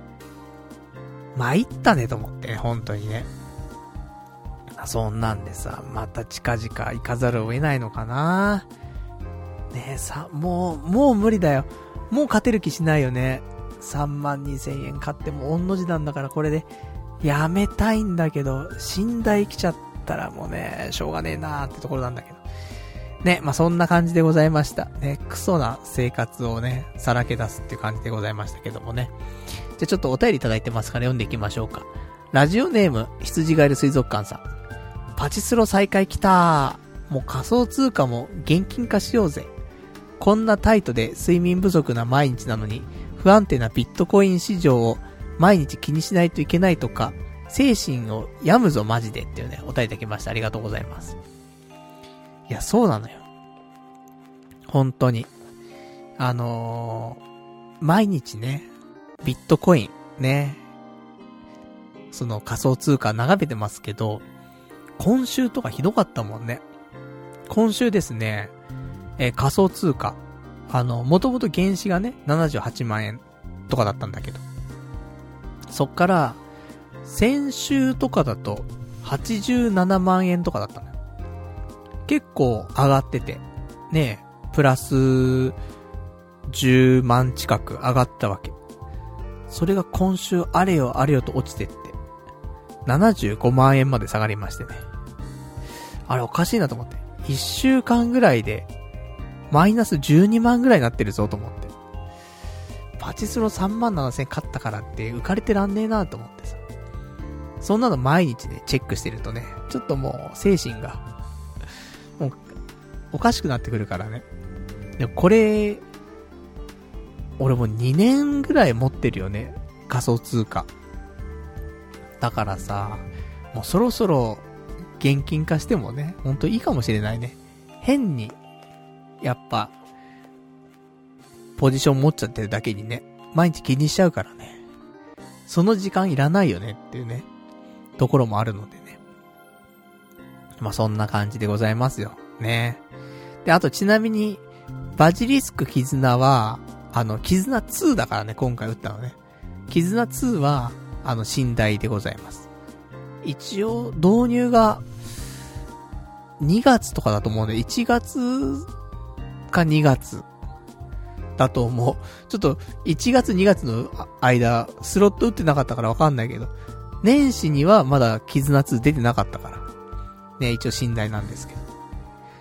参ったね、と思ってね、本当にね。そんなんでさ、また近々行かざるを得ないのかな。ねえさ、もう、もう無理だよ。もう勝てる気しないよね。さんまんにせんえん買っても御の字なんだからこれで、やめたいんだけど、寝台来ちゃったらもうね、しょうがねえなーってところなんだけど。ね、まあ、そんな感じでございました。ね、クソな生活をね、さらけ出すっていう感じでございましたけどもね。じゃあちょっとお便りいただいてますから読んでいきましょうか。ラジオネーム、羊ガエル水族館さん。パチスロ再開来たー。もう仮想通貨も現金化しようぜ。こんなタイトで睡眠不足な毎日なのに、不安定なビットコイン市場を毎日気にしないといけないとか、精神を病むぞマジでっていうね、お便りいただきました。ありがとうございます。いや、そうなのよ。本当に。あのー、毎日ね、ビットコイン、ね、その仮想通貨眺めてますけど、今週とかひどかったもんね。今週ですね、えー、仮想通貨、あの、もともと原資がね、ななじゅうはちまんえんとかだったんだけど、そっから、先週とかだと、はちじゅうななまんえんとかだったのよ。結構上がってて、ねえ、プラスじゅうまん近く上がったわけ。それが今週あれよあれよと落ちてって、ななじゅうごまんえんまで下がりましてね。あれおかしいなと思って。いっしゅうかんぐらいで、マイナスじゅうにまんぐらいになってるぞと思って。パチスロさんまんななせん買ったからって浮かれてらんねえなと思ってさ。そんなの毎日ね、チェックしてるとね、ちょっともう精神が、もう、おかしくなってくるからね。でもこれ、俺もうにねんぐらい持ってるよね。仮想通貨。だからさ、もうそろそろ現金化してもね、ほんといいかもしれないね。変に、やっぱ、ポジション持っちゃってるだけにね、毎日気にしちゃうからね。その時間いらないよねっていうね、ところもあるのでね。まあそんな感じでございますよ。ね。で、あとちなみに、バジリスク絆は、あの、絆ツーだからね、今回打ったのね。絆ツーは、あの、寝台でございます。一応、導入が、にがつとかだと思うので、いちがつかにがつだと思う。ちょっと、いちがつにがつの間、スロット打ってなかったからわかんないけど、年始にはまだ絆ツー出てなかったから。ね、一応寝台なんですけど。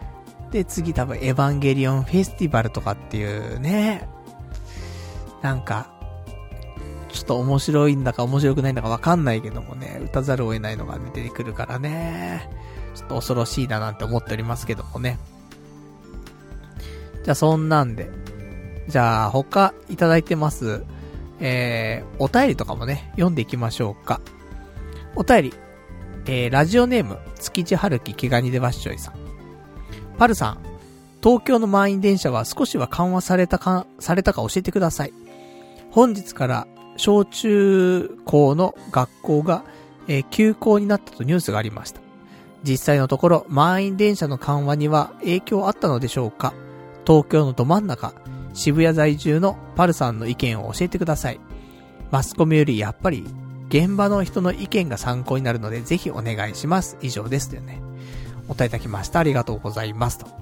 で、次多分エヴァンゲリオンフェスティバルとかっていうね、なんか、ちょっと面白いんだか面白くないんだかわかんないけどもね、打たざるを得ないのが出てくるからね、ちょっと恐ろしいななんて思っておりますけどもね。じゃあそんなんで、じゃあ他いただいてます、えー、お便りとかもね、読んでいきましょうか。お便り、えー、ラジオネーム、築地春樹気がにでわっしょいさん。パルさん、東京の満員電車は少しは緩和されたか、されたか教えてください。本日から小中高の学校が、えー、休校になったとニュースがありました。実際のところ満員電車の緩和には影響あったのでしょうか。東京のど真ん中、渋谷在住のパルさんの意見を教えてください。マスコミよりやっぱり現場の人の意見が参考になるのでぜひお願いします。以上ですというね、お答えいただきました。ありがとうございますと。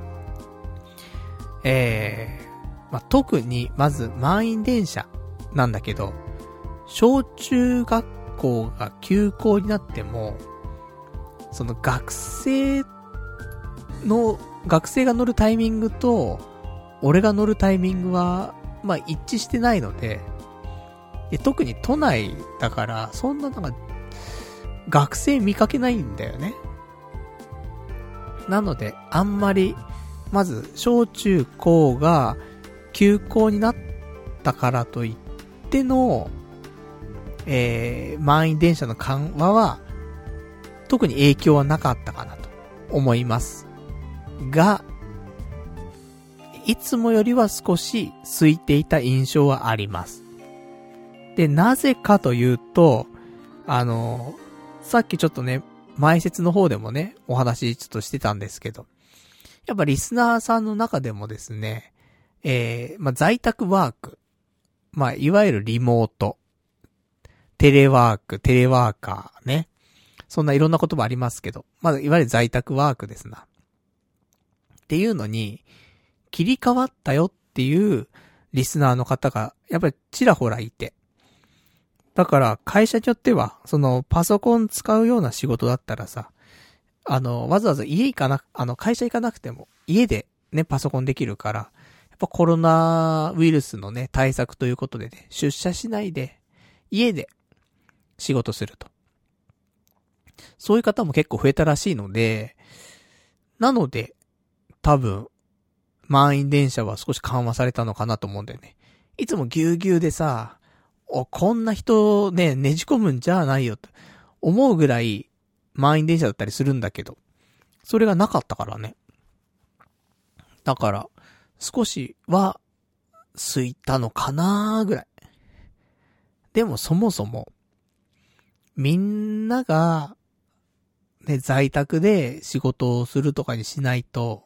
えー、まあ、特にまず満員電車なんだけど、小中学校が休校になっても、その学生の、学生が乗るタイミングと、俺が乗るタイミングは、まあ一致してないので、で特に都内だから、そんななんか、学生見かけないんだよね。なので、あんまり、まず、小中高が休校になったからといっての、えー、満員電車の緩和は、特に影響はなかったかなと思いますが、いつもよりは少し空いていた印象はあります。で、なぜかというと、あの、さっきちょっとね、前説の方でもね、お話ちょっとしてたんですけど、やっぱリスナーさんの中でもですね、えー、まあ、在宅ワーク、まあ、いわゆるリモート、テレワーク、テレワーカーね、そんないろんな言葉ありますけど、まずいわゆる在宅ワークですな。っていうのに、切り替わったよっていうリスナーの方が、やっぱりちらほらいて。だから会社によっては、そのパソコン使うような仕事だったらさ、あの、わざわざ家行かな、あの会社行かなくても、家でね、パソコンできるから、やっぱコロナウイルスのね、対策ということでね、出社しないで、家で仕事すると。そういう方も結構増えたらしいので、なので、多分、満員電車は少し緩和されたのかなと思うんだよね。いつもぎゅうぎゅうでさ、お、こんな人ね、ねじ込むんじゃないよと思うぐらい満員電車だったりするんだけど、それがなかったからね。だから、少しは空いたのかなーぐらい。でもそもそも、みんなが、ね、在宅で仕事をするとかにしないと、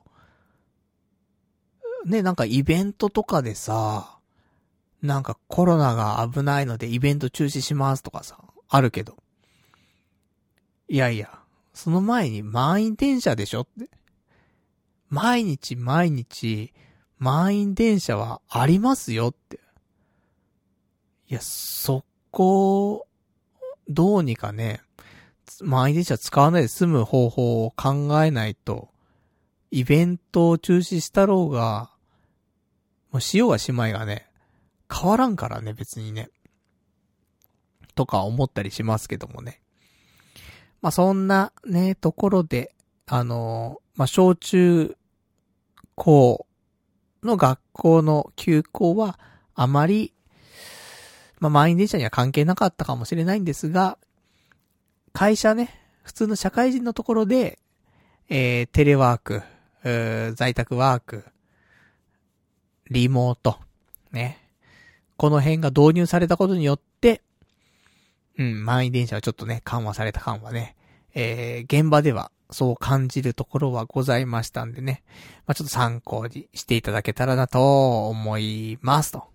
ね、なんかイベントとかでさ、なんかコロナが危ないのでイベント中止しますとかさ、あるけど。いやいや、その前に満員電車でしょって。毎日毎日満員電車はありますよって。いや、そこ、どうにかね、満員電車使わないで済む方法を考えないと、イベントを中止したろうが、もうしようがしまいがね、変わらんからね、別にね。とか思ったりしますけどもね。まあ、そんなね、ところで、あのー、まあ、小中高の学校の休校は、あまり、まあ、満員電車には関係なかったかもしれないんですが、会社ね、普通の社会人のところで、えー、テレワーク、在宅ワーク、リモート、ね。この辺が導入されたことによって、うん、満員電車はちょっとね、緩和された感はね、えー、現場ではそう感じるところはございましたんでね。まあ、ちょっと参考にしていただけたらなと思いますと。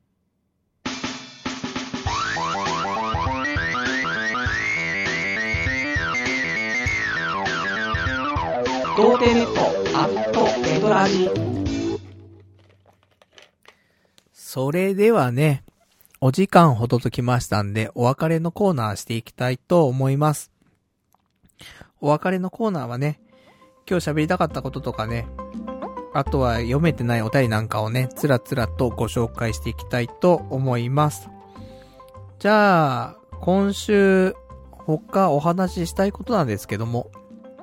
童貞ネットアットネトラジ。それではね、お時間ほどときましたんで、お別れのコーナーしていきたいと思います。お別れのコーナーはね、 今日喋りたかったこととかね、あとは読めてないお便りなんかをね、つらつらとご紹介していきたいと思います。じゃあ、今週、他お話ししたいことなんですけども、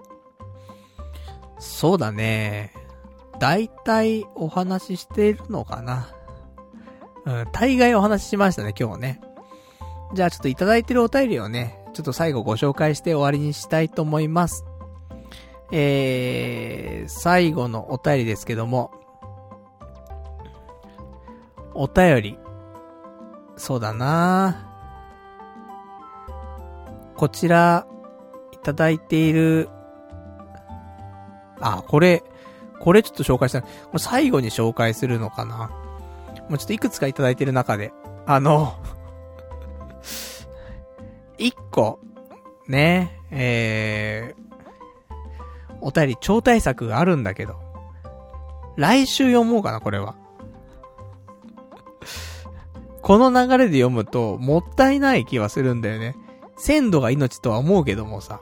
そうだね。だいたいお話ししているのかな。うん、大概お話ししましたね、今日ね。じゃあちょっといただいてるお便りをね、ちょっと最後ご紹介して終わりにしたいと思います。えー、最後のお便りですけども、お便り、そうだなこちら、いただいている、あ、これ、これちょっと紹介した。これ最後に紹介するのかな。もうちょっといくつかいただいている中で、あの、一個、ね、えー、お便り超大作があるんだけど、来週読もうかな、これは。この流れで読むと、もったいない気はするんだよね。鮮度が命とは思うけどもさ。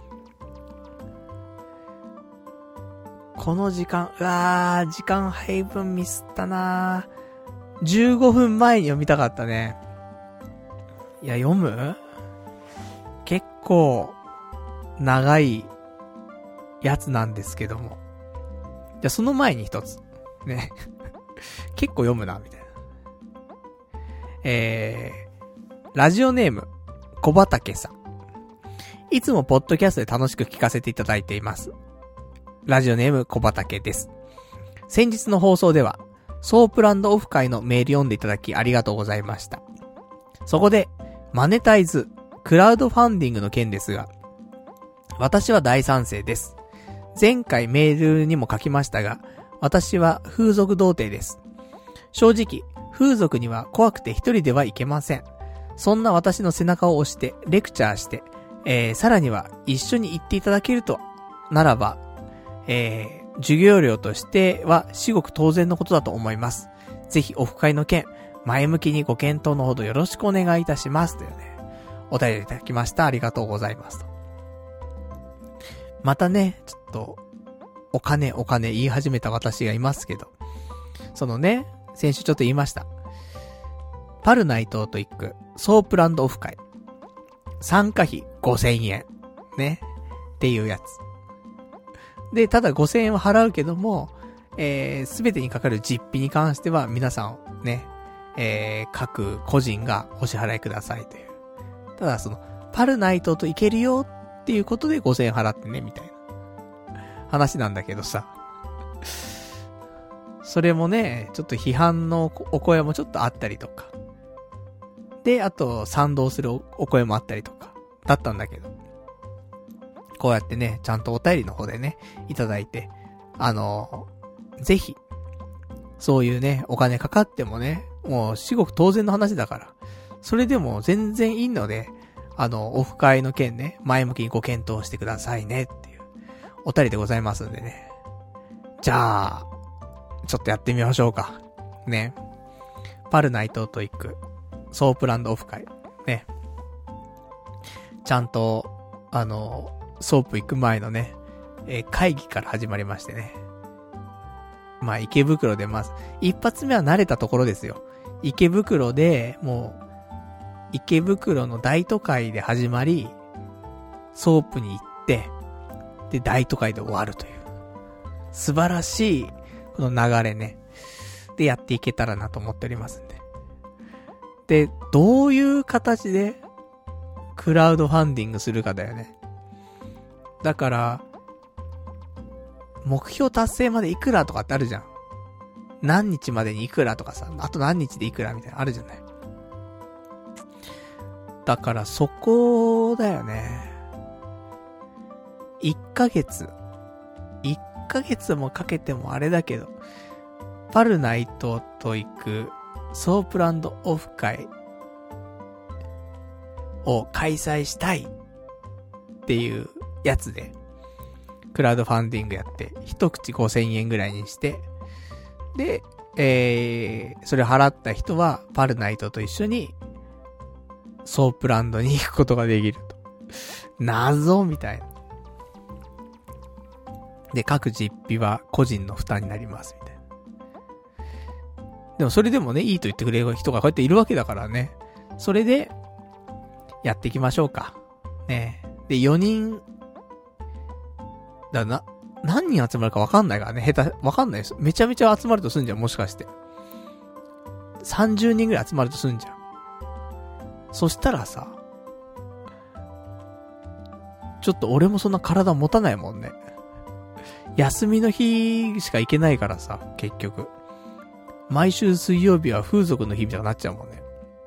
この時間、うわー、時間配分ミスったなー。じゅうごふんまえに読みたかったね。いや、読む？結構、長い、やつなんですけども。じゃあその前に一つ。ね。結構読むな、みたいな。えー、ラジオネーム、小畑さん。いつもポッドキャストで楽しく聞かせていただいています。ラジオネーム小畑です。先日の放送では、ソープランドオフ会のメール読んでいただきありがとうございました。そこで、マネタイズ、クラウドファンディングの件ですが、私は大賛成です。前回メールにも書きましたが、私は風俗童貞です。正直、風俗には怖くて一人では行けません。そんな私の背中を押して、レクチャーして、えー、さらには一緒に行っていただけると、ならば、えー、授業料としては至極当然のことだと思います。ぜひオフ会の件、前向きにご検討のほどよろしくお願いいたします。というね、お便りいただきました。ありがとうございます。またね、ちょっと、お金お金言い始めた私がいますけど、そのね、先週ちょっと言いました。パルナイトと行く、ソープランドオフ会。参加費ごせんえん。ね。っていうやつ。で、ただごせんえんは払うけども、えー、すべてにかかる実費に関しては皆さんね、えー、各個人がお支払いくださいという。ただその、パルナイトと行けるよっていうことでごせんえん払ってね、みたいな話なんだけどさ。それもね、ちょっと批判のお声もちょっとあったりとか。で、あと賛同するお声もあったりとか、だったんだけど。こうやってね、ちゃんとお便りの方でね、いただいて、あの、ぜひ、そういうね、お金かかってもね、もう至極当然の話だから、それでも全然いいので、あの、オフ会の件ね、前向きにご検討してくださいねっていう、お便りでございますんでね。じゃあ、ちょっとやってみましょうか。ね。パルナイトと行く、ソープランドオフ会。ね。ちゃんと、あの、ソープ行く前のね、えー、会議から始まりましてね。まあ、池袋でまず、一発目は慣れたところですよ。池袋で、もう、池袋の大都会で始まり、ソープに行って、で、大都会で終わるという。素晴らしい、この流れね。で、やっていけたらなと思っておりますんで。で、どういう形で、クラウドファンディングするかだよね。だから、目標達成までいくらとかってあるじゃん。何日までにいくらとかさ、あと何日でいくらみたいなのあるじゃない。だからそこだよね。いっかげつ。いっかげつもかけてもあれだけど、パルナイトと行くソープランドオフ会を開催したいっていうやつで、クラウドファンディングやって、一口ごせんえんぐらいにして、で、えー、それ払った人は、パルナイトと一緒に、ソープランドに行くことができると。謎みたいな。 で、各実費は個人の負担になりますみたいな。でもそれでもね、いいと言ってくれる人がこうやっているわけだからね。それで、やっていきましょうか。ね。で、よにん、だな、何人集まるかわかんないからね。下手、わかんないです。めちゃめちゃ集まるとすんじゃん、もしかして。さんじゅうにんぐらい集まるとすんじゃん。そしたらさ、ちょっと俺もそんな体持たないもんね。休みの日しか行けないからさ、結局。毎週水曜日は風俗の日みたいになっちゃうもんね。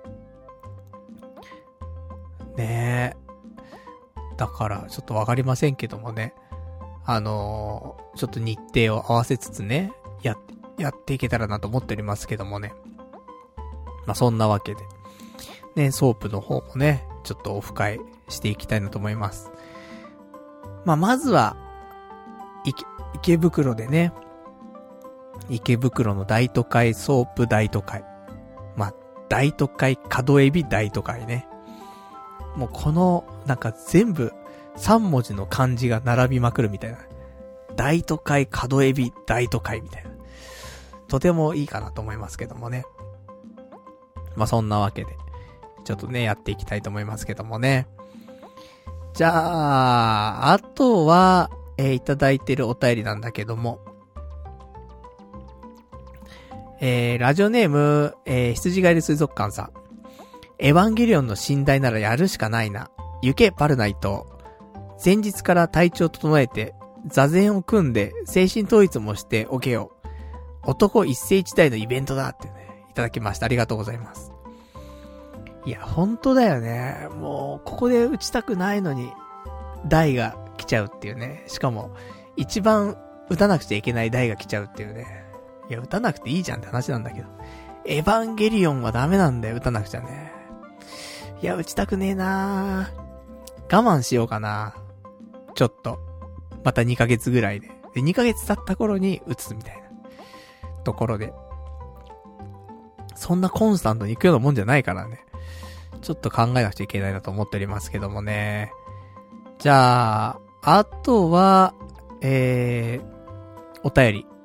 ねえ。だから、ちょっとわかりませんけどもね。あのー、ちょっと日程を合わせつつね、や、やっていけたらなと思っておりますけどもね。まあ、そんなわけで。ね、ソープの方もね、ちょっとオフ会していきたいなと思います。まあ、まずは、池、池袋でね、池袋の大都会ソープ大都会。まあ、大都会角エビ大都会ね。もうこの、なんか全部さん文字の漢字が並びまくるみたいな。大都会角エビ大都会みたいな。とてもいいかなと思いますけどもね。まあそんなわけで、ちょっとね、やっていきたいと思いますけどもね。じゃあ、あとは、えー、いただいてるお便りなんだけども。えー、ラジオネーム、えー、羊狩り水族館さん。エヴァンゲリオンの寝台ならやるしかないな。行けパルナイト。前日から体調整えて、座禅を組んで精神統一もしておけよ。男一世一代のイベントだってね、いただきました。ありがとうございます。いや、本当だよね。もう、ここで打ちたくないのに、台が来ちゃうっていうね。しかも、一番打たなくちゃいけない台が来ちゃうっていうね。いや、打たなくていいじゃんって話なんだけど。エヴァンゲリオンはダメなんだよ、打たなくちゃね。いや、打ちたくねえなー。我慢しようかな。ちょっと。またにかげつぐらいで。で、にかげつ経った頃に打つみたいな。ところで。そんなコンスタントに行くようなもんじゃないからね。ちょっと考えなくちゃいけないなと思っておりますけどもね。じゃあ、あとは、えー、お便り。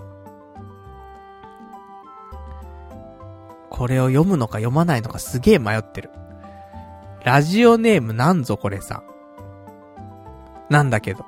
これを読むのか読まないのかすげえ迷ってる。ラジオネームなんぞこれさ。なんだけど。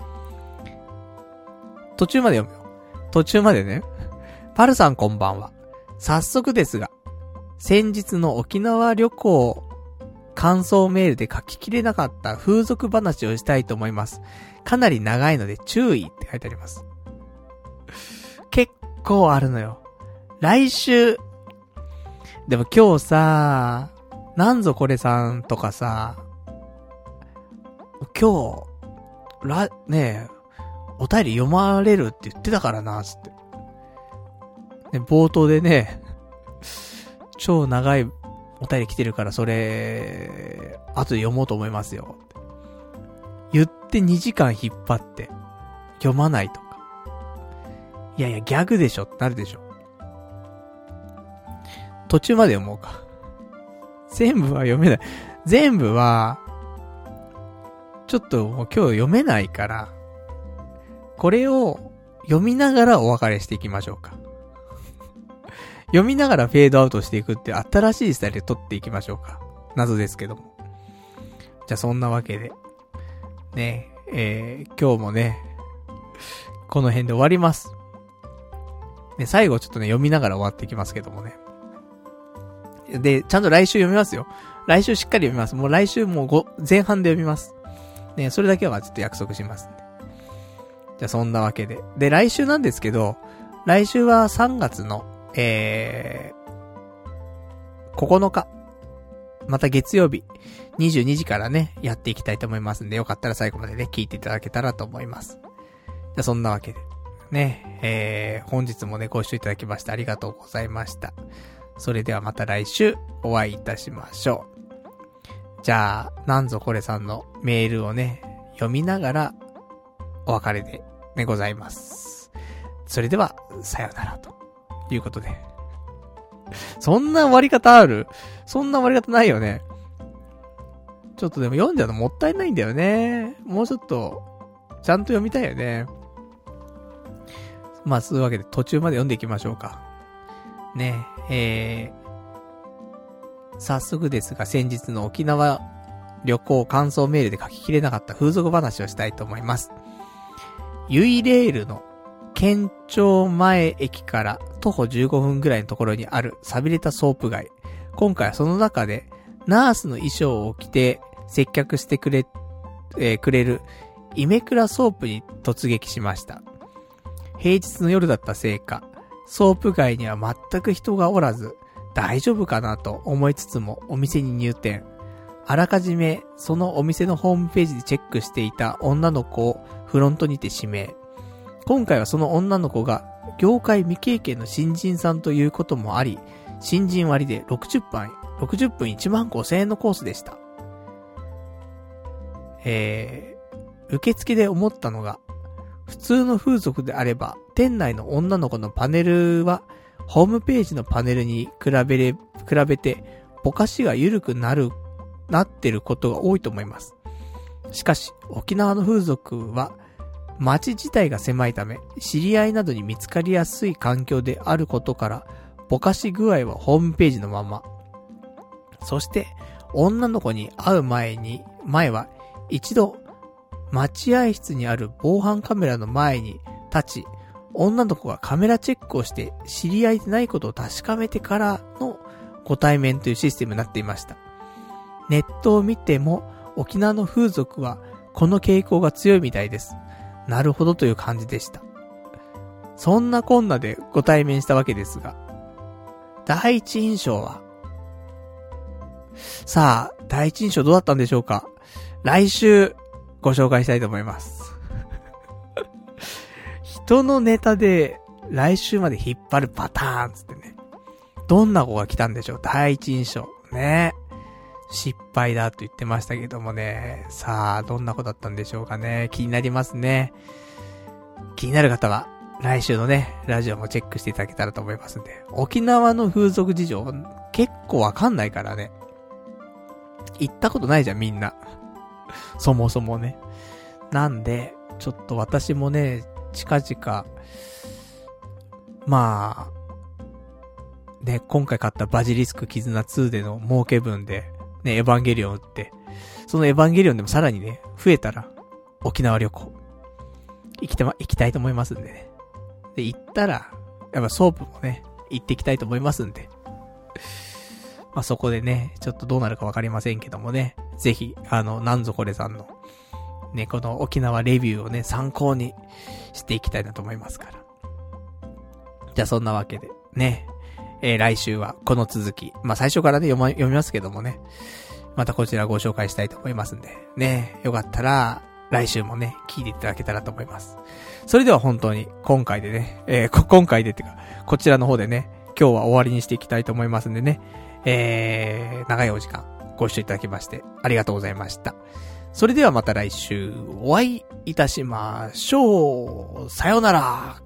途中まで読むよ。途中までね。パルさんこんばんは。早速ですが、先日の沖縄旅行感想メールで書ききれなかった風俗話をしたいと思います。かなり長いので注意って書いてあります。結構あるのよ。来週、でも今日さ、なんぞこれさんとかさ、今日、ら、ねえ、お便り読まれるって言ってたからな、つって。ね、冒頭でね、超長いお便り来てるからそれ、後で読もうと思いますよ。言ってにじかん引っ張って、読まないとか。いやいや、ギャグでしょってなるでしょ。途中まで読もうか。全部は読めない。全部は、ちょっともう今日読めないから、これを読みながらお別れしていきましょうか。読みながらフェードアウトしていくって新しいスタイルで撮っていきましょうか。謎ですけども。じゃあそんなわけで。ねえ、えー、今日もね、この辺で終わります。ね、最後ちょっとね、読みながら終わっていきますけどもね。で、ちゃんと来週読みますよ。来週しっかり読みます。もう来週もうご前半で読みます。ね、それだけはちょっと約束します、ね。じゃあそんなわけで。で、来週なんですけど、来週はさんがつの、えー、ここのか。また月曜日、にじゅうにじからね、やっていきたいと思いますんで、よかったら最後までね、聞いていただけたらと思います。じゃあそんなわけで。ね、えー、本日もね、ご視聴いただきましてありがとうございました。それではまた来週お会いいたしましょう。じゃあ、なんぞこれさんのメールをね、読みながらお別れで、ね、ございます。それでは、さよならということで。そんな終わり方ある？そんな終わり方ないよね。ちょっとでも読んじゃうのもったいないんだよね。もうちょっと、ちゃんと読みたいよね。 まあ、そういうわけで途中まで読んでいきましょうか。ねえ、ー、早速ですが先日の沖縄旅行感想メールで書ききれなかった風俗話をしたいと思います。ユイレールの県庁前駅から徒歩じゅうごふんぐらいのところにある寂れたソープ街。今回はその中でナースの衣装を着て接客してくれ、えー、くれるイメクラソープに突撃しました。平日の夜だったせいか、ソープ街には全く人がおらず、大丈夫かなと思いつつもお店に入店。あらかじめそのお店のホームページでチェックしていた女の子をフロントにて指名。今回はその女の子が業界未経験の新人さんということもあり、新人割でろくじゅっぷん、ろくじゅっぷんいちまんごせんえんのコースでした。えー、受付で思ったのが、普通の風俗であれば、店内の女の子のパネルは、ホームページのパネルに比べれ、比べて、ぼかしが緩くなる、なってることが多いと思います。しかし、沖縄の風俗は、街自体が狭いため、知り合いなどに見つかりやすい環境であることから、ぼかし具合はホームページのまま。そして、女の子に会う前に、前は、一度、待合室にある防犯カメラの前に立ち、女の子がカメラチェックをして知り合いでないことを確かめてからのご対面というシステムになっていました。ネットを見ても沖縄の風俗はこの傾向が強いみたいです。なるほどという感じでした。そんなこんなでご対面したわけですが、第一印象は、さあ、第一印象どうだったんでしょうか。来週ご紹介したいと思います。人のネタで来週まで引っ張るパターンつってね。どんな子が来たんでしょう。第一印象。ね。失敗だと言ってましたけどもね。さあ、どんな子だったんでしょうかね。気になりますね。気になる方は来週のね、ラジオもチェックしていただけたらと思いますんで。沖縄の風俗事情結構わかんないからね。行ったことないじゃんみんな。そもそもね。なんで、ちょっと私もね、近々、まあ、ね、今回買ったバジリスク絆ツーでの儲け分で、ね、エヴァンゲリオン売って、そのエヴァンゲリオンでもさらにね、増えたら、沖縄旅行、行きたま、行きたいと思いますんでね。で、行ったら、やっぱソープもね、行ってきたいと思いますんで。まあ、そこでね、ちょっとどうなるかわかりませんけどもね、ぜひ、あの、なんぞこれさんの、ね、この沖縄レビューをね、参考にしていきたいなと思いますから。じゃあそんなわけで、ね、えー、来週はこの続き、まあ、最初からね、読ま、読みますけどもね、またこちらご紹介したいと思いますんで、ね、よかったら、来週もね、聞いていただけたらと思います。それでは本当に、今回でね、えー、こ、今回でっていうか、こちらの方でね、今日は終わりにしていきたいと思いますんでね、えー、長いお時間ご視聴いただきましてありがとうございました。それではまた来週お会いいたしましょう。さようなら。